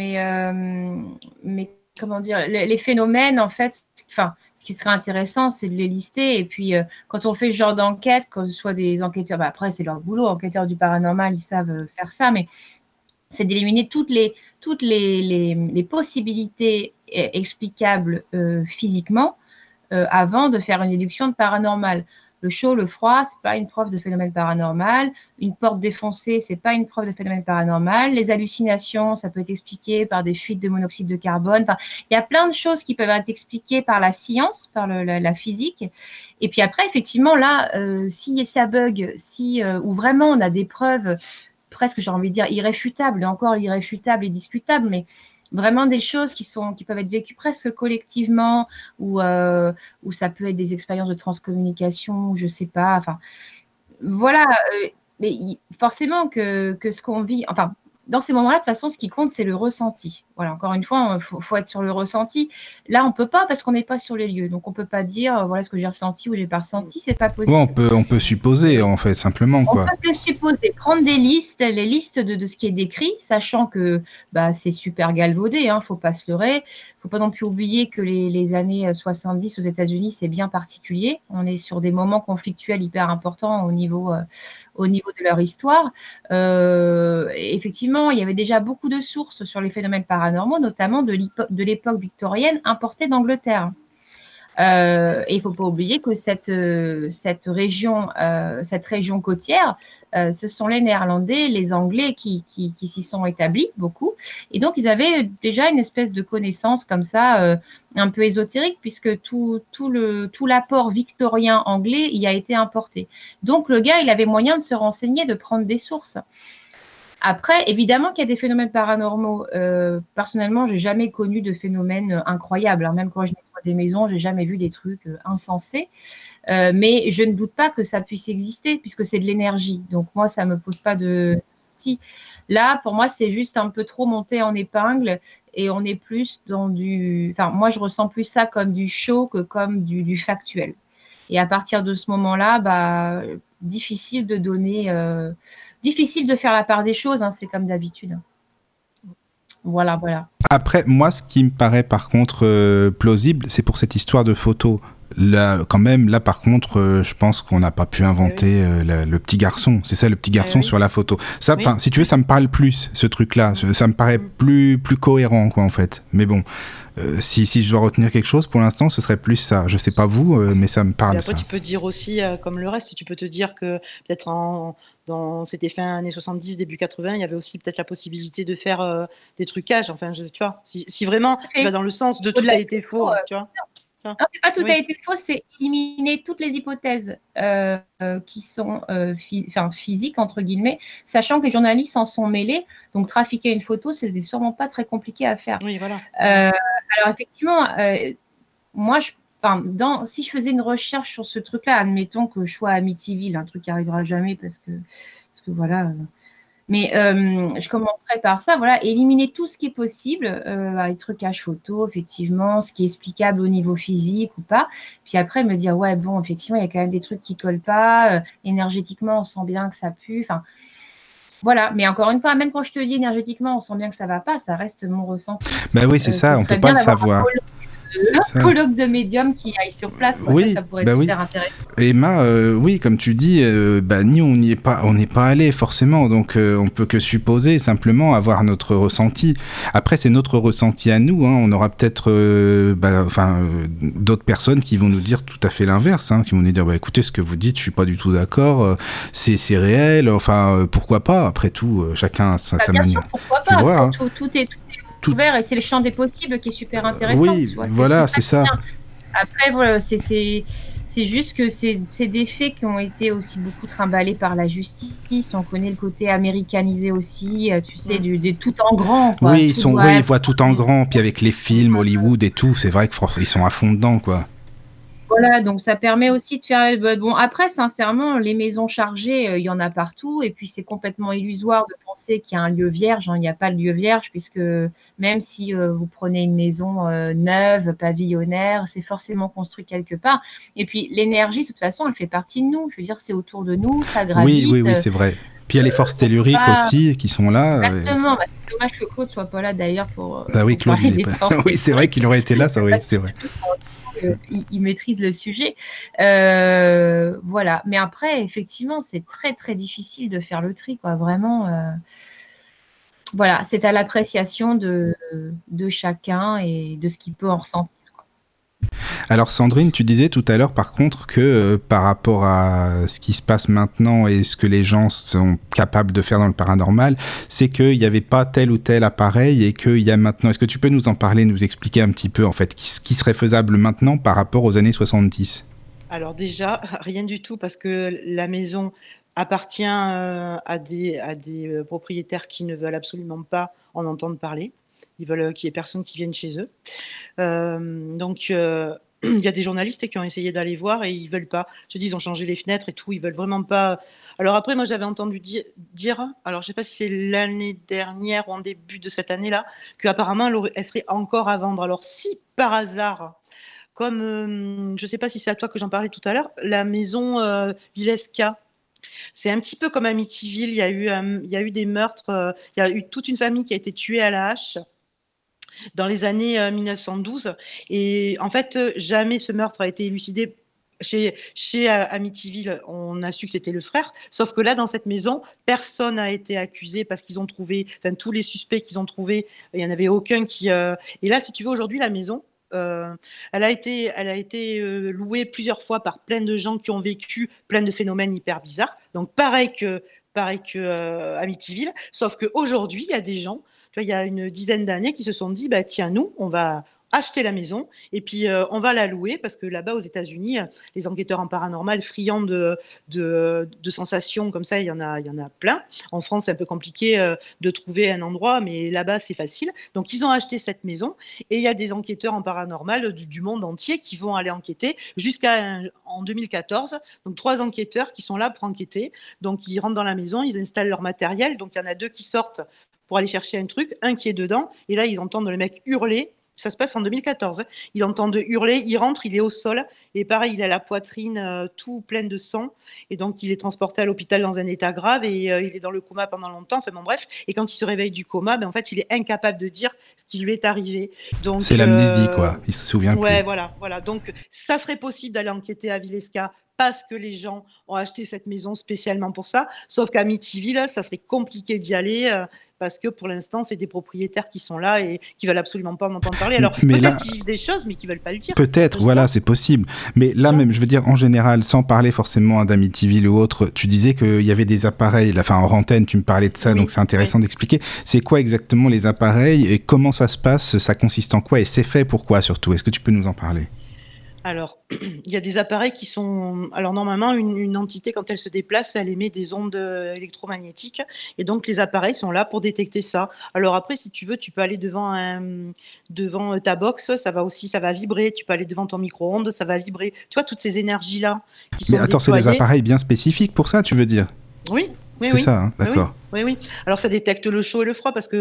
mais comment dire, les phénomènes, en fait, enfin, ce qui serait intéressant, c'est de les lister, et puis quand on fait ce genre d'enquête, que ce soit des enquêteurs, après, c'est leur boulot, enquêteurs du paranormal, ils savent faire ça, mais c'est d'éliminer toutes les possibilités explicables physiquement avant de faire une déduction de paranormal. Le chaud, le froid, c'est pas une preuve de phénomène paranormal. Une porte défoncée, c'est pas une preuve de phénomène paranormal. Les hallucinations, ça peut être expliqué par des fuites de monoxyde de carbone. Enfin, il y a plein de choses qui peuvent être expliquées par la science, par la physique. Et puis après, effectivement, là, si ça bug, ou vraiment on a des preuves presque, j'ai envie de dire, irréfutables, et encore irréfutables et discutables, mais vraiment des choses qui peuvent être vécues presque collectivement, ou ça peut être des expériences de transcommunication, je sais pas, enfin, voilà, mais forcément que ce qu'on vit, enfin, dans ces moments-là, de toute façon, ce qui compte, c'est le ressenti. Voilà, encore une fois, faut être sur le ressenti. Là, on peut pas parce qu'on n'est pas sur les lieux. Donc, on peut pas dire, voilà ce que j'ai ressenti ou j'ai pas ressenti, c'est pas possible. Ouais, on peut supposer, en fait, simplement, quoi. On peut que supposer, prendre les listes de ce qui est décrit, sachant que c'est super galvaudé, hein, faut pas se leurrer. Faut pas non plus oublier que les années 70 aux États-Unis, c'est bien particulier. On est sur des moments conflictuels hyper importants au niveau de leur histoire. Effectivement, il y avait déjà beaucoup de sources sur les phénomènes paranormaux, notamment de l'époque victorienne importée d'Angleterre. Et il ne faut pas oublier que cette région côtière, ce sont les Néerlandais, les Anglais qui s'y sont établis, beaucoup. Et donc, ils avaient déjà une espèce de connaissance comme ça, un peu ésotérique, puisque tout l'apport victorien anglais y a été importé. Donc, le gars, il avait moyen de se renseigner, de prendre des sources. Après, évidemment qu'il y a des phénomènes paranormaux. Personnellement, j'ai jamais connu de phénomènes incroyables, hein. Même quand je nettoie des maisons, j'ai jamais vu des trucs insensés. Mais je ne doute pas que ça puisse exister, puisque c'est de l'énergie. Donc moi, ça me pose pas de souci. Là, pour moi, c'est juste un peu trop monté en épingle, et on est plus dans du. Enfin, moi, je ressens plus ça comme du show que comme du factuel. Et à partir de ce moment-là, bah, difficile de donner. Difficile de faire la part des choses, hein, c'est comme d'habitude. Voilà, voilà. Après, moi, ce qui me paraît par contre plausible, c'est pour cette histoire de photo. Là, quand même, là, par contre, je pense qu'on n'a pas pu inventer le petit garçon. C'est ça, le petit garçon sur la photo. Ça, Oui. si tu veux, ça me parle plus, ce truc-là. Ça me paraît plus cohérent, quoi, en fait. Mais bon, si je dois retenir quelque chose, pour l'instant, ce serait plus ça. Je sais pas vous, mais ça me parle, Et après, ça. tu peux dire aussi, comme le reste, tu peux te dire que peut-être c'était fin années 70, début 80, il y avait aussi peut-être la possibilité de faire des trucages. Enfin, tu vois, si vraiment tu vas dans le sens de tout a été faux, tu vois. Non, c'est pas tout a été faux, c'est éliminer toutes les hypothèses qui sont physiques, entre guillemets, sachant que les journalistes s'en sont mêlés. Donc, trafiquer une photo, c'est sûrement pas très compliqué à faire. Oui, voilà. Alors, effectivement, moi, si je faisais une recherche sur ce truc-là, admettons que je sois à Amityville, un truc qui n'arrivera jamais parce que voilà. Mais je commencerai par ça, voilà, éliminer tout ce qui est possible, avec trucage photo, effectivement, ce qui est explicable au niveau physique ou pas. Puis après, me dire, ouais, bon, effectivement, il y a quand même des trucs qui collent pas. Énergétiquement, on sent bien que ça pue. Enfin, voilà. Mais encore une fois, même quand je te dis énergétiquement, on sent bien que ça va pas, ça reste mon ressenti. Bah oui, c'est ça, on peut pas le savoir. Un colloque de médium qui aille sur place, quoi. Oui, ça pourrait être super intéressant. Emma, oui, comme tu dis, ni on n'y est pas, on n'est pas allé forcément, donc on peut que supposer, simplement avoir notre ressenti. Après, c'est notre ressenti à nous, hein. On aura peut-être, d'autres personnes qui vont nous dire tout à fait l'inverse, hein, qui vont nous dire, écoutez, ce que vous dites, je suis pas du tout d'accord, c'est réel, pourquoi pas. Après tout, chacun a sa bien manière. sûr, pourquoi pas. Tu vois, hein. Tout est ouvert, et c'est le champ des possibles qui est super intéressant. Oui, tu vois. voilà, c'est ça. Après, voilà, c'est juste que c'est des faits qui ont été aussi beaucoup trimballés par la justice. On connaît le côté américanisé aussi, tu sais, du tout en grand, quoi. Oui, ils voient tout en grand, puis avec les films, Hollywood et tout, c'est vrai qu'ils sont à fond dedans, quoi. Voilà, donc ça permet aussi de faire. Bon, après, sincèrement, les maisons chargées, il y en a partout. Et puis, c'est complètement illusoire de penser qu'il y a un lieu vierge, hein. Il n'y a pas de lieu vierge, puisque même si vous prenez une maison neuve, pavillonnaire, c'est forcément construit quelque part. Et puis, l'énergie, de toute façon, elle fait partie de nous. Je veux dire, c'est autour de nous, ça gravite. Oui, c'est vrai. Puis il y a les forces telluriques aussi qui sont là. Exactement. C'est dommage que Claude ne soit pas là, d'ailleurs, pour. Oui, Claude, il est pas. Oui, c'est vrai qu'il aurait été là, ça aurait été vrai. Il maîtrise le sujet. Voilà. Mais après, effectivement, c'est très, très difficile de faire le tri, quoi. Vraiment, voilà, c'est à l'appréciation de chacun et de ce qu'il peut en ressentir. Alors Sandrine, tu disais tout à l'heure par contre que par rapport à ce qui se passe maintenant et ce que les gens sont capables de faire dans le paranormal, c'est qu'il n'y avait pas tel ou tel appareil et qu'il y a maintenant... Est-ce que tu peux nous en parler, nous expliquer un petit peu en fait ce qui serait faisable maintenant par rapport aux années 70 ? Alors déjà, rien du tout, parce que la maison appartient à des propriétaires qui ne veulent absolument pas en entendre parler. Ils veulent qu'il n'y ait personne qui vienne chez eux. Donc, il y a des journalistes qui ont essayé d'aller voir et ils ne veulent pas. Je te dis, ils ont changé les fenêtres et tout, ils ne veulent vraiment pas. Alors après, moi, j'avais entendu dire, alors je ne sais pas si c'est l'année dernière ou en début de cette année-là, qu'apparemment, elle serait encore à vendre. Alors si par hasard, comme, je ne sais pas si c'est à toi que j'en parlais tout à l'heure, la maison Villesca, c'est un petit peu comme Amityville, il y a eu des meurtres, il y a eu toute une famille qui a été tuée à la hache dans les années 1912. Et en fait, jamais ce meurtre a été élucidé. Chez Amityville, on a su que c'était le frère. Sauf que là, dans cette maison, personne n'a été accusé parce qu'ils ont trouvé, tous les suspects qu'ils ont trouvés, il n'y en avait aucun qui... Et là, si tu veux, aujourd'hui, la maison, Elle a été louée plusieurs fois par plein de gens qui ont vécu plein de phénomènes hyper bizarres. Donc pareil que Amityville, sauf qu'aujourd'hui, il y a des gens, tu vois, il y a une dizaine d'années, qui se sont dit, bah tiens, nous, on va acheter la maison et puis on va la louer parce que là-bas aux États-Unis, les enquêteurs en paranormal friands de sensations comme ça, il y en a plein. En France, c'est un peu compliqué de trouver un endroit, mais là-bas, c'est facile. Donc, ils ont acheté cette maison et il y a des enquêteurs en paranormal du monde entier qui vont aller enquêter en 2014. Donc, 3 enquêteurs qui sont là pour enquêter. Donc, ils rentrent dans la maison, ils installent leur matériel. Donc, il y en a 2 qui sortent pour aller chercher un truc, un qui est dedans. Et là, ils entendent le mec hurler. Ça se passe en 2014. Il entend hurler, il rentre, il est au sol. Et pareil, il a la poitrine tout pleine de sang. Et donc, il est transporté à l'hôpital dans un état grave et il est dans le coma pendant longtemps. Enfin bon, bref. Et quand il se réveille du coma, ben, en fait, il est incapable de dire ce qui lui est arrivé. Donc, C'est l'amnésie, quoi. Il se souvient plus. Ouais, voilà. Donc, ça serait possible d'aller enquêter à Vilesca parce que les gens ont acheté cette maison spécialement pour ça. Sauf qu'à Amityville, ça serait compliqué d'y aller parce que pour l'instant, c'est des propriétaires qui sont là et qui veulent absolument pas en entendre parler. Alors, Mais peut-être là- qu'ils vivent des choses, mais qu'ils veulent pas le dire. Peut-être, Je voilà, pense. c'est possible. Mais là même, je veux dire, en général, sans parler forcément d'Amityville ou autre, tu disais qu'il y avait des appareils, enfin en antenne, tu me parlais de ça, Oui, donc c'est intéressant d'expliquer. C'est quoi exactement les appareils et comment ça se passe, ça consiste en quoi et c'est fait pourquoi surtout? Est-ce que tu peux nous en parler? Alors, il y a des appareils qui sont. Alors, normalement, une entité, quand elle se déplace, elle émet des ondes électromagnétiques. Et donc, les appareils sont là pour détecter ça. Alors, après, si tu veux, tu peux aller devant ta box, ça va vibrer. Tu peux aller devant ton micro-ondes, ça va vibrer. Tu vois, toutes ces énergies-là qui Mais sont attends, c'est des déployées. appareils bien spécifiques pour ça, tu veux dire? Oui, oui, C'est oui. ça, hein, Oui, d'accord. oui. Alors, ça détecte le chaud et le froid parce que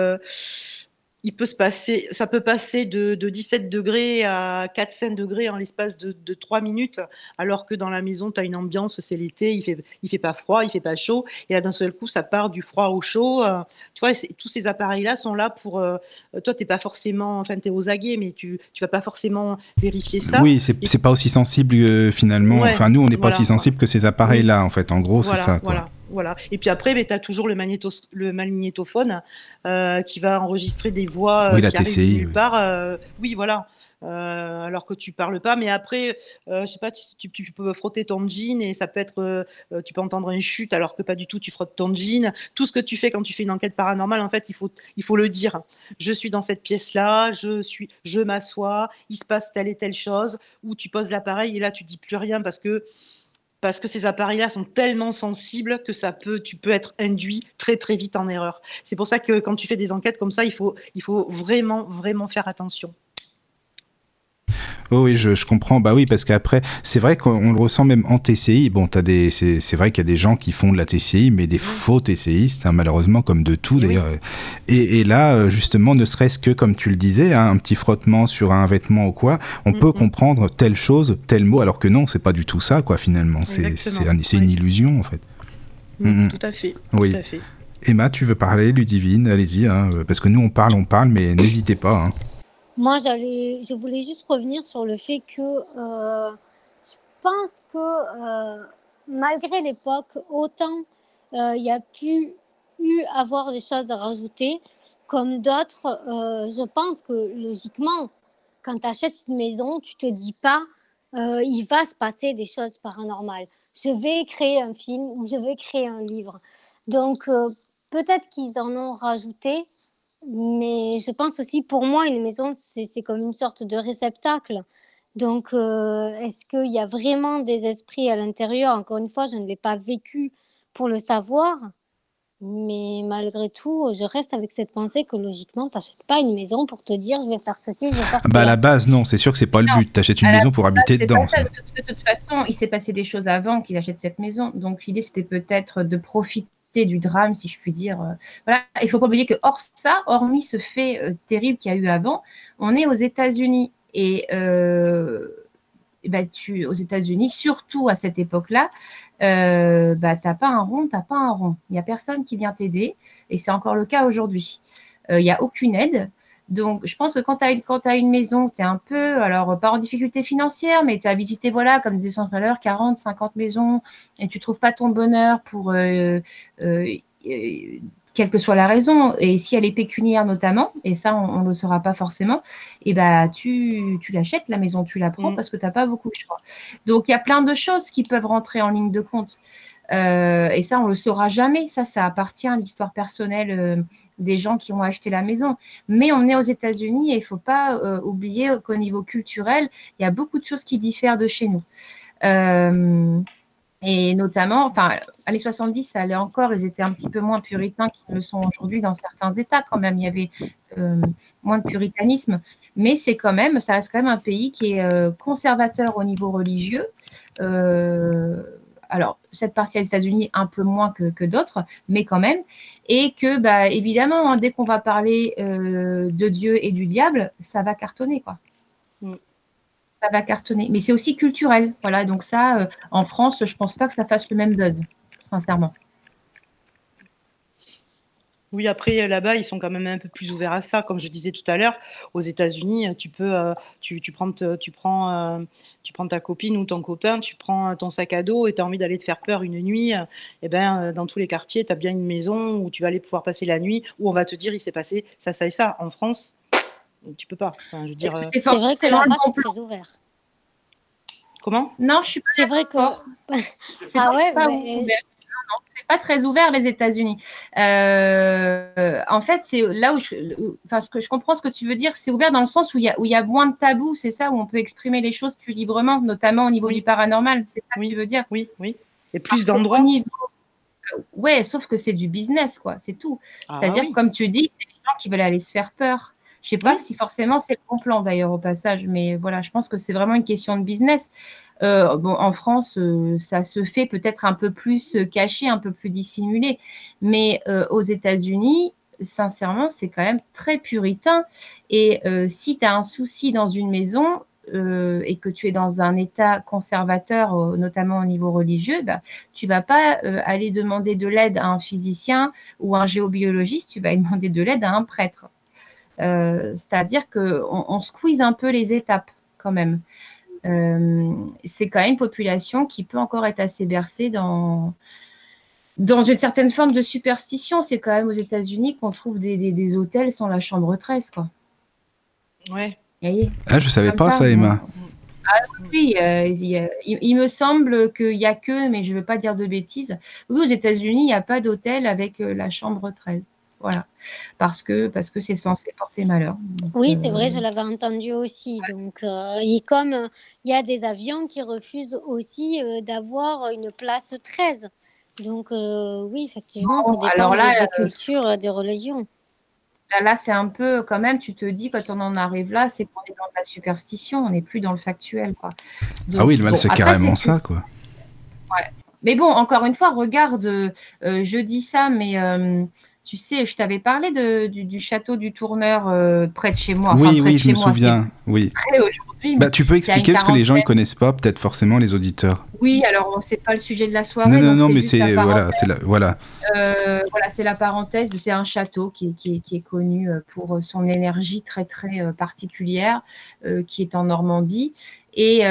ça peut passer de 17 degrés à 4-5 degrés en l'espace de 3 minutes, alors que dans la maison, tu as une ambiance, c'est l'été, il fait pas froid, il fait pas chaud, et là, d'un seul coup, ça part du froid au chaud. Tu vois, tous ces appareils-là sont là pour. Toi, t'es pas forcément. Enfin, tu es aux aguets, mais tu vas pas forcément vérifier ça. Oui, Et c'est pas aussi sensible finalement. ouais, Enfin, nous, on n'est pas aussi voilà. sensible que ces Oui. appareils-là, en fait. En gros, c'est ça, quoi. Voilà. Et puis après, tu as toujours le magnétophone qui va enregistrer des voix Oui, la qui arrivent de TCI. nulle Oui. part. Oui, voilà. Alors que tu parles pas. Mais après, je sais pas, tu peux frotter ton jean et ça peut être, tu peux entendre une chute alors que pas du tout, tu frottes ton jean. Tout ce que tu fais quand tu fais une enquête paranormale, en fait, il faut le dire. Je suis dans cette pièce-là, je m'assois, il se passe telle et telle chose, ou tu poses l'appareil et là, tu dis plus rien parce que ces appareils-là sont tellement sensibles que tu peux être induit très très vite en erreur. C'est pour ça que quand tu fais des enquêtes comme ça, il faut vraiment vraiment faire attention. Oh oui, je comprends. Bah oui, parce qu'après, c'est vrai qu'on le ressent même en TCI. Bon, c'est vrai qu'il y a des gens qui font de la TCI, mais des faux TCistes, hein, malheureusement, comme de tout d'ailleurs. Et là, justement, ne serait-ce que, comme tu le disais, hein, un petit frottement sur un vêtement ou quoi, on peut comprendre telle chose, tel mot, alors que non, c'est pas du tout ça, quoi, finalement. C'est une illusion, en fait. Tout à fait. Oui. Tout à fait. Emma, tu veux parler, Ludivine? Allez-y, hein, parce que nous, on parle, mais n'hésitez pas. Hein. Moi, je voulais juste revenir sur le fait que je pense que malgré l'époque, autant il y a pu avoir des choses à rajouter, comme d'autres, je pense que logiquement, quand tu achètes une maison, tu te dis pas il va se passer des choses paranormales. Je vais créer un film ou je vais créer un livre. Donc, peut-être qu'ils en ont rajouté, mais je pense aussi, pour moi, une maison, c'est comme une sorte de réceptacle. Donc, est-ce qu'il y a vraiment des esprits à l'intérieur? Encore une fois, je ne l'ai pas vécu pour le savoir. Mais malgré tout, je reste avec cette pensée que logiquement, tu n'achètes pas une maison pour te dire je vais faire ceci, je vais faire cela. Bah à la base, non, c'est sûr que c'est pas le but. Tu achètes une maison pour habiter dedans. Ça. De toute façon, il s'est passé des choses avant qu'il achète cette maison. Donc l'idée, c'était peut-être de profiter du drame, si je puis dire. Voilà. Il ne faut pas oublier que hormis ce fait terrible qu'il y a eu avant, on est aux États-Unis. Et aux États-Unis, surtout à cette époque-là, t'as pas un rond. Il n'y a personne qui vient t'aider. Et c'est encore le cas aujourd'hui. Il n'y a aucune aide. Donc, je pense que quand tu as une maison, tu es un peu, alors pas en difficulté financière, mais tu as visité, voilà, comme disait tout à l'heure, 40, 50 maisons, et tu ne trouves pas ton bonheur pour quelle que soit la raison. Et si elle est pécuniaire notamment, et ça, on ne le saura pas forcément, et bah, tu l'achètes, la maison, tu la prends parce que tu n'as pas beaucoup de choix. Donc, il y a plein de choses qui peuvent rentrer en ligne de compte. Et ça, on ne le saura jamais. Ça appartient à l'histoire personnelle des gens qui ont acheté la maison. Mais on est aux États-Unis et il ne faut pas oublier qu'au niveau culturel, il y a beaucoup de choses qui diffèrent de chez nous. Et notamment, enfin, années 70, ça allait encore, ils étaient un petit peu moins puritains qu'ils le sont aujourd'hui dans certains États quand même. Il y avait moins de puritanisme, mais ça reste quand même un pays qui est conservateur au niveau religieux. Alors, cette partie des États-Unis, un peu moins que d'autres, mais quand même. Et que, bah, évidemment, hein, dès qu'on va parler de Dieu et du diable, ça va cartonner, quoi. Ça va cartonner. Mais c'est aussi culturel. Voilà, donc ça, en France, je ne pense pas que ça fasse le même buzz, sincèrement. Oui, après, là-bas, ils sont quand même un peu plus ouverts à ça. Comme je disais tout à l'heure, aux États-Unis, tu prends ta copine ou ton copain, tu prends ton sac à dos et tu as envie d'aller te faire peur une nuit. Et ben, dans tous les quartiers, tu as bien une maison où tu vas aller pouvoir passer la nuit, où on va te dire il s'est passé ça et ça. En France, tu peux pas. Enfin, je veux dire, C'est vrai que là-bas, c'est très ouvert. Comment? Non, je suis pas C'est vrai que. Ah ouais, pas ouvert. Non, c'est pas très ouvert les États-Unis. En fait, c'est là où je comprends ce que tu veux dire. C'est ouvert dans le sens où il y a moins de tabous, c'est ça, où on peut exprimer les choses plus librement, notamment au niveau du paranormal. C'est ça que tu veux dire? Oui. Et plus d'endroits. Ouais, sauf que c'est du business, quoi. C'est tout. C'est-à-dire, comme tu dis, c'est les gens qui veulent aller se faire peur. Je sais pas si forcément c'est le bon plan d'ailleurs au passage, mais voilà, je pense que c'est vraiment une question de business. En France, ça se fait peut-être un peu plus caché, un peu plus dissimulé, mais aux États-Unis, sincèrement, c'est quand même très puritain. Et si tu as un souci dans une maison et que tu es dans un état conservateur, notamment au niveau religieux, bah, tu vas pas aller demander de l'aide à un physicien ou un géobiologiste, tu vas demander de l'aide à un prêtre. C'est-à-dire qu'on squeeze un peu les étapes quand même. C'est quand même une population qui peut encore être assez bercée dans une certaine forme de superstition. C'est quand même aux États-Unis qu'on trouve des hôtels sans la chambre 13, quoi. Ouais. Ah, je savais pas ça, Emma. Ah oui, il me semble qu'il n'y a que, mais je ne veux pas dire de bêtises, oui, aux États-Unis, il n'y a pas d'hôtel avec la chambre 13. Voilà, parce que c'est censé porter malheur. Donc, oui, c'est vrai, je l'avais entendu aussi. Donc, et comme il y a des avions qui refusent aussi d'avoir une place 13. Donc, oui, effectivement, ça dépend des cultures, des religions. Là, c'est un peu quand même, tu te dis, quand on en arrive là, c'est qu'on est dans la superstition, on n'est plus dans le factuel, quoi. Donc, ah oui, le mal, c'est carrément ça, quoi. Ouais. Mais bon, encore une fois, regarde, je dis ça, mais tu sais, je t'avais parlé du château du Tourneur près de chez moi. Oui, je me souviens. Oui. Aujourd'hui, bah, tu peux expliquer ce que les gens ne connaissent pas, peut-être forcément les auditeurs. Oui, alors c'est pas le sujet de la soirée. Non, mais c'est voilà, c'est la parenthèse. C'est un château qui est connu pour son énergie très très particulière, qui est en Normandie. Et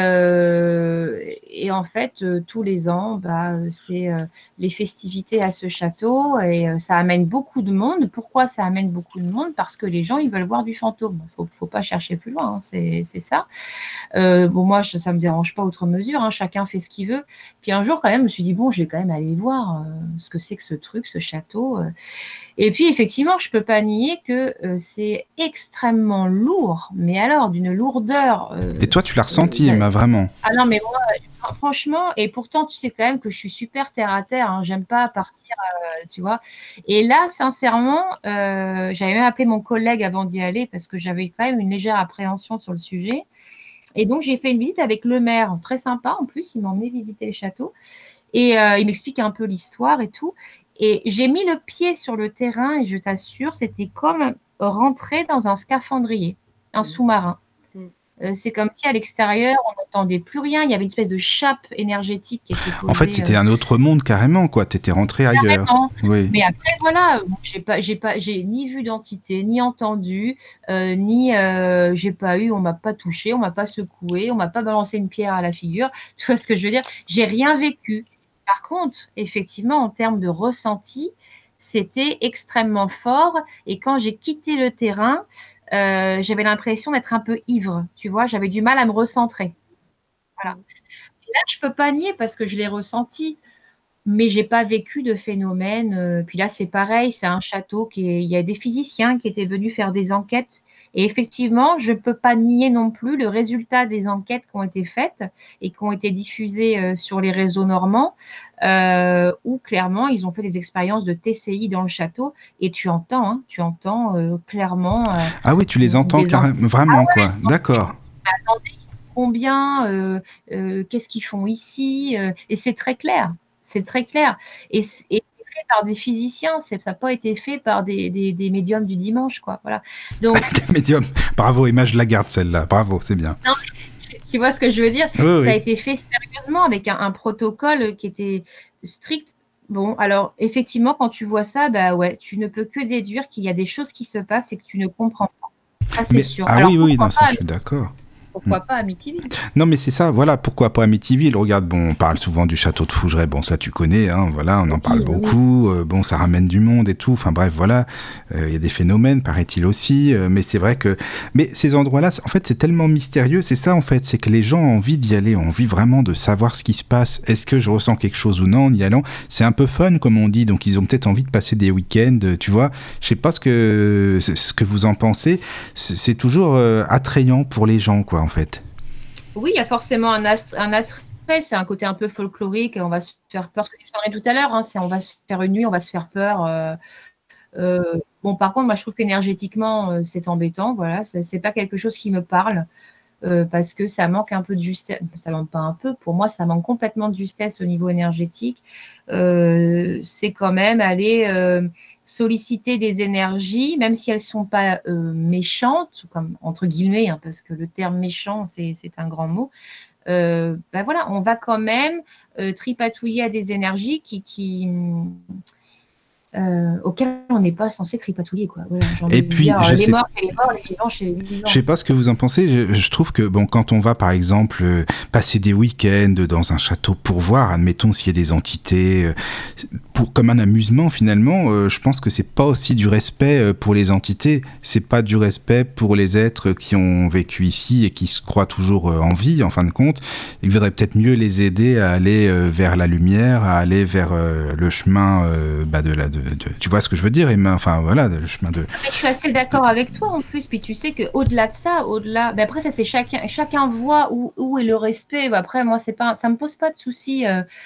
en fait, tous les ans, c'est les festivités à ce château et ça amène beaucoup de monde. Pourquoi ça amène beaucoup de monde? Parce que les gens, ils veulent voir du fantôme. Faut pas chercher plus loin, hein, c'est ça. Moi, ça me dérange pas outre mesure, hein, chacun fait ce qu'il veut. Puis un jour, quand même, je me suis dit, bon, je vais quand même aller voir ce que c'est que ce truc, ce château. Et puis, effectivement, je peux pas nier que c'est extrêmement lourd, mais alors d'une lourdeur. Et toi, tu l'as ressenti, Emma, vraiment? Ah non, mais moi, franchement, et pourtant, tu sais quand même que je suis super terre à terre. Hein, j'aime pas partir, tu vois. Et là, sincèrement, j'avais même appelé mon collègue avant d'y aller parce que j'avais quand même une légère appréhension sur le sujet. Et donc, j'ai fait une visite avec le maire, très sympa. En plus, il m'a emmené visiter le château. Et il m'explique un peu l'histoire et tout. Et j'ai mis le pied sur le terrain et je t'assure, c'était comme rentrer dans un scaphandrier, un sous-marin. C'est comme si à l'extérieur, on n'entendait plus rien. Il y avait une espèce de chape énergétique qui était posée. En fait, c'était un autre monde carrément, quoi. Tu étais rentré ailleurs. Oui. Mais après, voilà, j'ai ni vu d'entité, ni entendu, j'ai pas eu, on m'a pas touché, on m'a pas secoué, on m'a pas balancé une pierre à la figure. Tu vois ce que je veux dire? J'ai rien vécu. Par contre, effectivement, en termes de ressenti, c'était extrêmement fort. Et quand j'ai quitté le terrain, j'avais l'impression d'être un peu ivre, tu vois, j'avais du mal à me recentrer. Voilà. Et là, je peux pas nier parce que je l'ai ressenti, mais j'ai pas vécu de phénomène. Puis là, c'est pareil, c'est un château il y a des physiciens qui étaient venus faire des enquêtes. Et effectivement, je peux pas nier non plus le résultat des enquêtes qui ont été faites et qui ont été diffusées sur les réseaux normands, où clairement, ils ont fait des expériences de TCI dans le château. Et tu entends clairement Ah oui, tu les entends vraiment, quoi. D'accord. Attendez, combien, qu'est-ce qu'ils font ici, et c'est très clair. C'est très clair. Et c'est fait par des physiciens, ça n'a pas été fait par des médiums du dimanche, quoi. Voilà. Donc, des médiums. Bravo, Image Lagarde, celle-là. Bravo, c'est bien. Non, tu vois ce que je veux dire? Oui, oui. Ça a été fait sérieusement avec un protocole qui était strict. Bon, alors effectivement, quand tu vois ça, bah ouais, tu ne peux que déduire qu'il y a des choses qui se passent et que tu ne comprends pas. Ça, c'est sûr. Ah alors, oui, non, ça, je suis d'accord. Pourquoi pas Amityville? Non, mais c'est ça, voilà, pourquoi pas Amityville. Regarde, bon, on parle souvent du château de Fougeray, bon, ça tu connais, hein, voilà, on en parle beaucoup, bon, ça ramène du monde et tout, enfin bref, voilà, il y a des phénomènes, paraît-il aussi, mais c'est vrai que... Mais ces endroits-là, en fait, c'est tellement mystérieux, c'est ça, en fait, c'est que les gens ont envie d'y aller, ont envie vraiment de savoir ce qui se passe, est-ce que je ressens quelque chose ou non en y allant, c'est un peu fun, comme on dit, donc ils ont peut-être envie de passer des week-ends, tu vois, je sais pas ce que vous en pensez, c'est toujours attrayant pour les gens, quoi, en fait. Oui, il y a forcément un attrait, c'est un côté un peu folklorique, on va se faire peur, ce que je disais tout à l'heure, hein, c'est on va se faire une nuit, on va se faire peur. Bon, par contre, moi, je trouve qu'énergétiquement, c'est embêtant, voilà, c'est pas quelque chose qui me parle, parce que ça manque un peu de justesse, ça manque pas un peu, pour moi, ça manque complètement de justesse au niveau énergétique. C'est quand même aller solliciter des énergies, même si elles ne sont pas méchantes, comme entre guillemets, hein, parce que le terme méchant, c'est un grand mot. Ben voilà, on va quand même tripatouiller à des énergies auxquelles on n'est pas censé tripatouiller, quoi. Voilà, et puis, les morts chez les morts, les vivants chez les vivants. Je sais pas ce que vous en pensez. Je trouve que bon, quand on va par exemple passer des week-ends dans un château pour voir, admettons s'il y a des entités, comme un amusement finalement, je pense que c'est pas aussi du respect pour les entités. C'est pas du respect pour les êtres qui ont vécu ici et qui se croient toujours en vie. En fin de compte, il vaudrait peut-être mieux les aider à aller vers la lumière, à aller vers le chemin tu vois ce que je veux dire, Emma, enfin voilà, le chemin de... Je suis assez d'accord avec toi en plus, puis tu sais qu'au-delà de ça, ben après ça c'est chacun voit où est le respect. Ben après moi ça me pose pas de soucis.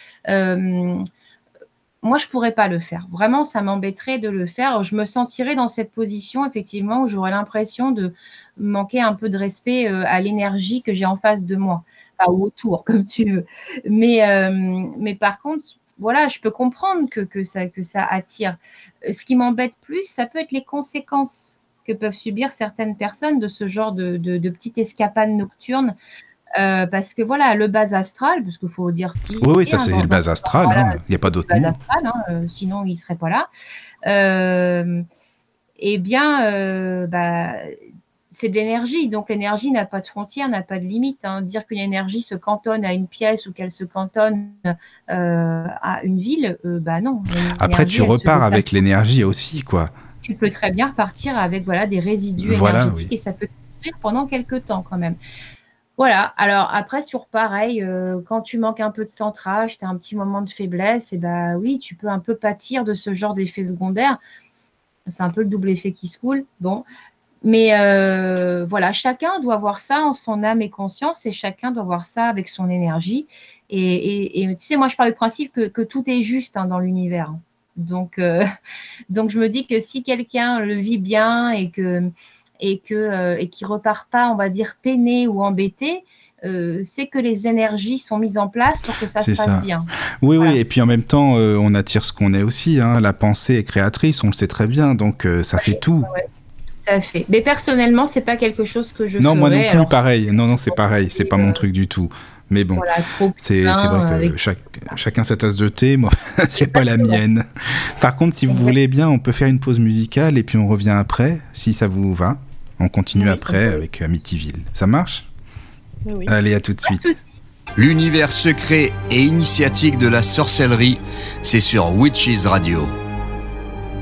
Moi je pourrais pas le faire, vraiment ça m'embêterait de le faire. Je me sentirais dans cette position effectivement où j'aurais l'impression de manquer un peu de respect à l'énergie que j'ai en face de moi, enfin, ou autour comme tu veux. Mais par contre, voilà, je peux comprendre que ça attire. Ce qui m'embête plus, ça peut être les conséquences que peuvent subir certaines personnes de ce genre de petites escapades nocturnes. Parce que voilà, le bas astral, parce qu'il faut dire ce qu'il Oui, ça c'est le bas astral, voilà, il n'y a pas d'autre mot. Le bas astral, sinon il ne serait pas là. Eh bien, c'est de l'énergie, donc l'énergie n'a pas de frontières, n'a pas de limite. Hein. Dire qu'une énergie se cantonne à une pièce ou qu'elle se cantonne à une ville, non. Après, tu repars avec l'énergie aussi, quoi. Tu peux très bien repartir avec des résidus énergétiques et ça peut durer pendant quelques temps quand même. Voilà, alors après, sur pareil, quand tu manques un peu de centrage, tu as un petit moment de faiblesse, et oui, tu peux un peu pâtir de ce genre d'effet secondaire. C'est un peu le double effet qui se coule. Bon. Mais voilà, chacun doit voir ça en son âme et conscience et chacun doit voir ça avec son énergie. Et tu sais, moi, je parle du principe que tout est juste dans l'univers. Donc, je me dis que si quelqu'un le vit bien et qu'il repart pas, on va dire, peiné ou embêté, c'est que les énergies sont mises en place pour que ça se passe bien. Oui, voilà. Oui, et puis en même temps, on attire ce qu'on est aussi. Hein. La pensée est créatrice, on le sait très bien, donc ça fait tout. Ouais. Tout à fait. Mais personnellement, c'est pas quelque chose que je ferais. Non, moi non plus, pareil. Non, c'est pareil. C'est pas mon truc du tout. Mais bon, voilà, c'est vrai que chacun sa tasse de thé. Moi, c'est pas la mienne. Par contre, si vous voulez bien, on peut faire une pause musicale et puis on revient après, si ça vous va. On continue après avec Amityville. Ça marche ? Oui. Allez, à tout de suite. L'univers secret et initiatique de la sorcellerie, c'est sur Witches Radio.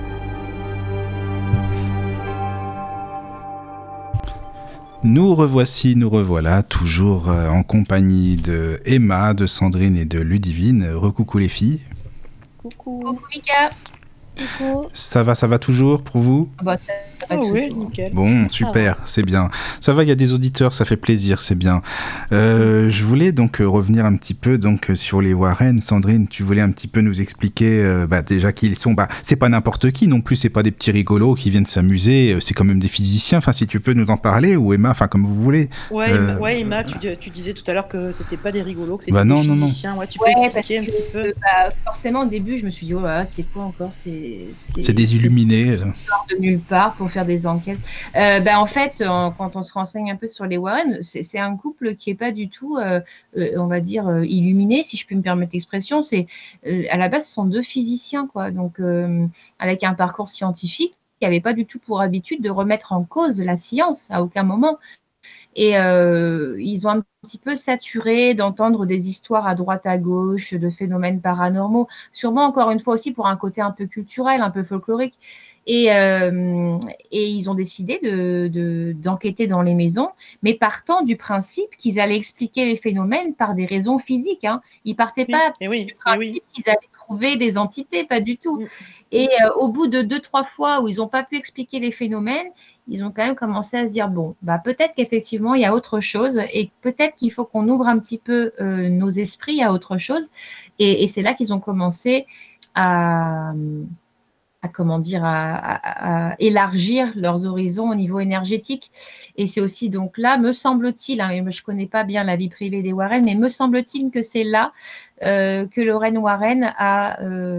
Nous revoici, nous revoilà, toujours en compagnie de Emma, de Sandrine et de Ludivine. Recoucou les filles. Coucou. Coucou Mika. Coucou. Ça va toujours pour vous ? Ah bah, ça va Oui, toujours. nickel. Bon, super, c'est bien. Ça va, il y a des auditeurs, ça fait plaisir, c'est bien. Je voulais donc revenir un petit peu sur les Warren. Sandrine, tu voulais un petit peu nous expliquer déjà qui ils sont. C'est pas n'importe qui non plus, c'est pas des petits rigolos qui viennent s'amuser, c'est quand même des physiciens. Enfin, si tu peux nous en parler, ou Emma, enfin comme vous voulez. Ouais, Emma, tu disais tout à l'heure que c'était pas des rigolos, que c'était Bah non, des non, non. physiciens. Ouais, tu peux Ouais, expliquer un parce petit peu. forcément, au début, je me suis dit, oh là là, c'est quoi encore? C'est des illuminés. De nulle part pour faire des enquêtes. En fait, quand on se renseigne un peu sur les Warren, c'est un couple qui est pas du tout, on va dire, illuminé, si je puis me permettre l'expression. C'est à la base, ce sont deux physiciens, quoi. Donc, avec un parcours scientifique qui n'avait pas du tout pour habitude de remettre en cause la science à aucun moment. Et ils ont un petit peu saturé d'entendre des histoires à droite à gauche de phénomènes paranormaux, sûrement encore une fois aussi pour un côté un peu culturel, un peu folklorique. Et ils ont décidé d'enquêter dans les maisons, mais partant du principe qu'ils allaient expliquer les phénomènes par des raisons physiques. Hein. Ils partaient pas du principe qu'ils allaient trouver des entités, pas du tout. Et au bout de 2-3 fois où ils n'ont pas pu expliquer les phénomènes, ils ont quand même commencé à se dire, bon, peut-être qu'effectivement, il y a autre chose et peut-être qu'il faut qu'on ouvre un petit peu nos esprits à autre chose. Et c'est là qu'ils ont commencé à élargir leurs horizons au niveau énergétique. Et c'est aussi donc là, me semble-t-il, je ne connais pas bien la vie privée des Warren, mais me semble-t-il que c'est là que Lorraine Warren a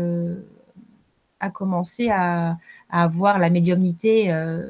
commencé à avoir la médiumnité.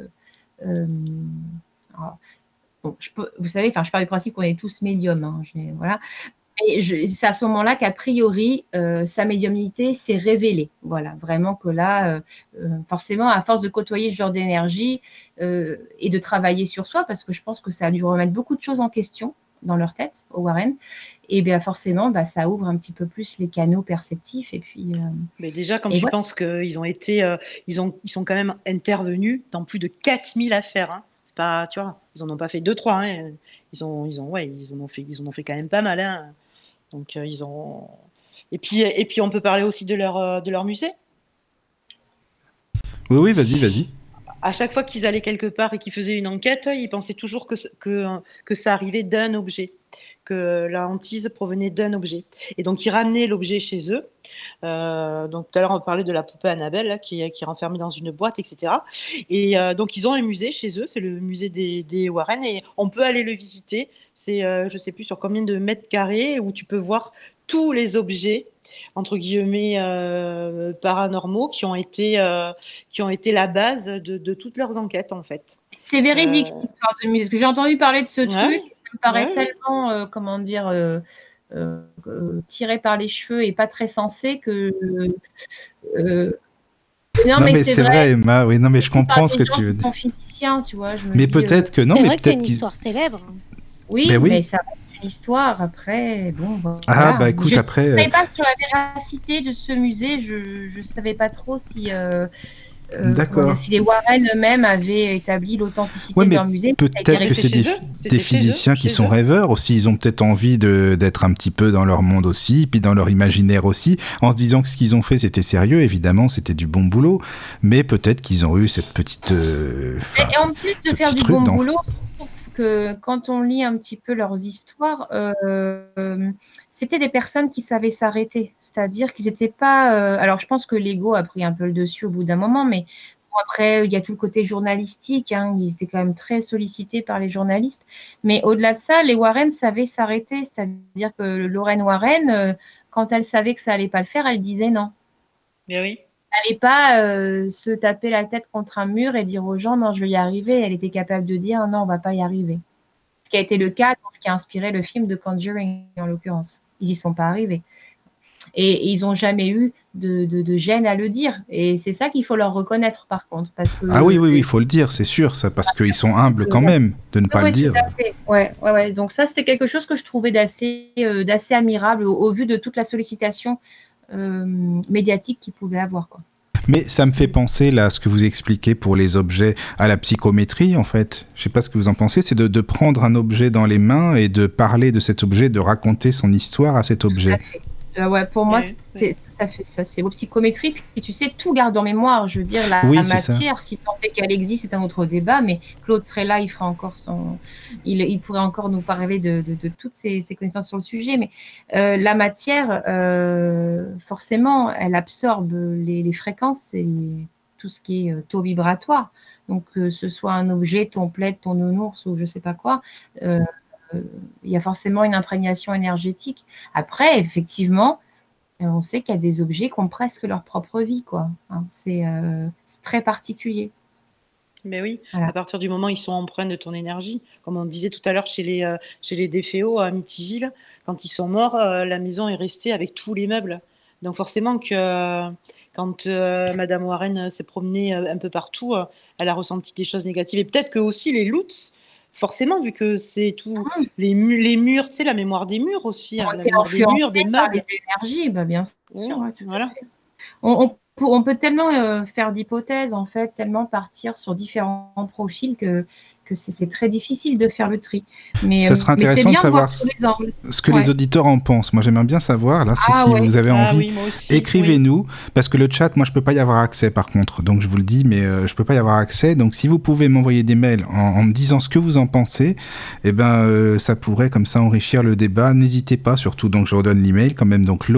Vous savez, je pars du principe qu'on est tous médiums. Hein, voilà. Et c'est à ce moment-là qu'a priori, sa médiumnité s'est révélée. Voilà, vraiment que là, forcément, à force de côtoyer ce genre d'énergie et de travailler sur soi, parce que je pense que ça a dû remettre beaucoup de choses en question dans leur tête, aux Warren, et bien forcément, ça ouvre un petit peu plus les canaux perceptifs. Et puis, mais déjà, quand tu penses qu'ils ont été, ils sont quand même intervenus dans plus de 4000 affaires. Hein. C'est pas, tu vois, ils en ont pas fait 2-3. Hein. Ils en ont fait quand même pas mal. Hein. Donc ils ont. Et puis on peut parler aussi de leur musée. Oui, vas-y. À chaque fois qu'ils allaient quelque part et qu'ils faisaient une enquête, ils pensaient toujours que ça arrivait d'un objet, que la hantise provenait d'un objet. Et donc, ils ramenaient l'objet chez eux. Donc, tout à l'heure, on parlait de la poupée Annabelle là, qui est renfermée dans une boîte, etc. Et donc, ils ont un musée chez eux, c'est le musée des Warren, et on peut aller le visiter. C'est, je ne sais plus sur combien de mètres carrés, où tu peux voir tous les objets entre guillemets paranormaux qui ont été la base de toutes leurs enquêtes en fait. C'est véridique cette histoire de musée. Parce que j'ai entendu parler de ce truc, ça me paraît tellement, tiré par les cheveux et pas très sensé que. Non, mais c'est vrai, Emma. Oui, non, mais je comprends ce que tu veux dire. Physiciens, tu vois. Mais peut-être que non. C'est mais vrai que c'est une histoire célèbre. Oui, mais ça reste une histoire. Après, bon. Voilà. Écoute, après. Je ne savais pas sur la véracité de ce musée. Je ne savais pas trop si. Si les Warren eux-mêmes avaient établi l'authenticité de leur musée. Peut-être que c'est des physiciens qui sont rêveurs aussi. Ils ont peut-être envie d'être un petit peu dans leur monde aussi, puis dans leur imaginaire aussi, en se disant que ce qu'ils ont fait, c'était sérieux. Évidemment, c'était du bon boulot. Mais peut-être qu'ils ont eu cette petite... et en plus de faire du bon boulot, que quand on lit un petit peu leurs histoires, c'était des personnes qui savaient s'arrêter. C'est-à-dire qu'ils n'étaient pas... alors, je pense que l'ego a pris un peu le dessus au bout d'un moment, mais bon, après, il y a tout le côté journalistique. Hein, ils étaient quand même très sollicités par les journalistes. Mais au-delà de ça, les Warren savaient s'arrêter. C'est-à-dire que Lorraine Warren, quand elle savait que ça n'allait pas le faire, elle disait non. Mais oui. Elle n'allait pas se taper la tête contre un mur et dire aux gens non, je vais y arriver. Elle était capable de dire non, on ne va pas y arriver. Ce qui a été le cas dans ce qui a inspiré le film de Conjuring, en l'occurrence. Ils n'y sont pas arrivés. Et ils n'ont jamais eu de gêne à le dire. Et c'est ça qu'il faut leur reconnaître, par contre. Parce que, oui, il faut le dire, c'est sûr, ça, parce qu'ils sont humbles quand même de ne pas le dire. Tout à fait. Ouais. Donc ça, c'était quelque chose que je trouvais d'assez admirable au vu de toute la sollicitation médiatique qu'ils pouvaient avoir, quoi. Mais ça me fait penser, là, à ce que vous expliquez pour les objets, à la psychométrie, en fait. Je sais pas ce que vous en pensez, c'est de prendre un objet dans les mains et de parler de cet objet, de raconter son histoire à cet objet. Ouais, pour moi, Ouais, c'est tout à fait ça. C'est vos psychométries. Puis tu sais, tout garde en mémoire. Je veux dire, la Oui, c'est ça. matière, si tant est qu'elle existe, c'est un autre débat. Mais Claude serait là, il ferait encore il pourrait encore nous parler de toutes ses connaissances sur le sujet. Mais la matière, forcément, elle absorbe les fréquences et tout ce qui est taux vibratoire. Donc, que ce soit un objet, ton plaid, ton nounours ou je sais pas quoi, il y a forcément une imprégnation énergétique. Après, effectivement, on sait qu'il y a des objets qui ont presque leur propre vie, quoi. Hein, c'est très particulier. Mais oui, Voilà. à partir du moment où ils sont empreints de ton énergie, comme on disait tout à l'heure chez les Déféos à Amityville, quand ils sont morts, la maison est restée avec tous les meubles. Donc forcément que quand Madame Warren s'est promenée un peu partout, elle a ressenti des choses négatives. Et peut-être que aussi les Lutz, forcément, vu que c'est tout, les murs, tu sais, la mémoire des murs aussi, On la été mémoire des murs, influencé des par les meubles. énergies, bah, bien sûr, ouais, tout à Voilà. fait. On peut tellement faire d'hypothèses, en fait, tellement partir sur différents profils que c'est très difficile de faire le tri. Mais Ça serait c'est intéressant de bien de voir savoir tous les angles. ce que Ouais. les auditeurs en pensent. Moi, j'aimerais bien savoir, là, Ah si ouais. vous avez Ah envie, oui, moi aussi. Oui. écrivez-nous, parce que le chat, moi, je peux pas y avoir accès, par contre. Donc, je vous le dis, mais je peux pas y avoir accès. Donc, si vous pouvez m'envoyer des mails en me disant ce que vous en pensez, eh ben, ça pourrait comme ça enrichir le débat. N'hésitez pas, surtout. Donc, je redonne l'email quand même. Donc,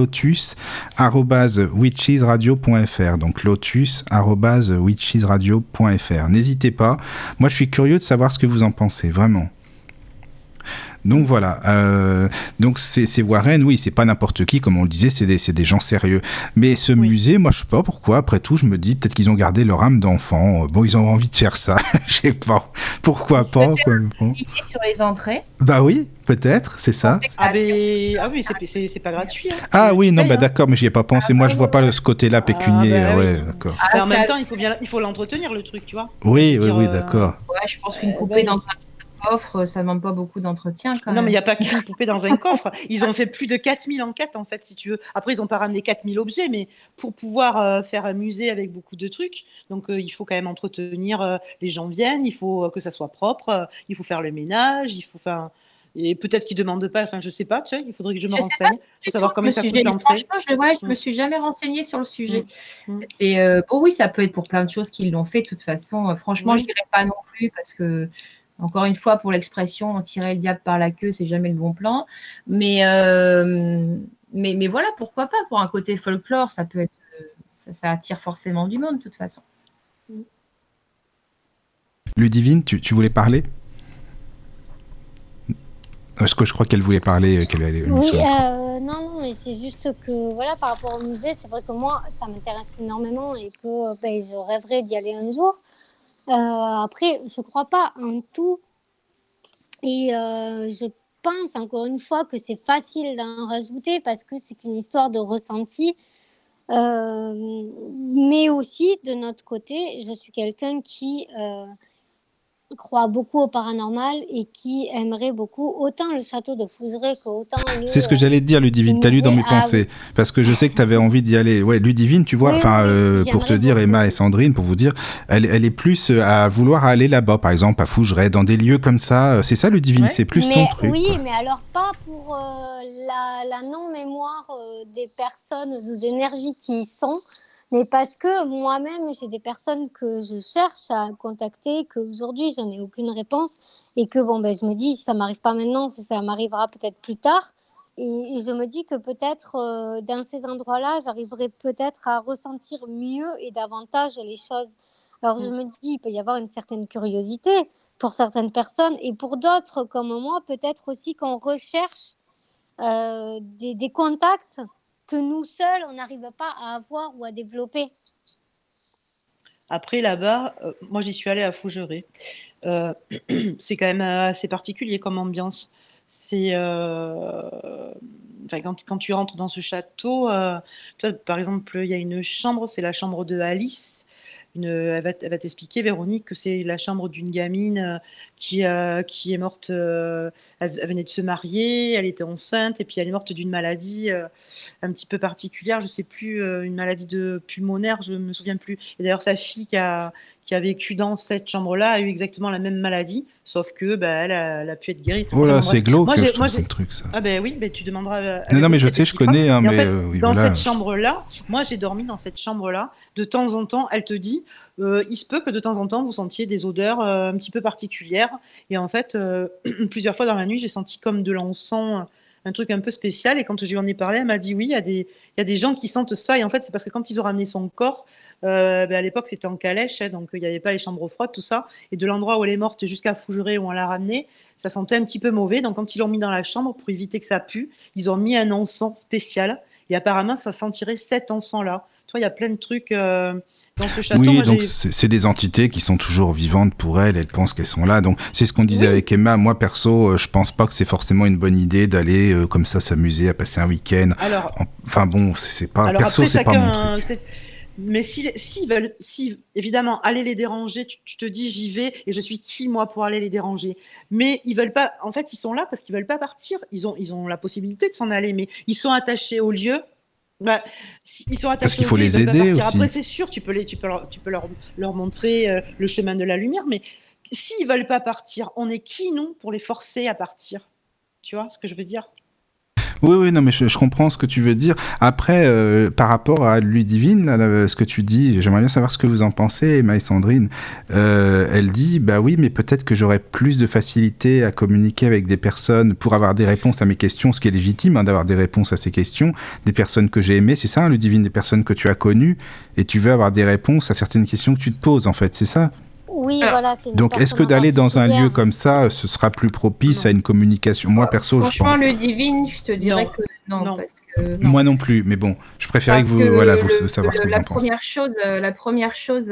lotus@witchesradio.fr. Donc, lotus@witchesradio.fr. N'hésitez pas. Moi, je suis curieux de savoir ce que vous en pensez, vraiment. Donc voilà, donc c'est Warren, oui, c'est pas n'importe qui, comme on le disait, c'est des gens sérieux. Mais ce Oui. musée, moi je sais pas pourquoi, après tout, je me dis peut-être qu'ils ont gardé leur âme d'enfant. Bon, ils ont envie de faire ça, je sais pas. Pourquoi pas, quoi. Bon. Cliquez sur les entrées. Bah oui, peut-être, c'est ça. Ah, oui, c'est pas gratuit. Hein. Ah oui, non, payes, bah hein. d'accord, mais j'y ai pas pensé. Moi, je vois pas ce côté-là pécunier. bah oui. Ouais, d'accord. Mais en ça- même temps, il faut l'entretenir le truc, tu vois. Oui, Je veux oui, dire, oui, d'accord. Ouais, je pense qu'une bah poupée oui. dans un coffre, ça demande pas beaucoup d'entretien quand Non, mais il même. n'y a pas qu'une poupée dans un coffre. Ils ont fait plus de 4000 enquêtes, en fait, si tu veux. Après, ils n'ont pas ramené 4000 objets, mais pour pouvoir faire un musée avec beaucoup de trucs, donc il faut quand même entretenir. Les gens viennent, il faut que ça soit propre, il faut faire le ménage, il faut. Et peut-être qu'ils ne demandent pas, enfin, je sais pas, tu sais, il faudrait que je me Je sais pas renseigne du pour savoir tout combien le ça sujet. coûte l'entrée. Franchement, je me suis jamais renseignée sur le sujet. Mm. Bon, oui, ça peut être pour plein de choses qu'ils l'ont fait. De toute façon, franchement, Oui. je dirais pas non plus parce que, encore une fois, pour l'expression, tirer le diable par la queue, c'est jamais le bon plan. Mais voilà, pourquoi pas pour un côté folklore, ça peut être, ça attire forcément du monde de toute façon. Ludivine, tu voulais parler? Parce que je crois qu'elle voulait parler, qu'elle allait. Oui, non, mais c'est juste que, voilà, par rapport au musée, c'est vrai que moi, ça m'intéresse énormément et que je rêverais d'y aller un jour. Après, je crois pas en tout et je pense, encore une fois, que c'est facile d'en rajouter parce que c'est qu'une histoire de ressenti. Mais aussi, de notre côté, je suis quelqu'un qui croit beaucoup au paranormal et qui aimerait beaucoup autant le château de Fougeray qu'autant C'est ce que j'allais te dire, Ludivine. T'as lu dans mes pensées. Parce que je sais que t'avais envie d'y aller. Ouais, Ludivine, tu vois, Oui, pour te dire, beaucoup. Emma et Sandrine, pour vous dire, elle est plus à vouloir aller là-bas, par exemple, à Fougeray, dans des lieux comme ça. C'est ça, Ludivine, Ouais. c'est plus ton truc. Oui, quoi. mais alors pas pour la non-mémoire des personnes, des énergies qui y sont, mais parce que moi-même, j'ai des personnes que je cherche à contacter, qu'aujourd'hui, je n'ai aucune réponse, et que je me dis, ça m'arrive pas maintenant, ça m'arrivera peut-être plus tard. Et je me dis que peut-être dans ces endroits-là, j'arriverai peut-être à ressentir mieux et davantage les choses. Alors je me dis, il peut y avoir une certaine curiosité pour certaines personnes, et pour d'autres comme moi, peut-être aussi qu'on recherche des contacts que nous seuls, on n'arrive pas à avoir ou à développer. Après, là-bas, moi, j'y suis allée à Fougeray. C'est quand même assez particulier comme ambiance. C'est quand tu rentres dans ce château, toi, par exemple, il y a une chambre, c'est la chambre de Alice. elle va t'expliquer, Véronique, que c'est la chambre d'une gamine qui est morte. Elle venait de se marier, elle était enceinte, et puis elle est morte d'une maladie un petit peu particulière. Je sais plus, une maladie pulmonaire, je me souviens plus. Et d'ailleurs, sa fille qui a vécu dans cette chambre-là a eu exactement la même maladie, sauf que elle a pu être guérie. Oh là, Enfin c'est bref, glauque, je moi trouve, j'ai. comme truc, ça. Ah ben oui, ben tu demanderas à Non, non, mais Véronique, je elle sais, je t'expliquera. connais, hein, Et en mais fait, oui, dans voilà. cette chambre-là, moi j'ai dormi dans cette chambre-là. De temps en temps, elle te dit, il se peut que de temps en temps vous sentiez des odeurs un petit peu particulières. Et en fait, plusieurs fois dans la nuit, j'ai senti comme de l'encens, un truc un peu spécial. Et quand je lui en ai parlé, elle m'a dit oui, il y a des gens qui sentent ça. Et en fait, c'est parce que quand ils ont ramené son corps, à l'époque c'était en calèche, hein, donc il n'y avait pas les chambres froides, tout ça. Et de l'endroit où elle est morte jusqu'à Fougeray, où on l'a ramenée, ça sentait un petit peu mauvais. Donc quand ils l'ont mis dans la chambre pour éviter que ça pue, ils ont mis un encens spécial. Et apparemment, ça sentirait cet encens-là. Tu vois, il y a plein de trucs dans ce château. Oui, Moi, donc j'ai. c'est des entités qui sont toujours vivantes pour elles, elles pensent qu'elles sont là. Donc c'est ce qu'on disait Oui, avec Emma. Moi perso, je pense pas que c'est forcément une bonne idée d'aller comme ça s'amuser, à passer un week-end. alors, Enfin bon, c'est pas alors perso, après, c'est pas mon chacun. truc. Mais si veulent, si évidemment aller les déranger, tu te dis j'y vais et je suis qui moi pour aller les déranger. Mais ils veulent pas. En fait, ils sont là parce qu'ils veulent pas partir. Ils ont la possibilité de s'en aller, mais ils sont attachés au lieu. Bah, ils sont Parce attachés qu'il au faut lieu, ils les veulent pas aider partir. Après, aussi. c'est sûr, tu peux leur montrer le chemin de la lumière, mais s'ils veulent pas partir, on est qui nous pour les forcer à partir? Tu vois ce que je veux dire? Oui, oui, non, mais je comprends ce que tu veux dire. Après, par rapport à Ludivine, ce que tu dis, j'aimerais bien savoir ce que vous en pensez, Emma et Sandrine. Elle dit, bah oui, mais peut-être que j'aurais plus de facilité à communiquer avec des personnes pour avoir des réponses à mes questions, ce qui est légitime, hein, d'avoir des réponses à ces questions, des personnes que j'ai aimées, c'est ça, hein, Ludivine, des personnes que tu as connues, et tu veux avoir des réponses à certaines questions que tu te poses, en fait, c'est ça? Oui, Alors, voilà, c'est une Donc, est-ce personne que en d'aller dans un lieu particulier. comme ça, ce sera plus propice à Non, une communication? Moi, perso, je pense. franchement, le divine, je te dirais non, que non, non, parce que non. Moi non plus, mais bon, je préférais que parce que vous, voilà, vous savoir ce que vous en pensez. la première chose,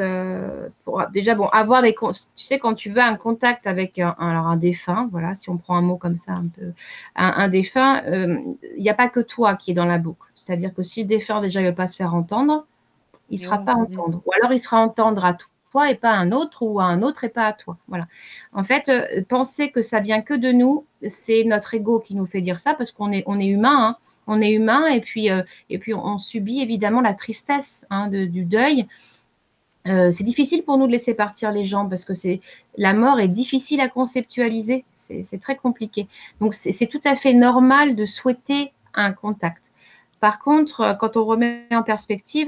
déjà bon, avoir des, tu sais, quand tu veux un contact avec alors un défunt, voilà, si on prend un mot comme ça un peu, un défunt, il n'y a pas que toi qui est dans la boucle. C'est-à-dire que si le défunt déjà ne veut pas se faire entendre, il ne se fera Voilà. pas entendre. Ou alors il sera entendre à toi et pas à un autre, ou à un autre et pas à toi. Voilà. En fait, penser que ça vient que de nous, c'est notre ego qui nous fait dire ça, parce on est humain, hein. On est humain, et puis on subit évidemment la tristesse, hein, du deuil. C'est difficile pour nous de laisser partir les gens, parce que la mort est difficile à conceptualiser, c'est très compliqué. Donc c'est tout à fait normal de souhaiter un contact. Par contre, quand on remet en perspective,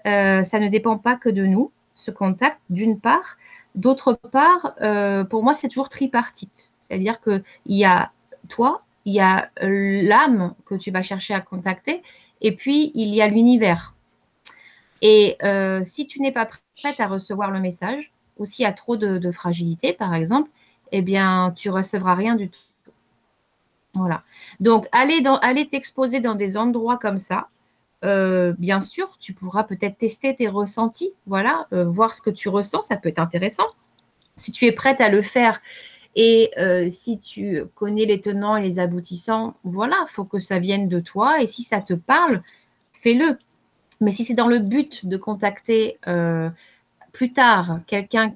ça ne dépend pas que de nous, ce contact, d'une part. D'autre part, pour moi, c'est toujours tripartite. C'est-à-dire qu'il y a toi, il y a l'âme que tu vas chercher à contacter, et puis il y a l'univers. Et si tu n'es pas prête à recevoir le message, ou s'il y a trop de fragilité, par exemple, eh bien, tu ne recevras rien du tout. Voilà. Donc, aller t'exposer dans des endroits comme ça, bien sûr, tu pourras peut-être tester tes ressentis, voilà, voir ce que tu ressens, ça peut être intéressant. Si tu es prête à le faire et si tu connais les tenants et les aboutissants, voilà, il faut que ça vienne de toi, et si ça te parle, fais-le. Mais si c'est dans le but de contacter plus tard quelqu'un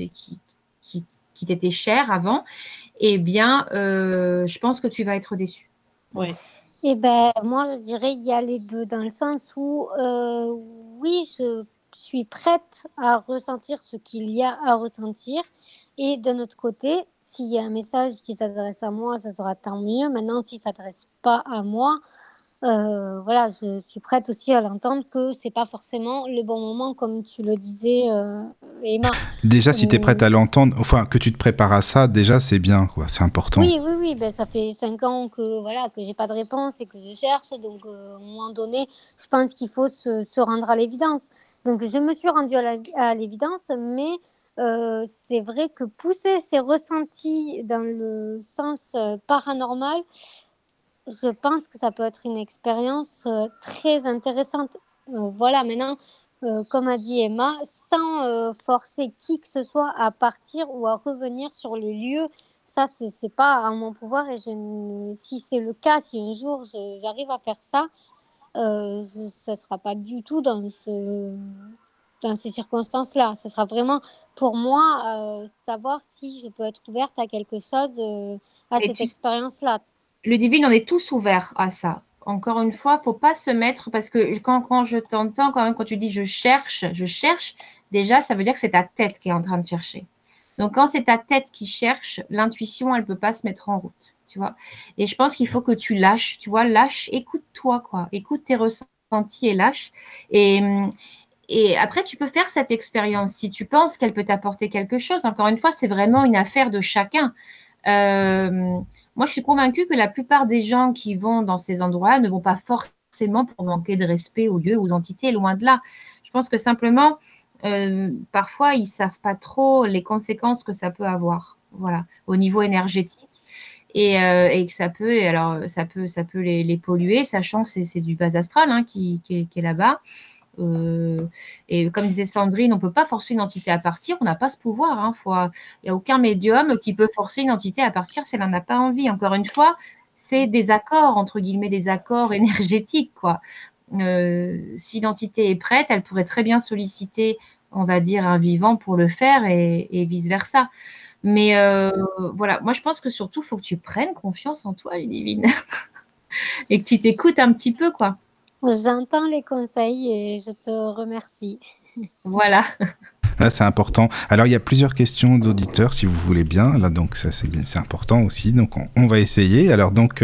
qui t'était cher avant, eh bien, je pense que tu vas être déçu. Ouais. Eh ben, moi, je dirais il y a les deux, dans le sens où, oui, je suis prête à ressentir ce qu'il y a à ressentir. Et d'un autre côté, s'il y a un message qui s'adresse à moi, ça sera tant mieux. Maintenant, s'il ne s'adresse pas à moi, voilà, je suis prête aussi à l'entendre, que c'est pas forcément le bon moment, comme tu le disais, Emma. Déjà, si tu es prête à l'entendre, enfin, que tu te prépares à ça, déjà, c'est bien, quoi, c'est important. Oui, oui, oui, ben, ça fait 5 ans que voilà, que j'ai pas de réponse et que je cherche. Donc, à un moment donné, je pense qu'il faut se rendre à l'évidence. Donc, je me suis rendue à l'évidence, mais c'est vrai que pousser ses ressentis dans le sens paranormal, je pense que ça peut être une expérience très intéressante. Voilà, maintenant, comme a dit Emma, sans forcer qui que ce soit à partir ou à revenir sur les lieux. Ça, c'est pas à mon pouvoir, et si c'est le cas, si un jour j'arrive à faire ça, ce ne sera pas du tout dans ces circonstances-là. Ce sera vraiment pour moi savoir si je peux être ouverte à quelque chose, à Mais cette expérience-là. Ludivine, on est tous ouverts à ça. Encore une fois, faut pas se mettre parce que quand je t'entends, quand même, quand tu dis je cherche, déjà, ça veut dire que c'est ta tête qui est en train de chercher. Donc, quand c'est ta tête qui cherche, l'intuition, elle peut pas se mettre en route, tu vois. Et je pense qu'il faut que tu lâches, tu vois, lâche, écoute-toi, quoi. Écoute tes ressentis et lâche. Et, et après, tu peux faire cette expérience si tu penses qu'elle peut t'apporter quelque chose. Encore une fois, c'est vraiment une affaire de chacun. Euh, Moi, je suis convaincue que la plupart des gens qui vont dans ces endroits ne vont pas forcément pour manquer de respect aux lieux, aux entités, loin de là. Je pense que simplement, parfois, ils ne savent pas trop les conséquences que ça peut avoir, voilà, au niveau énergétique. Et que ça peut, ça peut les polluer, sachant que c'est du bas astral hein, qui est là-bas. Et comme disait Sandrine, on ne peut pas forcer une entité à partir, on n'a pas ce pouvoir. Hein, il n'y a aucun médium qui peut forcer une entité à partir si elle n'en a pas envie. Encore une fois, c'est des accords, entre guillemets, des accords énergétiques. Quoi. Si l'entité est prête, elle pourrait très bien solliciter, on va dire, un vivant pour le faire et vice-versa. Mais voilà, moi je pense que surtout, il faut que tu prennes confiance en toi, Ludivine, et que tu t'écoutes un petit peu, quoi. J'entends les conseils et je te remercie. Voilà. Là, c'est important. Alors, il y a plusieurs questions d'auditeurs, si vous voulez bien. Là, donc, ça, c'est important aussi. Donc, on va essayer. Alors, donc,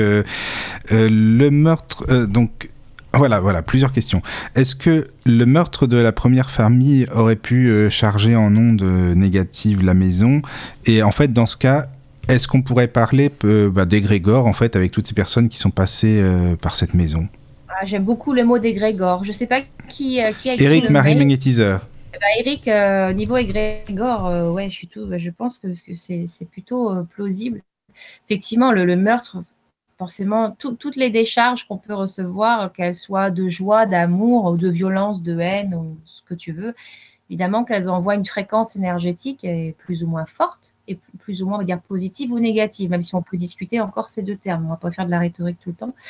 le meurtre... donc, voilà, plusieurs questions. Est-ce que le meurtre de la première famille aurait pu charger en ondes négatives la maison ? Et en fait, dans ce cas, est-ce qu'on pourrait parler d'égrégore, en fait, avec toutes ces personnes qui sont passées par cette maison ? J'aime beaucoup le mot d'égrégore. Je ne sais pas qui a écrit Eric le Marie mail. Magnétiseur. Eric, niveau égrégore, ouais, je pense que c'est plutôt plausible. Effectivement, le meurtre, forcément, toutes les décharges qu'on peut recevoir, qu'elles soient de joie, d'amour, ou de violence, de haine, ou ce que tu veux, évidemment qu'elles envoient une fréquence énergétique plus ou moins forte, et plus ou moins, on va dire, positive ou négative, même si on peut discuter encore ces deux termes. On ne va pas faire de la rhétorique tout le temps.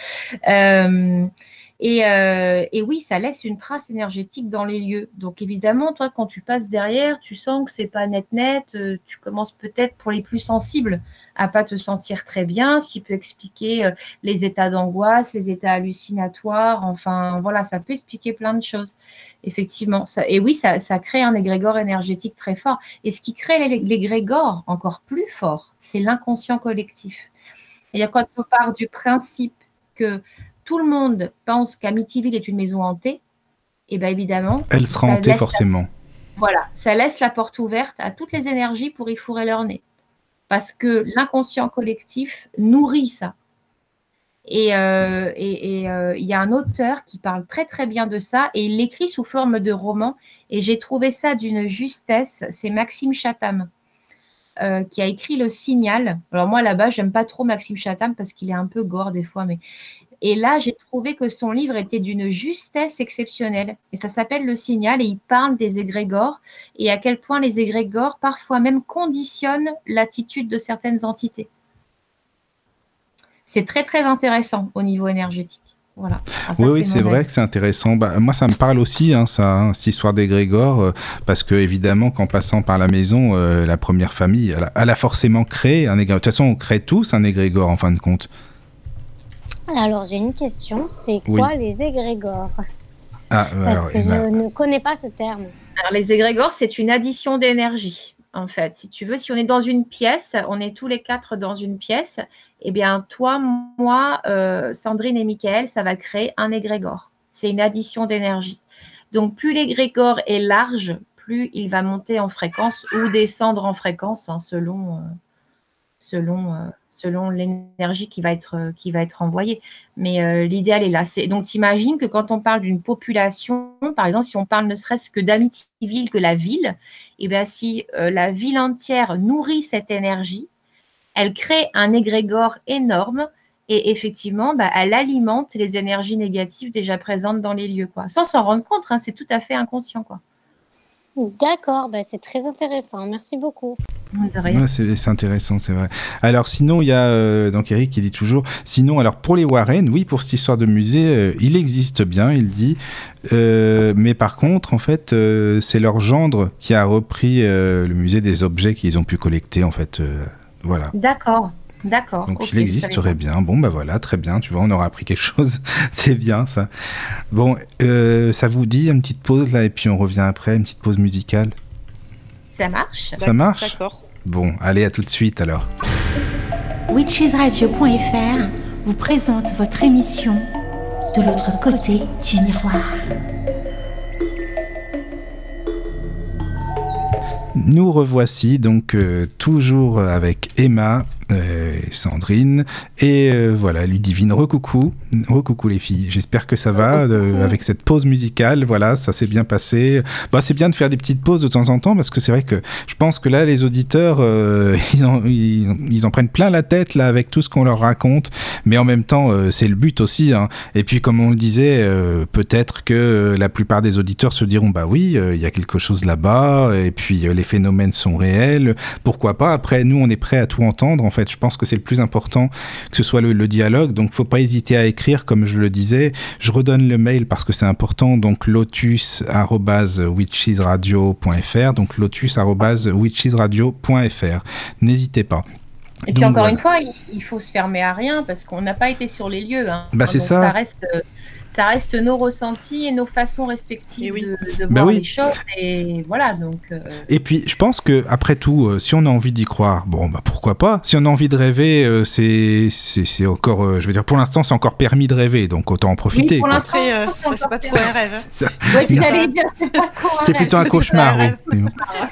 Et oui, ça laisse une trace énergétique dans les lieux. Donc évidemment, toi, quand tu passes derrière, tu sens que c'est pas net. Tu commences peut-être pour les plus sensibles à pas te sentir très bien, ce qui peut expliquer les états d'angoisse, les états hallucinatoires. Enfin, voilà, ça peut expliquer plein de choses. Effectivement. Et oui, ça crée un égrégore énergétique très fort. Et ce qui crée l'égrégore encore plus fort, c'est l'inconscient collectif. C'est-à-dire quand on part du principe que tout le monde pense qu'Amityville est une maison hantée, et bien évidemment, elle sera hantée forcément. Voilà, ça laisse la porte ouverte à toutes les énergies pour y fourrer leur nez. Parce que l'inconscient collectif nourrit ça. Et il y a un auteur qui parle très très bien de ça et il l'écrit sous forme de roman. Et j'ai trouvé ça d'une justesse. C'est Maxime Chatham qui a écrit Le Signal. Alors moi là-bas, j'aime pas trop Maxime Chatham parce qu'il est un peu gore des fois, mais et là, j'ai trouvé que son livre était d'une justesse exceptionnelle. Et ça s'appelle Le Signal et il parle des égrégores et à quel point les égrégores parfois même conditionnent l'attitude de certaines entités. C'est très, très intéressant au niveau énergétique. Voilà. Alors ça, oui, c'est vrai que c'est intéressant. Moi, ça me parle aussi, cette histoire d'égrégore, parce que évidemment, qu'en passant par la maison, la première famille, elle a forcément créé un égrégore. De toute façon, on crée tous un égrégore, en fin de compte. Alors, j'ai une question. C'est quoi les égrégores ? Parce que je ne connais pas ce terme. Alors, les égrégores, c'est une addition d'énergie, en fait. Si tu veux, si on est dans une pièce, on est tous les 4 dans une pièce, eh bien, toi, moi, Sandrine et Mickaël, ça va créer un égrégore. C'est une addition d'énergie. Donc, plus l'égrégore est large, plus il va monter en fréquence ou descendre en fréquence hein, selon l'énergie qui va être envoyée. Mais l'idéal est là. Donc, tu imagines que quand on parle d'une population, par exemple, si on parle ne serait-ce que d'Amityville, que la ville, et bien si la ville entière nourrit cette énergie, elle crée un égrégore énorme et effectivement, elle alimente les énergies négatives déjà présentes dans les lieux, quoi. Sans s'en rendre compte, hein, c'est tout à fait inconscient, quoi. D'accord, c'est très intéressant. Merci beaucoup. De rien. Ouais, c'est intéressant, c'est vrai. Alors sinon, il y a donc Eric qui dit toujours, sinon, alors pour les Warren, oui, pour cette histoire de musée, il existe bien, il dit, mais par contre, en fait, c'est leur gendre qui a repris le musée des objets qu'ils ont pu collecter, en fait, voilà. D'accord. Donc Ok, il existerait bien. Bon, bah voilà, très bien, tu vois, on aura appris quelque chose, c'est bien ça. Bon, ça vous dit une petite pause là, et puis on revient après, une petite pause musicale? Ça marche. Ça marche? D'accord. Bon, allez, à tout de suite alors. Witchesradio.fr vous présente votre émission De l'autre côté du miroir. Nous revoici donc toujours avec Emma, Sandrine et voilà Ludivine. Recoucou les filles. J'espère que ça va avec cette pause musicale. Voilà, ça s'est bien passé. Bah, c'est bien de faire des petites pauses de temps en temps parce que c'est vrai que je pense que là les auditeurs ils en prennent plein la tête là avec tout ce qu'on leur raconte. Mais en même temps c'est le but aussi. Hein. Et puis comme on le disait, peut-être que la plupart des auditeurs se diront bah oui, il y a quelque chose là-bas et puis les phénomènes sont réels. Pourquoi pas? Après nous on est prêt à tout entendre. En fait, je pense que c'est le plus important que ce soit le dialogue. Donc faut pas hésiter à écrire comme je le disais. Je redonne le mail parce que c'est important. Donc lotus@witchesradio.fr. Donc lotus@witchesradio.fr. N'hésitez pas. Et puis encore une fois, il faut se fermer à rien parce qu'on n'a pas été sur les lieux. Hein. Bah c'est donc ça. Ça reste nos ressentis et nos façons respectives de bah voir oui. les choses. Et voilà, donc... Et puis, je pense que après tout, si on a envie d'y croire, bon, bah pourquoi pas. Si on a envie de rêver, c'est encore... je veux dire, pour l'instant, c'est encore permis de rêver, donc autant en profiter. Oui, pour quoi. l'instant, c'est pas trop un rêve. Hein. Ouais, j'allais dire, c'est pas trop un C'est plutôt un cauchemar, oui.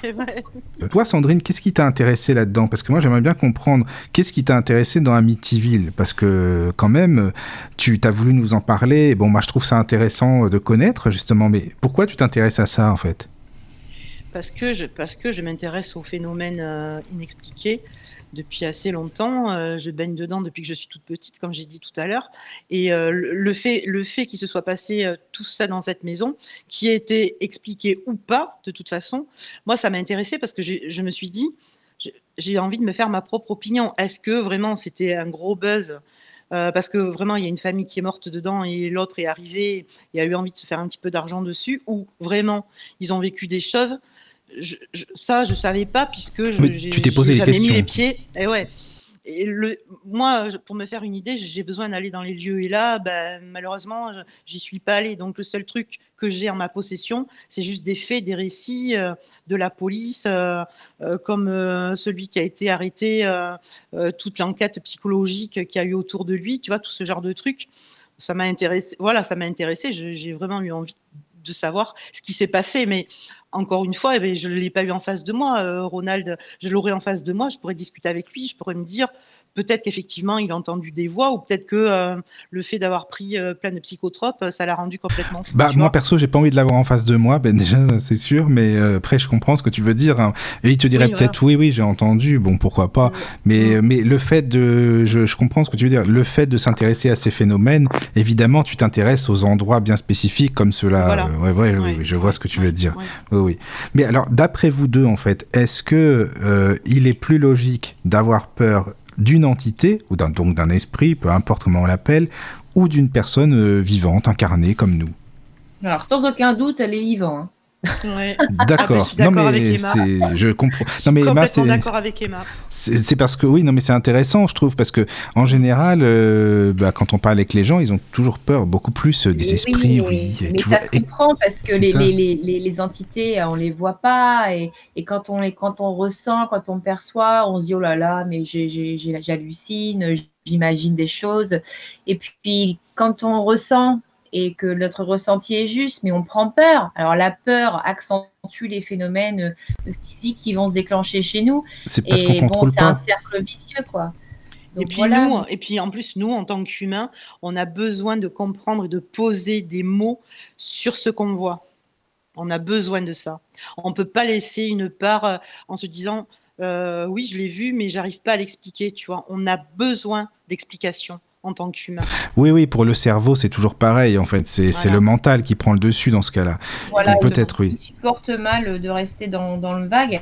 Toi, Sandrine, qu'est-ce qui t'a intéressé là-dedans? Parce que moi, j'aimerais bien comprendre, qu'est-ce qui t'a intéressé dans Amityville? Parce que, quand même, tu t'as voulu nous en parler. Bon, moi, je trouve ça intéressant de connaître, justement. Mais pourquoi tu t'intéresses à ça, en fait? Parce que je m'intéresse aux phénomènes inexpliqués depuis assez longtemps. Je baigne dedans depuis que je suis toute petite, comme j'ai dit tout à l'heure. Et le fait qu'il se soit passé tout ça dans cette maison, qui a été expliqué ou pas, de toute façon, moi, ça m'a intéressée parce que je me suis dit, j'ai envie de me faire ma propre opinion. Est-ce que vraiment c'était un gros buzz parce que vraiment, il y a une famille qui est morte dedans et l'autre est arrivé et a eu envie de se faire un petit peu d'argent dessus, ou vraiment, ils ont vécu des choses. Ça, je ne savais pas puisque tu t'es posé des questions. Mis les pieds. Et ouais. Et moi, pour me faire une idée, j'ai besoin d'aller dans les lieux. Et là, malheureusement, j'y suis pas allée. Donc, le seul truc que j'ai en ma possession, c'est juste des faits, des récits de la police, comme celui qui a été arrêté, toute l'enquête psychologique qu'il y a eu autour de lui, tu vois, tout ce genre de trucs. Ça m'a intéressé. Voilà, ça m'a intéressé. J'ai vraiment eu envie de savoir ce qui s'est passé. Mais encore une fois, je ne l'ai pas eu en face de moi. Ronald, je l'aurais en face de moi, je pourrais discuter avec lui, je pourrais me dire, peut-être qu'effectivement, il a entendu des voix, ou peut-être que le fait d'avoir pris plein de psychotropes, ça l'a rendu complètement fou. Moi, perso, j'ai pas envie de l'avoir en face de moi, déjà, c'est sûr, mais après, je comprends ce que tu veux dire. Hein. Et il te dirait peut-être, oui, j'ai entendu, bon, pourquoi pas. Mais le fait de... Je comprends ce que tu veux dire. Le fait de s'intéresser à ces phénomènes, évidemment, tu t'intéresses aux endroits bien spécifiques, comme ceux-là. Voilà. Oui, je vois ce que tu veux dire. Oui. Mais alors, d'après vous deux, en fait, est-ce que il est plus logique d'avoir peur d'une entité, ou donc d'un esprit, peu importe comment on l'appelle, ou d'une personne vivante, incarnée comme nous? Alors, sans aucun doute, elle est vivante. Hein. Ouais. D'accord. Non mais je comprends. Non mais Emma, c'est d'accord avec Emma. C'est parce que mais c'est intéressant, je trouve, parce que en général, quand on parle avec les gens, ils ont toujours peur, beaucoup plus des esprits. Mais ça se comprend parce que les entités, on les voit pas et quand on ressent, quand on perçoit, on se dit oh là là, mais j'hallucine, j'imagine des choses. Et puis quand on ressent et que notre ressenti est juste, mais on prend peur. Alors la peur accentue les phénomènes physiques qui vont se déclencher chez nous. C'est parce qu'on contrôle pas. C'est un cercle vicieux, quoi. Donc, et puis en plus, nous, en tant qu'humains, on a besoin de comprendre et de poser des mots sur ce qu'on voit. On a besoin de ça. On ne peut pas laisser une part en se disant oui, je l'ai vu, mais j'arrive pas à l'expliquer. Tu vois, on a besoin d'explications. En tant qu'humain. Oui, pour le cerveau, c'est toujours pareil, en fait. C'est le mental qui prend le dessus dans ce cas-là. Voilà, donc peut-être, il supporte mal de rester dans le vague.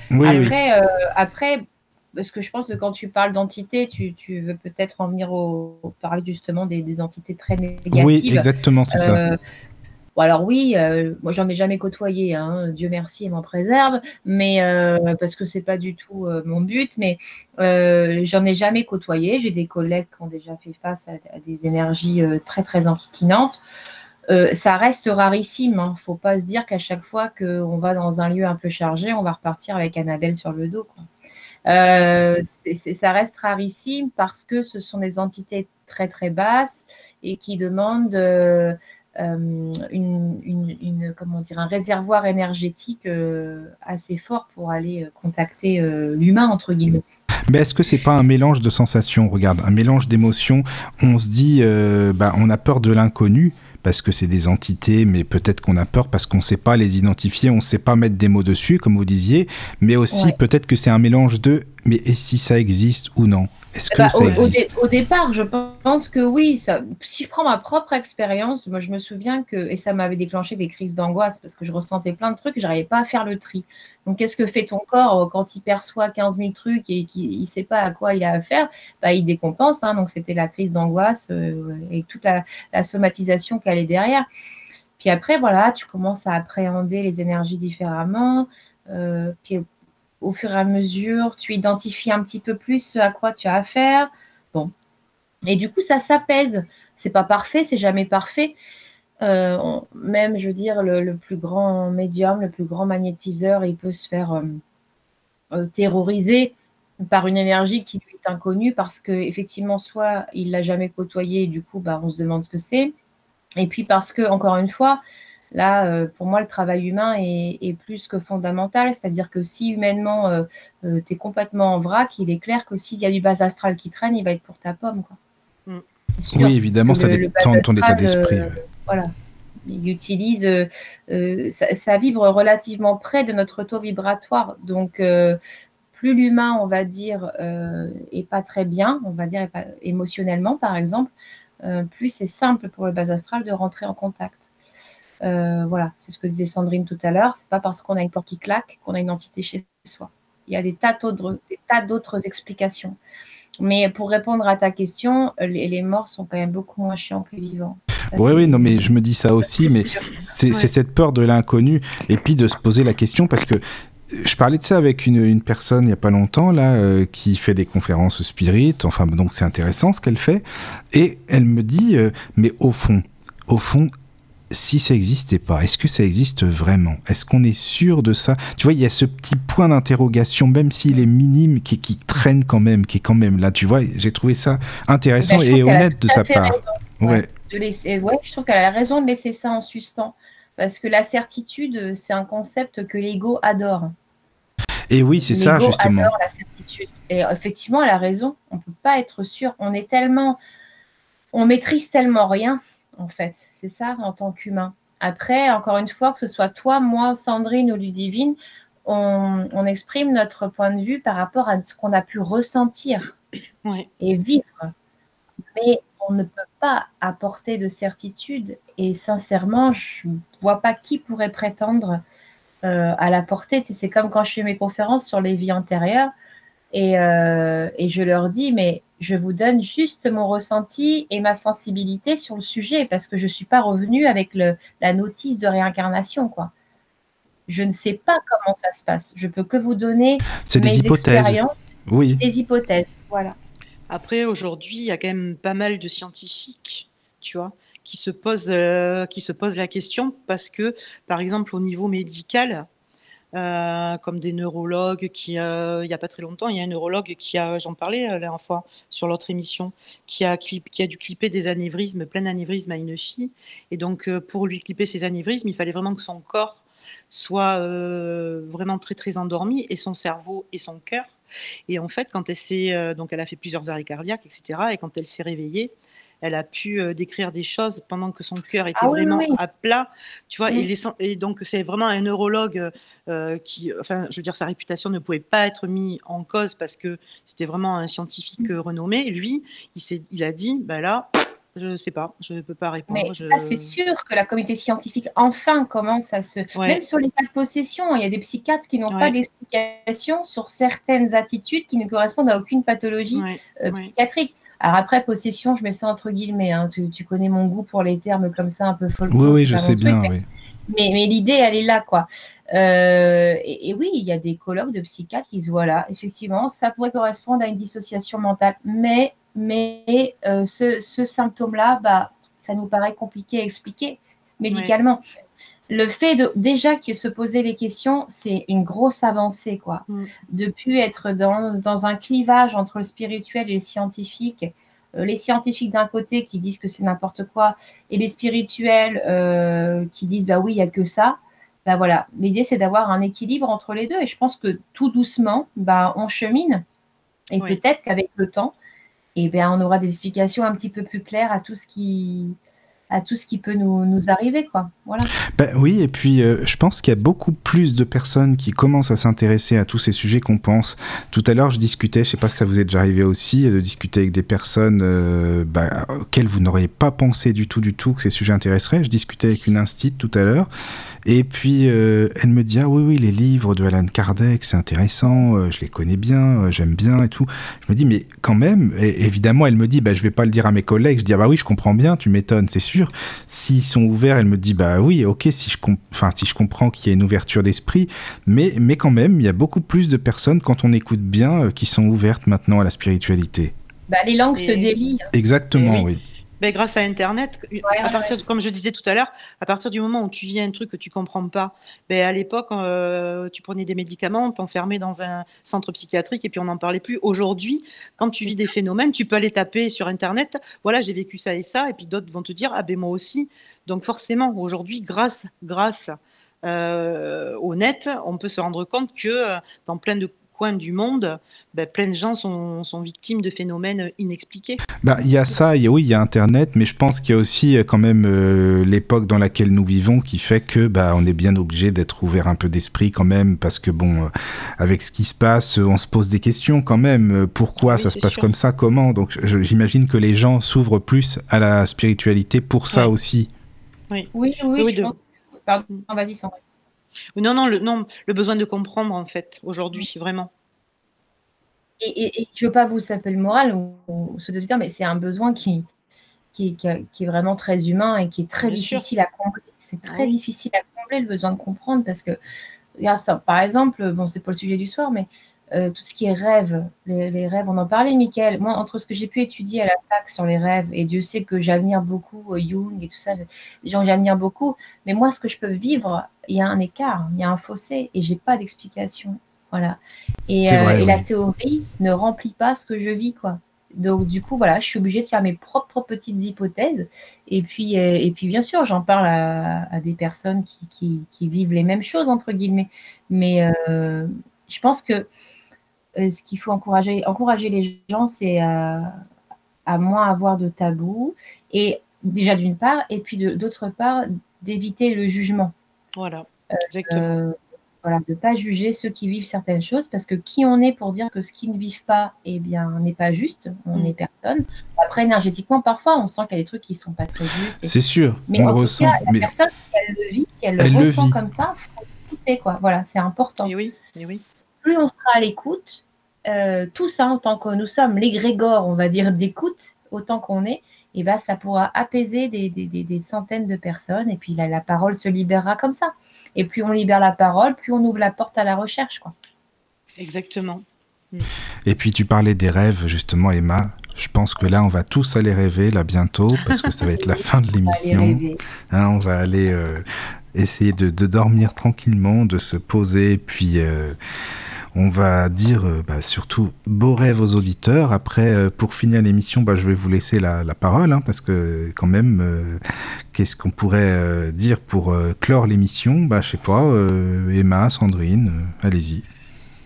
Oui, oui. Après, parce que je pense que quand tu parles d'entité, tu veux peut-être en venir parler justement des entités très Oui, négatives. exactement, c'est ça. Bon, alors oui, moi j'en ai jamais côtoyé, hein, Dieu merci et m'en préserve, mais parce que c'est pas du tout mon but, mais j'en ai jamais côtoyé. J'ai des collègues qui ont déjà fait face à des énergies très très enquiquinantes. Ça reste rarissime, hein. Faut pas se dire qu'à chaque fois qu'on va dans un lieu un peu chargé, on va repartir avec Annabelle sur le dos, quoi. Ça reste rarissime parce que ce sont des entités très très basses et qui demandent comment dire, un réservoir énergétique assez fort pour aller contacter l'humain, entre guillemets. Mais est-ce que c'est pas un mélange de sensations? Regarde, un mélange d'émotions. On se dit, on a peur de l'inconnu parce que c'est des entités, mais peut-être qu'on a peur parce qu'on ne sait pas les identifier, on ne sait pas mettre des mots dessus, comme vous disiez, mais aussi peut-être que c'est un mélange de, mais et si ça existe ou non? Est-ce que ça existe? Au départ, je pense que oui. Si je prends ma propre expérience, moi je me souviens et ça m'avait déclenché des crises d'angoisse parce que je ressentais plein de trucs et je n'arrivais pas à faire le tri. Donc qu'est-ce que fait ton corps quand il perçoit 15 000 trucs et qu'il ne sait pas à quoi il a affaire? Il décompense, hein. Donc c'était la crise d'angoisse et toute la somatisation qu'elle est derrière. Puis après, voilà, tu commences à appréhender les énergies différemment. Puis au fur et à mesure, tu identifies un petit peu plus ce à quoi tu as affaire. Bon. Et du coup, ça s'apaise. C'est pas parfait, c'est jamais parfait. Même, je veux dire, le plus grand médium, le plus grand magnétiseur, il peut se faire terroriser par une énergie qui lui est inconnue parce qu'effectivement, soit il l'a jamais côtoyée et du coup, on se demande ce que c'est. Et puis parce que, encore une fois, là, pour moi, le travail humain est plus que fondamental. C'est-à-dire que si humainement, tu es complètement en vrac, il est clair que s'il y a du bas astral qui traîne, il va être pour ta pomme, quoi. C'est sûr. Oui, évidemment, ça dépend de ton état d'esprit. Voilà. Il utilise, ça vibre relativement près de notre taux vibratoire. Donc, plus l'humain, on va dire, est pas très bien, on va dire émotionnellement, par exemple, plus c'est simple pour le bas astral de rentrer en contact. Voilà, c'est ce que disait Sandrine tout à l'heure. C'est pas parce qu'on a une porte qui claque qu'on a une entité chez soi. Il y a des tas d'autres explications. Mais pour répondre à ta question, les morts sont quand même beaucoup moins chiants que les vivants. Oui, non, mais je me dis ça aussi, mais c'est cette peur de l'inconnu et puis de se poser la question parce que je parlais de ça avec une personne il n'y a pas longtemps là qui fait des conférences spirites, enfin donc c'est intéressant ce qu'elle fait et elle me dit mais au fond, si ça n'existait pas, est-ce que ça existe vraiment? Est-ce qu'on est sûr de ça? Tu vois, il y a ce petit point d'interrogation, même s'il est minime, qui traîne quand même, qui est quand même là. Tu vois, j'ai trouvé ça intéressant et honnête de sa part. Ouais. Je trouve qu'elle a raison de laisser ça en suspens. Parce que la certitude, c'est un concept que l'ego adore. Et oui, c'est ça, justement. L'ego adore la certitude. Et effectivement, elle a raison. On ne peut pas être sûr. On maîtrise tellement rien, en fait. C'est ça, en tant qu'humain. Après, encore une fois, que ce soit toi, moi, Sandrine ou Ludivine, on exprime notre point de vue par rapport à ce qu'on a pu ressentir et vivre. Mais on ne peut pas apporter de certitude. Et sincèrement, je ne vois pas qui pourrait prétendre à l'apporter. Tu sais, c'est comme quand je fais mes conférences sur les vies antérieures et je leur dis, mais je vous donne juste mon ressenti et ma sensibilité sur le sujet parce que je ne suis pas revenue avec la notice de réincarnation, quoi. Je ne sais pas comment ça se passe. Je peux que vous donner des expériences, des hypothèses. Voilà. Après, aujourd'hui, il y a quand même pas mal de scientifiques, tu vois, qui se posent la question parce que, par exemple, au niveau médical, comme des neurologues il n'y a pas très longtemps, il y a un neurologue j'en parlais la dernière fois sur l'autre émission, qui a dû clipper plein d'anévrismes à une fille. Et donc, pour lui clipper ses anévrismes, il fallait vraiment que son corps soit vraiment très, très endormi et son cerveau et son cœur. Et en fait, quand donc elle a fait plusieurs arrêts cardiaques, etc. Et quand elle s'est réveillée, elle a pu décrire des choses pendant que son cœur était vraiment à plat, tu vois. Et donc c'est vraiment un neurologue je veux dire, sa réputation ne pouvait pas être mise en cause parce que c'était vraiment un scientifique renommé. Lui, il a dit, là, Je sais pas, je ne peux pas Mais répondre. ça, c'est sûr que la communauté scientifique, enfin, commence à se... Ouais. Même sur les cas de possession, il y a des psychiatres qui n'ont pas Ouais. d'explication sur certaines attitudes qui ne correspondent à aucune pathologie Ouais. psychiatrique. Alors après, possession, je mets ça entre guillemets. Hein. Tu connais mon goût pour les termes comme ça, un peu folklore. Oui, c'est je pas sais mon truc, bien, oui. mais l'idée, elle est là, quoi. Et oui, il y a des colloques de psychiatres qui se voient là. Effectivement, ça pourrait correspondre à une dissociation mentale. Mais ce symptôme-là, bah, ça nous paraît compliqué à expliquer médicalement. Le fait de déjà que se poser les questions, c'est une grosse avancée, quoi. De plus être dans un clivage entre le spirituel et le scientifique. Les scientifiques d'un côté qui disent que c'est n'importe quoi, et les spirituels qui disent bah oui, il n'y a que ça. Bah voilà, l'idée c'est d'avoir un équilibre entre les deux. Et je pense que tout doucement, bah, on chemine. Et peut-être qu'avec le temps, eh bien, on aura des explications un petit peu plus claires à tout ce qui peut nous arriver, quoi. Voilà. Ben oui, et puis je pense qu'il y a beaucoup plus de personnes qui commencent à s'intéresser à tous ces sujets qu'on pense. Tout à l'heure, je discutais, je ne sais pas si ça vous est déjà arrivé aussi, de discuter avec des personnes auxquelles vous n'auriez pas pensé du tout que ces sujets intéresseraient. Je discutais avec une instite tout à l'heure, et puis elle me dit « Ah oui, les livres de Alan Kardec, c'est intéressant, je les connais bien, j'aime bien et tout. » Je me dis « Mais quand même, et évidemment, elle me dit « Je ne vais pas le dire à mes collègues. » Je dis « Ah bah oui, je comprends bien, tu m'étonnes, c'est sûr. » S'ils sont ouverts, elle me dit « Bah oui, ok, si je comprends qu'il y a une ouverture d'esprit, mais quand même, il y a beaucoup plus de personnes, quand on écoute bien, qui sont ouvertes maintenant à la spiritualité. » Bah, les langues se délient. Exactement, oui. Ben, grâce à Internet, comme je disais tout à l'heure, à partir du moment où tu vis un truc que tu comprends pas, ben, à l'époque, tu prenais des médicaments, t'enfermais dans un centre psychiatrique et puis on n'en parlait plus. Aujourd'hui, quand tu vis des phénomènes, tu peux aller taper sur Internet, voilà, j'ai vécu ça, et puis d'autres vont te dire, ah ben moi aussi. Donc forcément, aujourd'hui, grâce au net, on peut se rendre compte que dans plein de coins du monde, plein de gens sont victimes de phénomènes inexpliqués. Il y a ça, il y a Internet, mais je pense qu'il y a aussi quand même l'époque dans laquelle nous vivons qui fait que on est bien obligé d'être ouvert un peu d'esprit quand même, parce que avec ce qui se passe, on se pose des questions quand même. Pourquoi ça se passe comme ça? Comment? Donc j'imagine que les gens s'ouvrent plus à la spiritualité pour ça aussi. Oui, je pense. Pardon, vas-y, Sandrine. Non, le besoin de comprendre, en fait, aujourd'hui, vraiment. Et je ne veux pas vous saper le moral ou ce dire, mais c'est un besoin qui est vraiment très humain et qui est très difficile à combler. C'est très difficile à combler, le besoin de comprendre, parce que, regarde ça, par exemple, c'est pas le sujet du soir, mais tout ce qui est rêve, les rêves, on en parlait, Mickaël. Moi, entre ce que j'ai pu étudier à la fac sur les rêves, et Dieu sait que j'admire beaucoup Jung et tout ça, des gens que j'admire beaucoup, mais moi, ce que je peux vivre, il y a un écart, il y a un fossé, et j'ai pas d'explication. Voilà. Et la théorie ne remplit pas ce que je vis, quoi. Donc, du coup, voilà, je suis obligée de faire mes propres petites hypothèses. Et puis bien sûr, j'en parle à des personnes qui vivent les mêmes choses, entre guillemets. Mais je pense que ce qu'il faut encourager les gens, c'est à moins avoir de tabous. Et déjà, d'une part, et puis d'autre part, d'éviter le jugement. Voilà, exactement. Voilà, de ne pas juger ceux qui vivent certaines choses, parce que qui on est pour dire que ce qu'ils ne vivent pas, eh bien, n'est pas juste, on n'est personne. Après, énergétiquement, parfois, on sent qu'il y a des trucs qui ne sont pas très justes. C'est sûr, mais on en le tout ressent. Cas, la personne, si elle le vit, si elle le ressent comme ça, il faut écouter, quoi. Voilà, c'est important. Et oui. Plus on sera à l'écoute, tout ça, en tant que nous sommes l'égrégore, on va dire, d'écoute, autant qu'on est, et ben, ça pourra apaiser des centaines de personnes, et puis la parole se libérera comme ça. Et plus on libère la parole, plus on ouvre la porte à la recherche, quoi. Exactement. Et puis tu parlais des rêves, justement, Emma. Je pense que là, on va tous aller rêver, là, bientôt, parce que ça va être la fin de l'émission. On va aller essayer de dormir tranquillement, de se poser, puis on va dire surtout beaux rêves aux auditeurs. Après, pour finir l'émission, je vais vous laisser la parole, parce que quand même, qu'est-ce qu'on pourrait dire pour clore l'émission? Je sais pas, Emma, Sandrine, allez-y.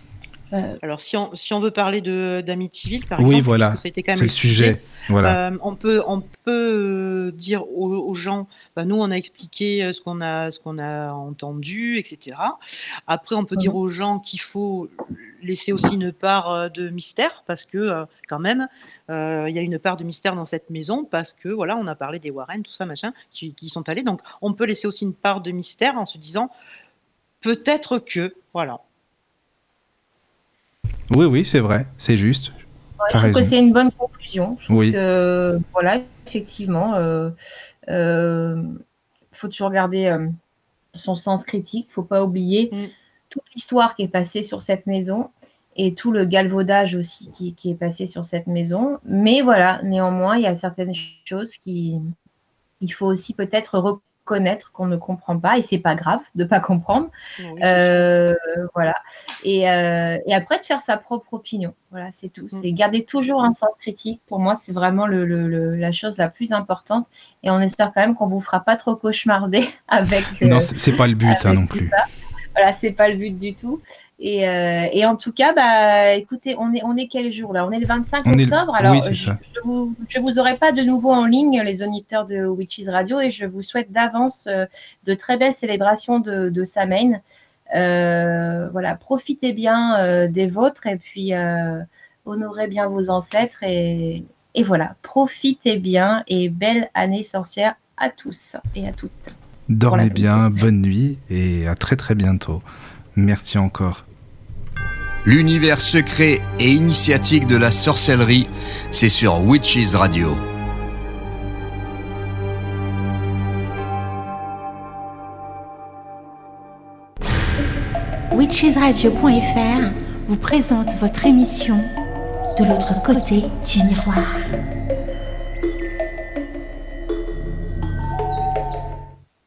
Alors, si on veut parler d'Amityville, par Oui, exemple, voilà, parce que ça a été quand même c'est le sujet. Voilà. on peut dire aux gens, bah, nous, on a expliqué ce qu'on a entendu, etc. Après, on peut dire aux gens qu'il faut laisser aussi une part de mystère, parce que quand même, il y a une part de mystère dans cette maison, parce que voilà, on a parlé des Warren, tout ça, machin, qui sont allés. Donc, on peut laisser aussi une part de mystère en se disant, peut-être que, voilà. Oui, c'est vrai, c'est juste. Je trouve que c'est une bonne conclusion. Je trouve que, voilà, effectivement, faut toujours garder son sens critique. Il ne faut pas oublier toute l'histoire qui est passée sur cette maison et tout le galvaudage aussi qui est passé sur cette maison. Mais voilà, néanmoins, il y a certaines choses qu'il faut aussi peut-être reconnaître qu'on ne comprend pas, et c'est pas grave de pas comprendre. Voilà. Et après de faire sa propre opinion. Voilà, c'est tout. C'est garder toujours un sens critique. Pour moi, c'est vraiment la chose la plus importante. Et on espère quand même qu'on vous fera pas trop cauchemarder avec. Non, c'est pas le but non plus. Voilà, c'est pas le but du tout. Et en tout cas, bah, écoutez, on est quel jour là? On est le 25 octobre. Alors, oui, c'est ça. Je vous aurai pas de nouveau en ligne, les auditeurs de Witches Radio, et je vous souhaite d'avance de très belles célébrations de Samhain. Voilà, profitez bien des vôtres, et puis honorez bien vos ancêtres, et voilà, profitez bien, et belle année sorcière à tous et à toutes. Dormez bien, bonne nuit, et à très très bientôt. Merci encore. L'univers secret et initiatique de la sorcellerie, c'est sur Witches Radio. Witchesradio.fr vous présente votre émission De l'autre côté du miroir.